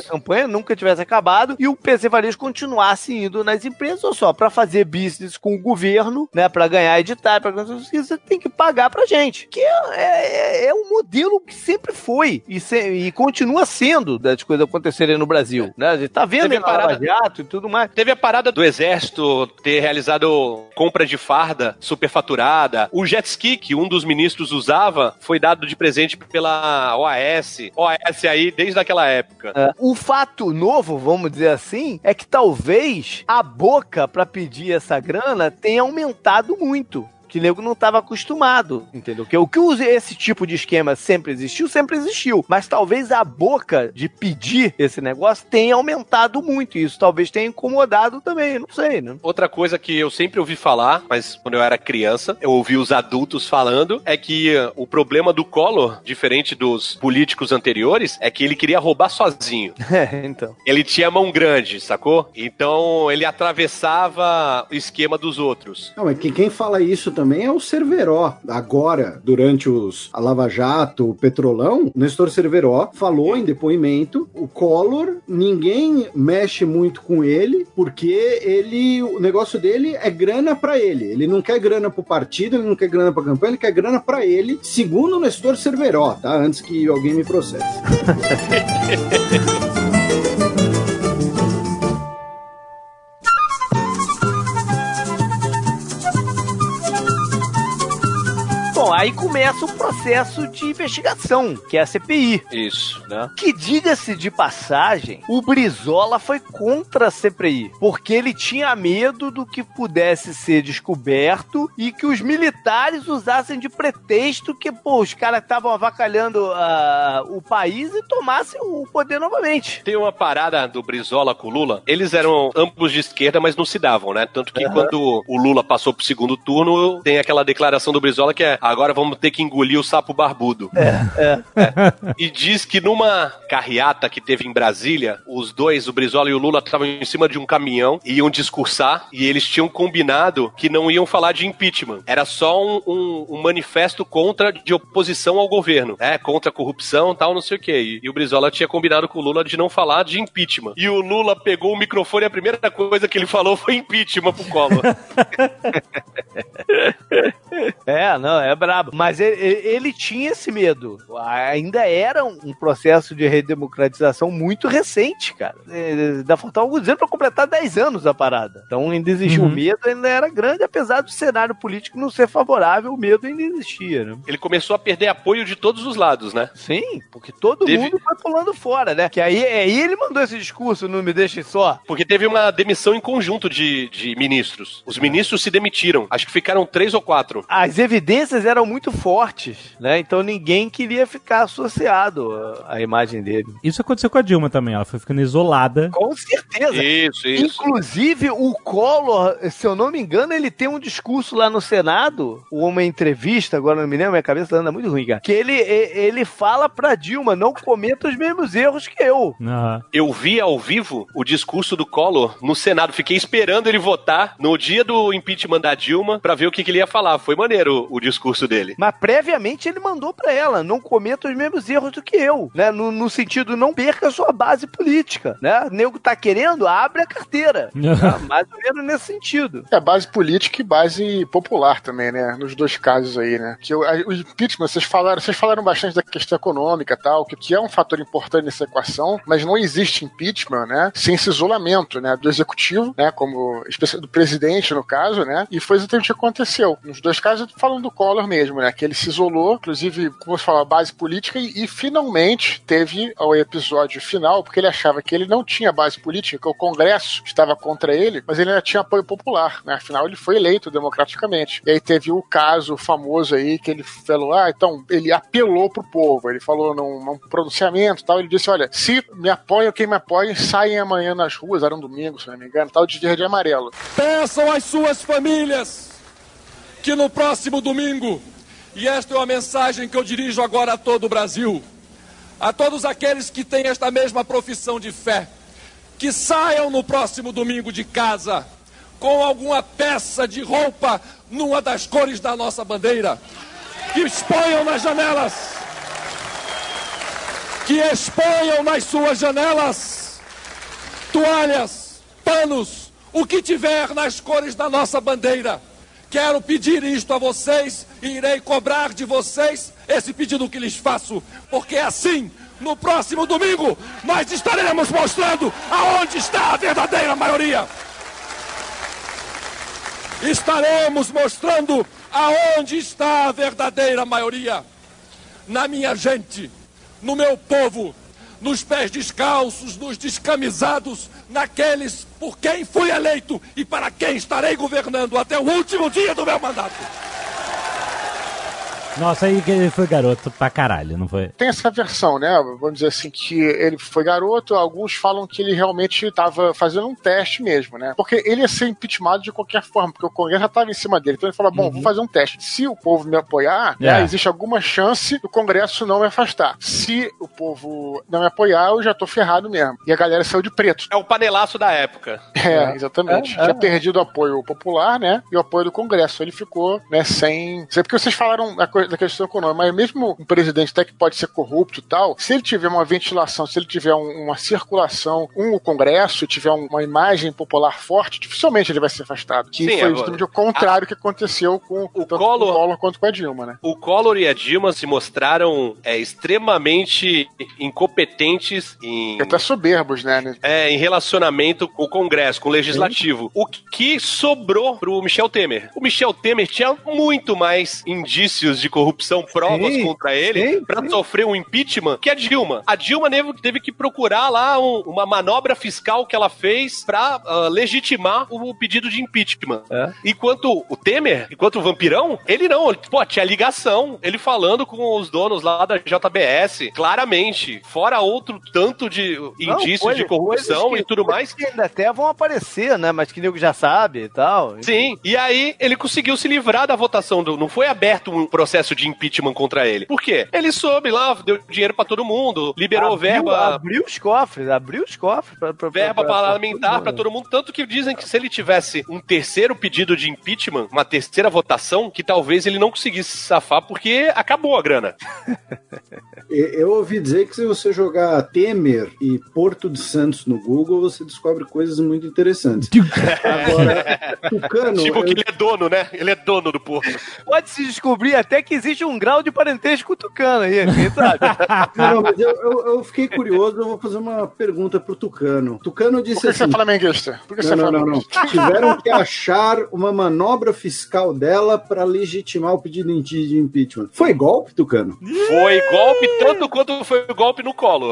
[SPEAKER 4] e o PC Farias continuasse indo nas empresas, ou só, pra fazer business com o governo, né, pra ganhar editar, você tem que pagar pra gente. Que é um modelo que sempre foi e continua sendo das coisas acontecerem no Brasil, né? A gente tá vendo em Lava Jato e tudo mais.
[SPEAKER 3] Teve a parada do Exército ter realizado compra de farda superfaturada. O jet ski que um dos ministros usava foi dado de presente pela OAS. OAS aí desde aquela época.
[SPEAKER 4] O fato novo, vamos dizer assim, é que talvez a boca pra pedir essa grana tenha aumentado muito. Que o nego não estava acostumado, entendeu? Que esse tipo de esquema sempre existiu, mas talvez a boca de pedir esse negócio tenha aumentado muito, e isso talvez tenha incomodado também, não sei, né?
[SPEAKER 3] Outra coisa que eu sempre ouvi falar, mas quando eu era criança, eu ouvi os adultos falando, é que o problema do Collor, diferente dos políticos anteriores, é que ele queria roubar sozinho.
[SPEAKER 4] Então.
[SPEAKER 3] Ele tinha mão grande, sacou? Então ele atravessava o esquema dos outros.
[SPEAKER 6] Não, é que quem fala isso também é o Cerveró. Agora, durante a Lava Jato, o Petrolão, o Nestor Cerveró falou em depoimento, o Collor, ninguém mexe muito com ele, porque o negócio dele é grana pra ele. Ele não quer grana pro partido, ele não quer grana pra campanha, ele quer grana pra ele, segundo o Nestor Cerveró, tá? Antes que alguém me processe.
[SPEAKER 4] Bom, aí começa o processo de investigação, que é a CPI.
[SPEAKER 3] Isso,
[SPEAKER 4] né? Que, diga-se de passagem, o Brizola foi contra a CPI, porque ele tinha medo do que pudesse ser descoberto e que os militares usassem de pretexto que, os caras estavam avacalhando o país e tomassem o poder novamente.
[SPEAKER 3] Tem uma parada do Brizola com o Lula, eles eram ambos de esquerda, mas não se davam, né? Tanto que quando o Lula passou pro segundo turno, tem aquela declaração do Brizola que é: agora vamos ter que engolir o sapo barbudo. E diz que numa carreata que teve em Brasília, os dois, o Brizola e o Lula, estavam em cima de um caminhão, iam discursar, e eles tinham combinado que não iam falar de impeachment. Era só um manifesto de oposição ao governo, contra a corrupção e tal, não sei o quê. E o Brizola tinha combinado com o Lula de não falar de impeachment. E o Lula pegou o microfone e a primeira coisa que ele falou foi impeachment pro Collor.
[SPEAKER 4] É brabo. Mas ele tinha esse medo. Ainda era um processo de redemocratização muito recente, cara. Ainda faltava alguns anos pra completar 10 anos a parada. Então ainda existia o medo, ainda era grande, apesar do cenário político não ser favorável, o medo ainda existia, né?
[SPEAKER 3] Ele começou a perder apoio de todos os lados, né?
[SPEAKER 4] Sim, porque todo mundo foi pulando fora, né? Que aí ele mandou esse discurso, não me deixem só.
[SPEAKER 3] Porque teve uma demissão em conjunto de ministros. Os ministros se demitiram. Acho que ficaram 3 ou 4.
[SPEAKER 4] As evidências eram muito fortes, né? Então ninguém queria ficar associado à imagem dele.
[SPEAKER 2] Isso aconteceu com a Dilma também, ela foi ficando isolada.
[SPEAKER 4] Com certeza.
[SPEAKER 3] Isso.
[SPEAKER 4] Inclusive, o Collor, se eu não me engano, ele tem um discurso lá no Senado, uma entrevista, agora não me lembro, minha cabeça anda muito ruim, cara, que ele fala pra Dilma, não cometa os mesmos erros que eu.
[SPEAKER 3] Eu vi ao vivo o discurso do Collor no Senado, fiquei esperando ele votar no dia do impeachment da Dilma pra ver o que ele ia falar. Foi maneiro o discurso dele.
[SPEAKER 4] Mas previamente ele mandou pra ela, não cometa os mesmos erros do que eu, né? No sentido, não perca a sua base política, né? O nego tá querendo, abre a carteira. Mais ou menos nesse sentido.
[SPEAKER 5] Base política e base popular também, né? Nos dois casos aí, né? Que o impeachment, vocês falaram bastante da questão econômica e tal, que é um fator importante nessa equação, mas não existe impeachment, né? Sem esse isolamento, né? Do executivo, né? Como do presidente, no caso, né? E foi exatamente o que aconteceu. Nos dois casos caso falando do Collor mesmo, né? Que ele se isolou, inclusive, como você falou, a base política, e finalmente teve o episódio final, porque ele achava que ele não tinha base política, que o Congresso estava contra ele, mas ele ainda tinha apoio popular, né? Afinal, ele foi eleito democraticamente. E aí teve o caso famoso aí, que ele falou, então, ele apelou pro povo, ele falou num pronunciamento e tal, ele disse, olha, se me apoiam, quem me apoia, saem amanhã nas ruas, era um domingo, se não me engano, tal, de verde e amarelo.
[SPEAKER 11] Peçam às suas famílias que no próximo domingo, e esta é uma mensagem que eu dirijo agora a todo o Brasil, a todos aqueles que têm esta mesma profissão de fé, que saiam no próximo domingo de casa com alguma peça de roupa numa das cores da nossa bandeira, que exponham nas janelas, que exponham nas suas janelas toalhas, panos, o que tiver nas cores da nossa bandeira. Quero pedir isto a vocês e irei cobrar de vocês esse pedido que lhes faço, porque assim, no próximo domingo, nós estaremos mostrando aonde está a verdadeira maioria. Estaremos mostrando aonde está a verdadeira maioria. Na minha gente, no meu povo, nos pés descalços, nos descamisados, naqueles por quem fui eleito e para quem estarei governando até o último dia do meu mandato.
[SPEAKER 2] Nossa, aí que ele foi garoto pra caralho, não foi?
[SPEAKER 5] Tem essa versão, né? Vamos dizer assim, que ele foi garoto, alguns falam que ele realmente estava fazendo um teste mesmo, né? Porque ele ia ser impeachmentado de qualquer forma, porque o Congresso já estava em cima dele. Então ele falou, vou fazer um teste. Se o povo me apoiar, né, existe alguma chance do Congresso não me afastar. Se o povo não me apoiar, eu já tô ferrado mesmo. E a galera saiu de preto.
[SPEAKER 3] É o panelaço da época.
[SPEAKER 5] Exatamente. Já perdido o apoio popular, né? E o apoio do Congresso. Ele ficou, né, sem... Sei porque vocês falaram da questão econômica, mas mesmo um presidente até que pode ser corrupto e tal, se ele tiver uma ventilação, se ele tiver uma circulação, o Congresso tiver uma imagem popular forte, dificilmente ele vai ser afastado. Que foi justamente o contrário que aconteceu com tanto com o Collor quanto com a Dilma, né?
[SPEAKER 3] O Collor e a Dilma se mostraram extremamente incompetentes
[SPEAKER 5] até soberbos, né?
[SPEAKER 3] Em relacionamento com o Congresso, com o Legislativo. Sim. O que sobrou pro Michel Temer? O Michel Temer tinha muito mais indícios de corrupção, provas contra ele, pra sofrer um impeachment, que a Dilma. A Dilma teve que procurar lá uma manobra fiscal que ela fez pra legitimar o pedido de impeachment. Enquanto o Temer, enquanto o vampirão, ele não. Tinha ligação. Ele falando com os donos lá da JBS, claramente. Fora outro tanto de indícios de corrupção e tudo mais.
[SPEAKER 4] Que ainda até vão aparecer, né? Mas que nego já sabe e tal.
[SPEAKER 3] Sim. E aí, ele conseguiu se livrar da votação. Não foi aberto um processo de impeachment contra ele. Por quê? Ele soube lá, deu dinheiro pra todo mundo, liberou verba...
[SPEAKER 4] Abriu os cofres
[SPEAKER 3] verba parlamentar pra todo mundo. Tanto que dizem que se ele tivesse um terceiro pedido de impeachment, uma terceira votação, que talvez ele não conseguisse safar porque acabou a grana.
[SPEAKER 6] Eu ouvi dizer que se você jogar Temer e Porto de Santos no Google, você descobre coisas muito interessantes. Agora, Tucano...
[SPEAKER 3] Tipo que ele é dono, né? Ele é dono do Porto.
[SPEAKER 4] Pode se descobrir até que existe um grau de parentesco com o Tucano aí, quem sabe?
[SPEAKER 6] Não, mas eu fiquei curioso, eu vou fazer uma pergunta pro Tucano. Tucano disse
[SPEAKER 5] assim... Por que você é flamenguista? Por que você é flamenguista?
[SPEAKER 6] Tiveram que achar uma manobra fiscal dela pra legitimar o pedido de impeachment. Foi golpe, Tucano?
[SPEAKER 3] Foi golpe tanto quanto foi o golpe no Collor.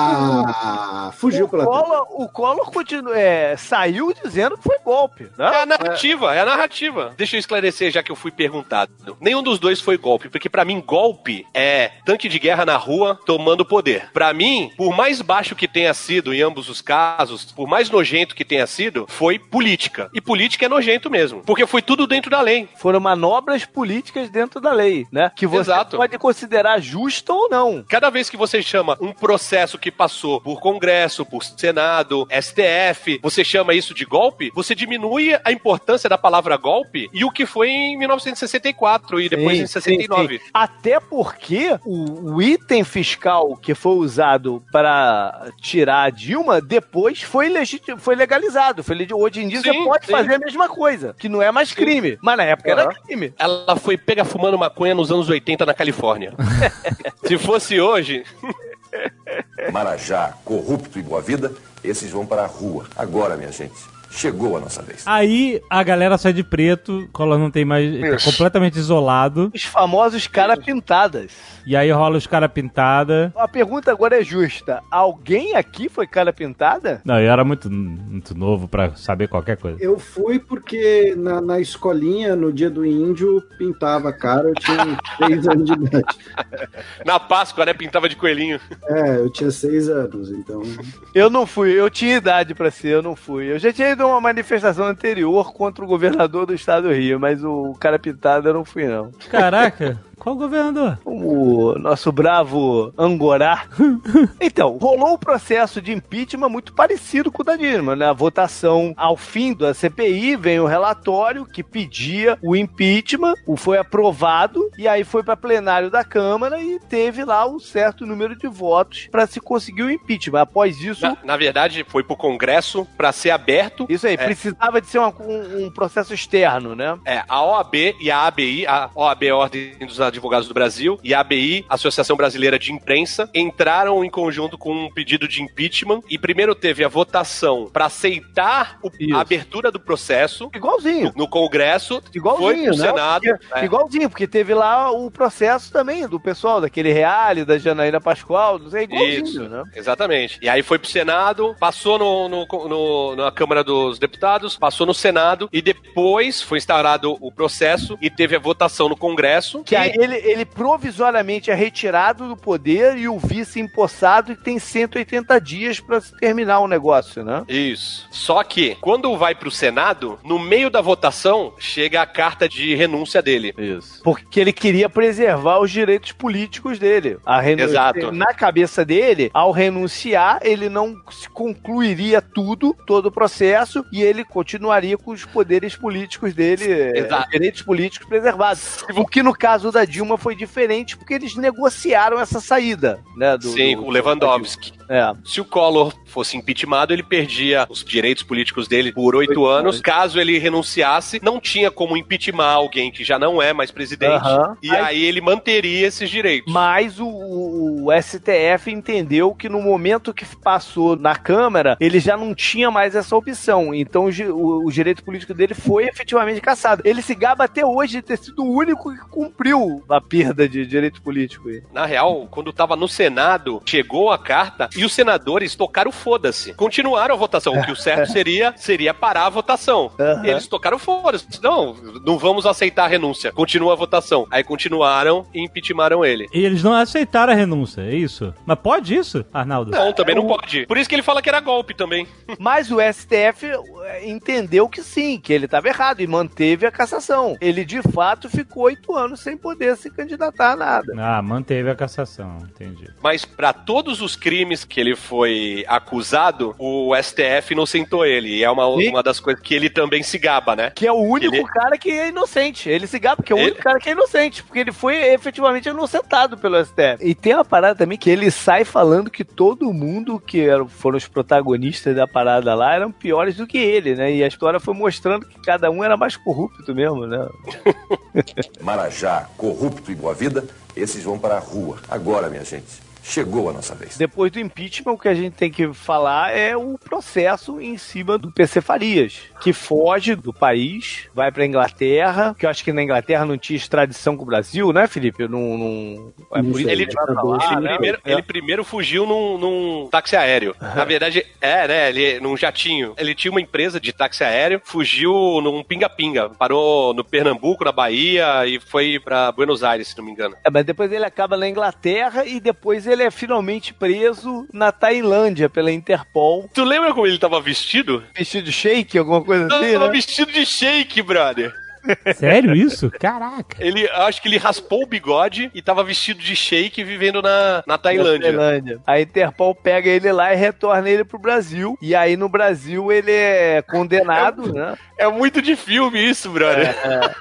[SPEAKER 6] Fugiu pela
[SPEAKER 4] Collor. O Collor saiu dizendo que foi golpe. Né?
[SPEAKER 3] É a narrativa. Deixa eu esclarecer, já que eu fui perguntado. Nenhum dos dois foi golpe, porque pra mim golpe é tanque de guerra na rua tomando poder. Pra mim, por mais baixo que tenha sido em ambos os casos, por mais nojento que tenha sido, foi política. E política é nojento mesmo, porque foi tudo dentro da lei.
[SPEAKER 4] Foram manobras políticas dentro da lei, né? Que você pode considerar justa ou não.
[SPEAKER 3] Cada vez que você chama um processo que passou por Congresso, por Senado, STF, você chama isso de golpe, você diminui a importância da palavra golpe e o que foi em 1964 e depois em 69.
[SPEAKER 4] Sim. Até porque o item fiscal que foi usado para tirar a Dilma depois foi legalizado. Hoje em dia você pode fazer a mesma coisa, que não é mais crime. Mas na época era crime.
[SPEAKER 3] Ela foi pega fumando maconha nos anos 80 na Califórnia. Se fosse hoje...
[SPEAKER 8] Marajá, corrupto e boa vida, esses vão para a rua. Agora, minha gente, Chegou a nossa vez.
[SPEAKER 2] Aí a galera sai de preto, Collor não tem mais. Tá completamente isolado.
[SPEAKER 4] Os famosos cara pintadas.
[SPEAKER 2] E aí rola os cara pintada.
[SPEAKER 4] A pergunta agora é justa. Alguém aqui foi cara pintada?
[SPEAKER 2] Não, eu era muito novo pra saber qualquer coisa.
[SPEAKER 6] Eu fui porque na escolinha, no dia do índio, pintava a cara, eu tinha 6 anos de idade.
[SPEAKER 3] Na Páscoa, né? Pintava de coelhinho.
[SPEAKER 6] Eu tinha 6 anos, então...
[SPEAKER 4] Eu não fui, eu tinha idade pra ser, eu não fui. Eu já tinha ido a uma manifestação anterior contra o governador do estado do Rio, mas o cara pintado eu não fui, não.
[SPEAKER 2] Caraca! Qual governador?
[SPEAKER 4] O nosso bravo Angorá. Então, rolou um processo de impeachment muito parecido com o da Dilma, né? A votação ao fim da CPI, vem o relatório que pedia o impeachment, foi aprovado, e aí foi para plenário da Câmara e teve lá um certo número de votos para se conseguir o impeachment. Após isso...
[SPEAKER 3] Na verdade, foi pro Congresso para ser aberto.
[SPEAKER 4] Isso aí, precisava de ser um processo externo, né?
[SPEAKER 3] A OAB e a ABI, a OAB é a Ordem dos Advogados do Brasil, e a ABI, Associação Brasileira de Imprensa, entraram em conjunto com um pedido de impeachment, e primeiro teve a votação para aceitar a abertura do processo.
[SPEAKER 4] Igualzinho.
[SPEAKER 3] No Congresso,
[SPEAKER 4] igualzinho,
[SPEAKER 3] foi pro
[SPEAKER 4] né?
[SPEAKER 3] Senado.
[SPEAKER 4] Igualzinho, porque teve lá o processo também do pessoal, daquele Reale, da Janaína Pascoal, não sei, igualzinho, isso, né?
[SPEAKER 3] Exatamente. E aí foi pro Senado, passou na Câmara dos Deputados, passou no Senado, e depois foi instaurado o processo e teve a votação no Congresso.
[SPEAKER 4] Que aí ele provisoriamente é retirado do poder e o vice empossado e tem 180 dias pra terminar o negócio, né?
[SPEAKER 3] Isso. Só que, quando vai pro Senado, no meio da votação, chega a carta de renúncia dele.
[SPEAKER 4] Isso. Porque ele queria preservar os direitos políticos dele.
[SPEAKER 3] Exato.
[SPEAKER 4] Na cabeça dele, ao renunciar, ele não se concluiria todo o processo, e ele continuaria com os poderes políticos dele, direitos políticos preservados. O que no caso da Dilma foi diferente, porque eles negociaram essa saída, né?
[SPEAKER 3] O Lewandowski. Se o Collor fosse impeachmentado, ele perdia os direitos políticos dele por 8 anos. Caso ele renunciasse, não tinha como impeachmentar alguém que já não é mais presidente. E aí ele manteria esses direitos.
[SPEAKER 4] Mas o STF entendeu que no momento que passou na Câmara, ele já não tinha mais essa opção. Então o direito político dele foi efetivamente cassado. Ele se gaba até hoje de ter sido o único que cumpriu a perda de direito político.
[SPEAKER 3] Na real, quando tava no Senado, chegou a carta e os senadores tocaram foda-se. Continuaram a votação. O que o certo seria parar a votação. Eles tocaram foda-se. Não vamos aceitar a renúncia. Continua a votação. Aí continuaram e impeachmentaram ele.
[SPEAKER 2] E eles não aceitaram a renúncia, é isso? Mas pode isso, Arnaldo?
[SPEAKER 3] Não, também não pode. Por isso que ele fala que era golpe também.
[SPEAKER 4] Mas o STF entendeu que sim, que ele estava errado e manteve a cassação. Ele, de fato, ficou 8 anos sem poder se candidatar a nada.
[SPEAKER 2] Manteve a cassação, entendi.
[SPEAKER 3] Mas para todos os crimes que ele foi acusado, o STF inocentou ele. E é uma das coisas que ele também se gaba, né?
[SPEAKER 4] Que é o único cara que é inocente. Ele se gaba, que é o único cara que é inocente, porque ele foi efetivamente inocentado pelo STF. E tem uma parada também que ele sai falando que todo mundo que foram os protagonistas da parada lá eram piores do que ele, né? E a história foi mostrando que cada um era mais corrupto mesmo, né?
[SPEAKER 8] Marajá, corrupto e boa vida, esses vão para a rua. Agora, minha gente, chegou a nossa vez.
[SPEAKER 4] Depois do impeachment, o que a gente tem que falar é o processo em cima do PC Farias, que foge do país, vai pra Inglaterra, que eu acho que na Inglaterra não tinha extradição com o Brasil, né, Felipe? É por isso
[SPEAKER 3] ele primeiro fugiu num táxi aéreo. Na verdade, ele num jatinho. Ele tinha uma empresa de táxi aéreo, fugiu num pinga-pinga, parou no Pernambuco, na Bahia, e foi pra Buenos Aires, se não me engano.
[SPEAKER 4] Mas depois ele acaba na Inglaterra e depois ele é finalmente preso na Tailândia pela Interpol.
[SPEAKER 3] Tu lembra como ele tava vestido?
[SPEAKER 4] Vestido de shake, alguma coisa assim,
[SPEAKER 3] tava vestido de shake, brother.
[SPEAKER 2] Sério isso? Caraca.
[SPEAKER 3] Acho que ele raspou o bigode e tava vestido de shake vivendo na Tailândia.
[SPEAKER 4] A Interpol pega ele lá e retorna ele pro Brasil. E aí no Brasil ele é condenado, né?
[SPEAKER 3] É muito de filme isso, brother.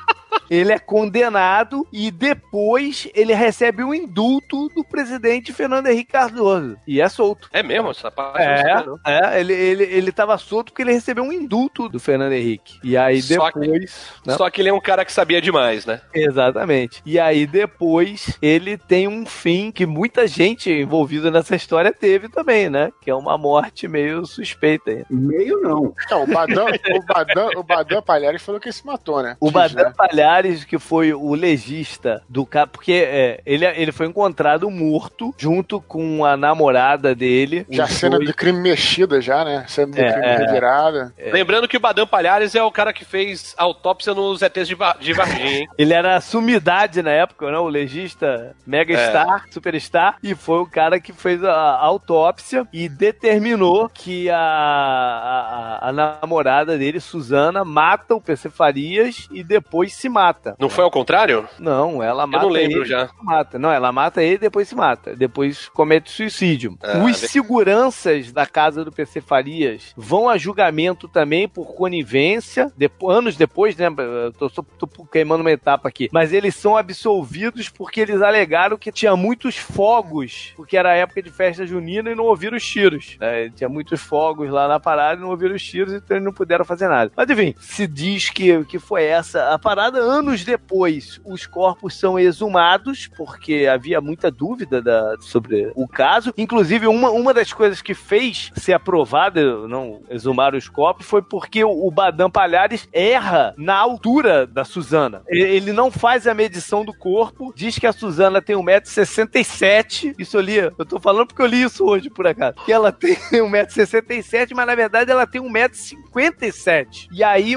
[SPEAKER 4] ele é condenado e depois ele recebe um indulto do presidente Fernando Henrique Cardoso. E é solto.
[SPEAKER 3] É mesmo? Essa parte
[SPEAKER 4] ele tava solto porque ele recebeu um indulto do Fernando Henrique. E aí depois...
[SPEAKER 3] Só que ele é um cara que sabia demais, né?
[SPEAKER 4] Exatamente. E aí depois ele tem um fim que muita gente envolvida nessa história teve também, né? Que é uma morte meio suspeita.
[SPEAKER 6] Meio não.
[SPEAKER 5] O Badan Palhares falou que ele se matou, né?
[SPEAKER 4] O Badan Palhares, que foi o legista do cara, porque ele foi encontrado morto junto com a namorada dele.
[SPEAKER 5] Já cena de crime mexida já, né? Cena de crime revirada.
[SPEAKER 3] Lembrando que o Badan Palhares é o cara que fez autópsia nos ETs de Varginha, hein?
[SPEAKER 4] Ele era sumidade na época, né? O legista megastar, superstar, e foi o cara que fez a autópsia e determinou que a namorada dele, Suzana, mata o PC Farias e depois se mata.
[SPEAKER 3] Não foi ao contrário?
[SPEAKER 4] Não, ela mata ele. Eu não lembro já. Mata. Não, ela mata ele e depois se mata. Depois comete suicídio. Os seguranças da casa do PC Farias vão a julgamento também por conivência, anos depois, né? Tô queimando uma etapa aqui. Mas eles são absolvidos porque eles alegaram que tinha muitos fogos, porque era a época de festa junina e não ouviram os tiros. Tinha muitos fogos lá na parada e não ouviram os tiros, então eles não puderam fazer nada. Mas enfim, se diz que foi essa a parada. Anos depois, os corpos são exumados, porque havia muita dúvida sobre o caso. Inclusive, uma das coisas que fez ser aprovada, não exumar os corpos, foi porque o Badan Palhares erra na altura da Suzana. Ele não faz a medição do corpo, diz que a Suzana tem 1,67 m. Isso eu li, eu tô falando porque eu li isso hoje, por acaso. Que ela tem 1,67 m, mas na verdade ela tem 1,57 m. E aí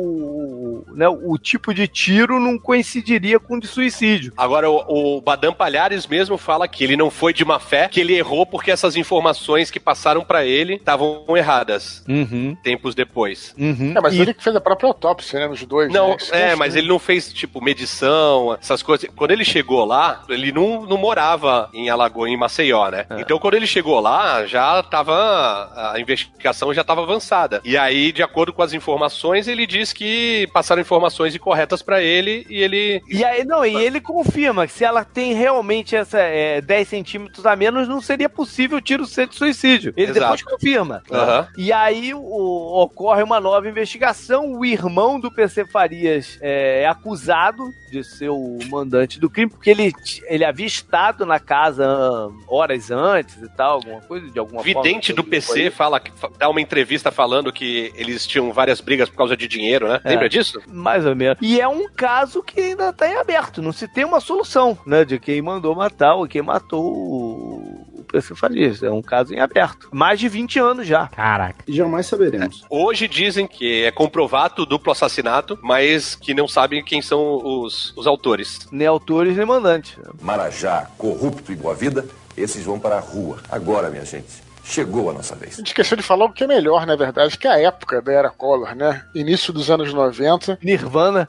[SPEAKER 4] o tipo de tiro não coincidiria com o de suicídio.
[SPEAKER 3] Agora, o Badan Palhares mesmo fala que ele não foi de má fé, que ele errou porque essas informações que passaram pra ele estavam erradas. Tempos depois.
[SPEAKER 5] Mas ele que fez a própria autópsia, né? Nos dois.
[SPEAKER 3] Não,
[SPEAKER 5] né?
[SPEAKER 3] mas ele não fez, tipo, medição, essas coisas. Quando ele chegou lá, ele não morava em Alagoas, em Maceió, né? Então, quando ele chegou lá, a investigação já estava avançada. E aí, de acordo com as informações, ele diz que passaram informações incorretas pra ele e ele...
[SPEAKER 4] E ele confirma que se ela tem realmente essa 10 centímetros a menos, não seria possível o tiro ser de suicídio. Ele depois confirma. E aí ocorre uma nova investigação. O irmão do PC Farias é acusado de ser o mandante do crime, porque ele havia estado na casa horas antes e tal, alguma coisa, de alguma forma.
[SPEAKER 3] Vidente do PC dá uma entrevista falando que eles tinham várias brigas por causa de dinheiro, né? Lembra disso?
[SPEAKER 4] Mais ou menos. E é um caso que ainda tá em aberto, não se tem uma solução, né, de quem mandou matar ou quem matou o PC Farias. É um caso em aberto. Mais de 20 anos já.
[SPEAKER 2] Caraca.
[SPEAKER 6] Jamais saberemos.
[SPEAKER 3] Hoje dizem que é comprovado duplo assassinato, mas que não sabem quem são os autores.
[SPEAKER 4] Nem autores, nem mandantes.
[SPEAKER 8] Marajá, corrupto e boa vida, esses vão para a rua. Agora, minha gente, chegou a nossa vez.
[SPEAKER 5] A gente esqueceu de falar o que é melhor, na verdade, que é a época da Era Collor, né? Início dos anos 90.
[SPEAKER 4] Nirvana.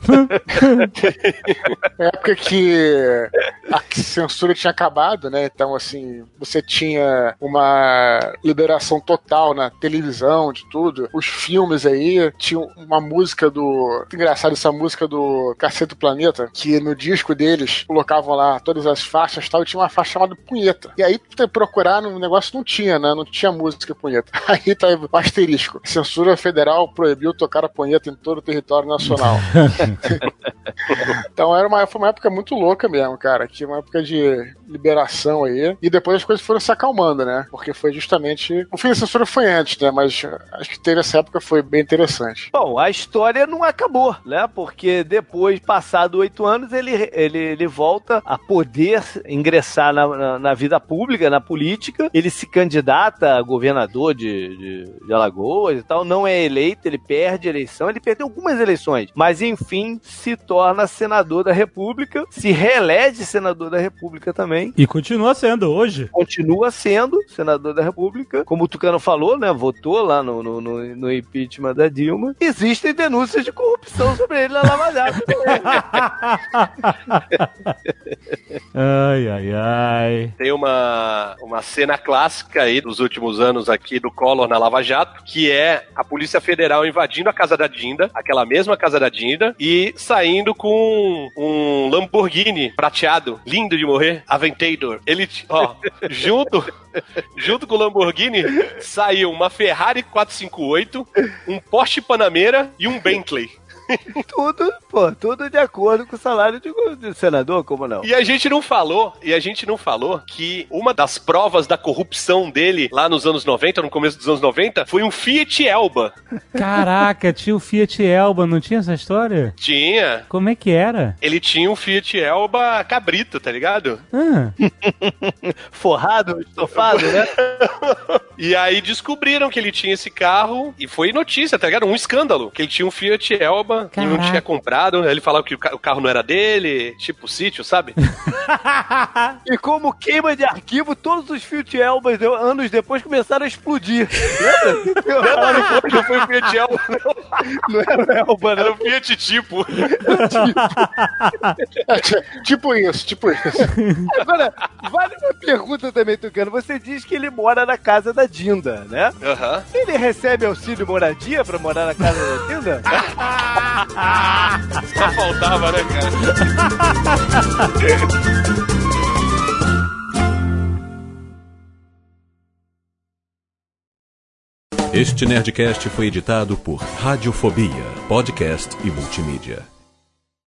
[SPEAKER 5] Época que a censura tinha acabado, né? Então, assim, você tinha uma liberação total na televisão, de tudo. Os filmes aí, tinha uma música muito engraçado, essa música do Cacete do Planeta, que no disco deles colocavam lá todas as faixas e tal, e tinha uma faixa chamada Punheta. E aí, procurar no negócio, não tinha, né? Não tinha música punheta. Aí tá o asterisco. Censura federal proibiu tocar a punheta em todo o território nacional. Então foi uma época muito louca mesmo, cara. Que uma época de liberação aí. E depois as coisas foram se acalmando, né? Porque foi justamente... O fim da censura foi antes, né? Mas acho que teve essa época, foi bem interessante.
[SPEAKER 4] Bom, a história não acabou, né? Porque depois, passado 8 anos, ele volta a poder ingressar na vida pública, na política. Ele se candidata a governador de Alagoas e tal. Não é eleito, ele perde a eleição. Ele perdeu algumas eleições. Mas, enfim, se torna senador da República. Se reelege senador da República também.
[SPEAKER 2] E continua sendo hoje.
[SPEAKER 4] Continua sendo. senador da República, como o Tucano falou, né, votou lá no impeachment da Dilma. Existem denúncias de corrupção sobre ele na Lava Jato.
[SPEAKER 2] Ai.
[SPEAKER 3] Tem uma cena clássica aí dos últimos anos aqui do Collor na Lava Jato, que é a Polícia Federal invadindo a casa da Dinda, aquela mesma casa da Dinda, e saindo com um Lamborghini prateado, lindo de morrer, Aventador. Ele, junto com o Lamborghini, saiu uma Ferrari 458, um Porsche Panamera e um Bentley.
[SPEAKER 4] Tudo de acordo com o salário de senador, como não?
[SPEAKER 3] E a gente não falou que uma das provas da corrupção dele lá nos anos 90, no começo dos anos 90, foi um Fiat Elba.
[SPEAKER 2] Caraca, tinha o Fiat Elba, não tinha essa história?
[SPEAKER 3] Tinha.
[SPEAKER 2] Como é que era?
[SPEAKER 3] Ele tinha um Fiat Elba cabrito, tá ligado?
[SPEAKER 4] Forrado, estofado, né?
[SPEAKER 3] E aí descobriram que ele tinha esse carro e foi notícia, tá ligado? Um escândalo, que ele tinha um Fiat Elba. Caraca. E não tinha comprado, ele falava que o carro não era dele, tipo sítio, sabe?
[SPEAKER 4] E como queima de arquivo, todos os Fiat Elbas, anos depois, começaram a explodir. Lembra?
[SPEAKER 3] Não foi o Fiat Elba,
[SPEAKER 4] não era o Elba, não.
[SPEAKER 3] Era o Fiat tipo.
[SPEAKER 5] Tipo isso.
[SPEAKER 4] Agora, vale uma pergunta também, Tucano. Você diz que ele mora na casa da Dinda, né?
[SPEAKER 3] Aham.
[SPEAKER 4] Ele recebe auxílio moradia pra morar na casa da Dinda?
[SPEAKER 3] Só faltava, né, cara?
[SPEAKER 1] Este Nerdcast foi editado por Radiofobia, podcast e multimídia.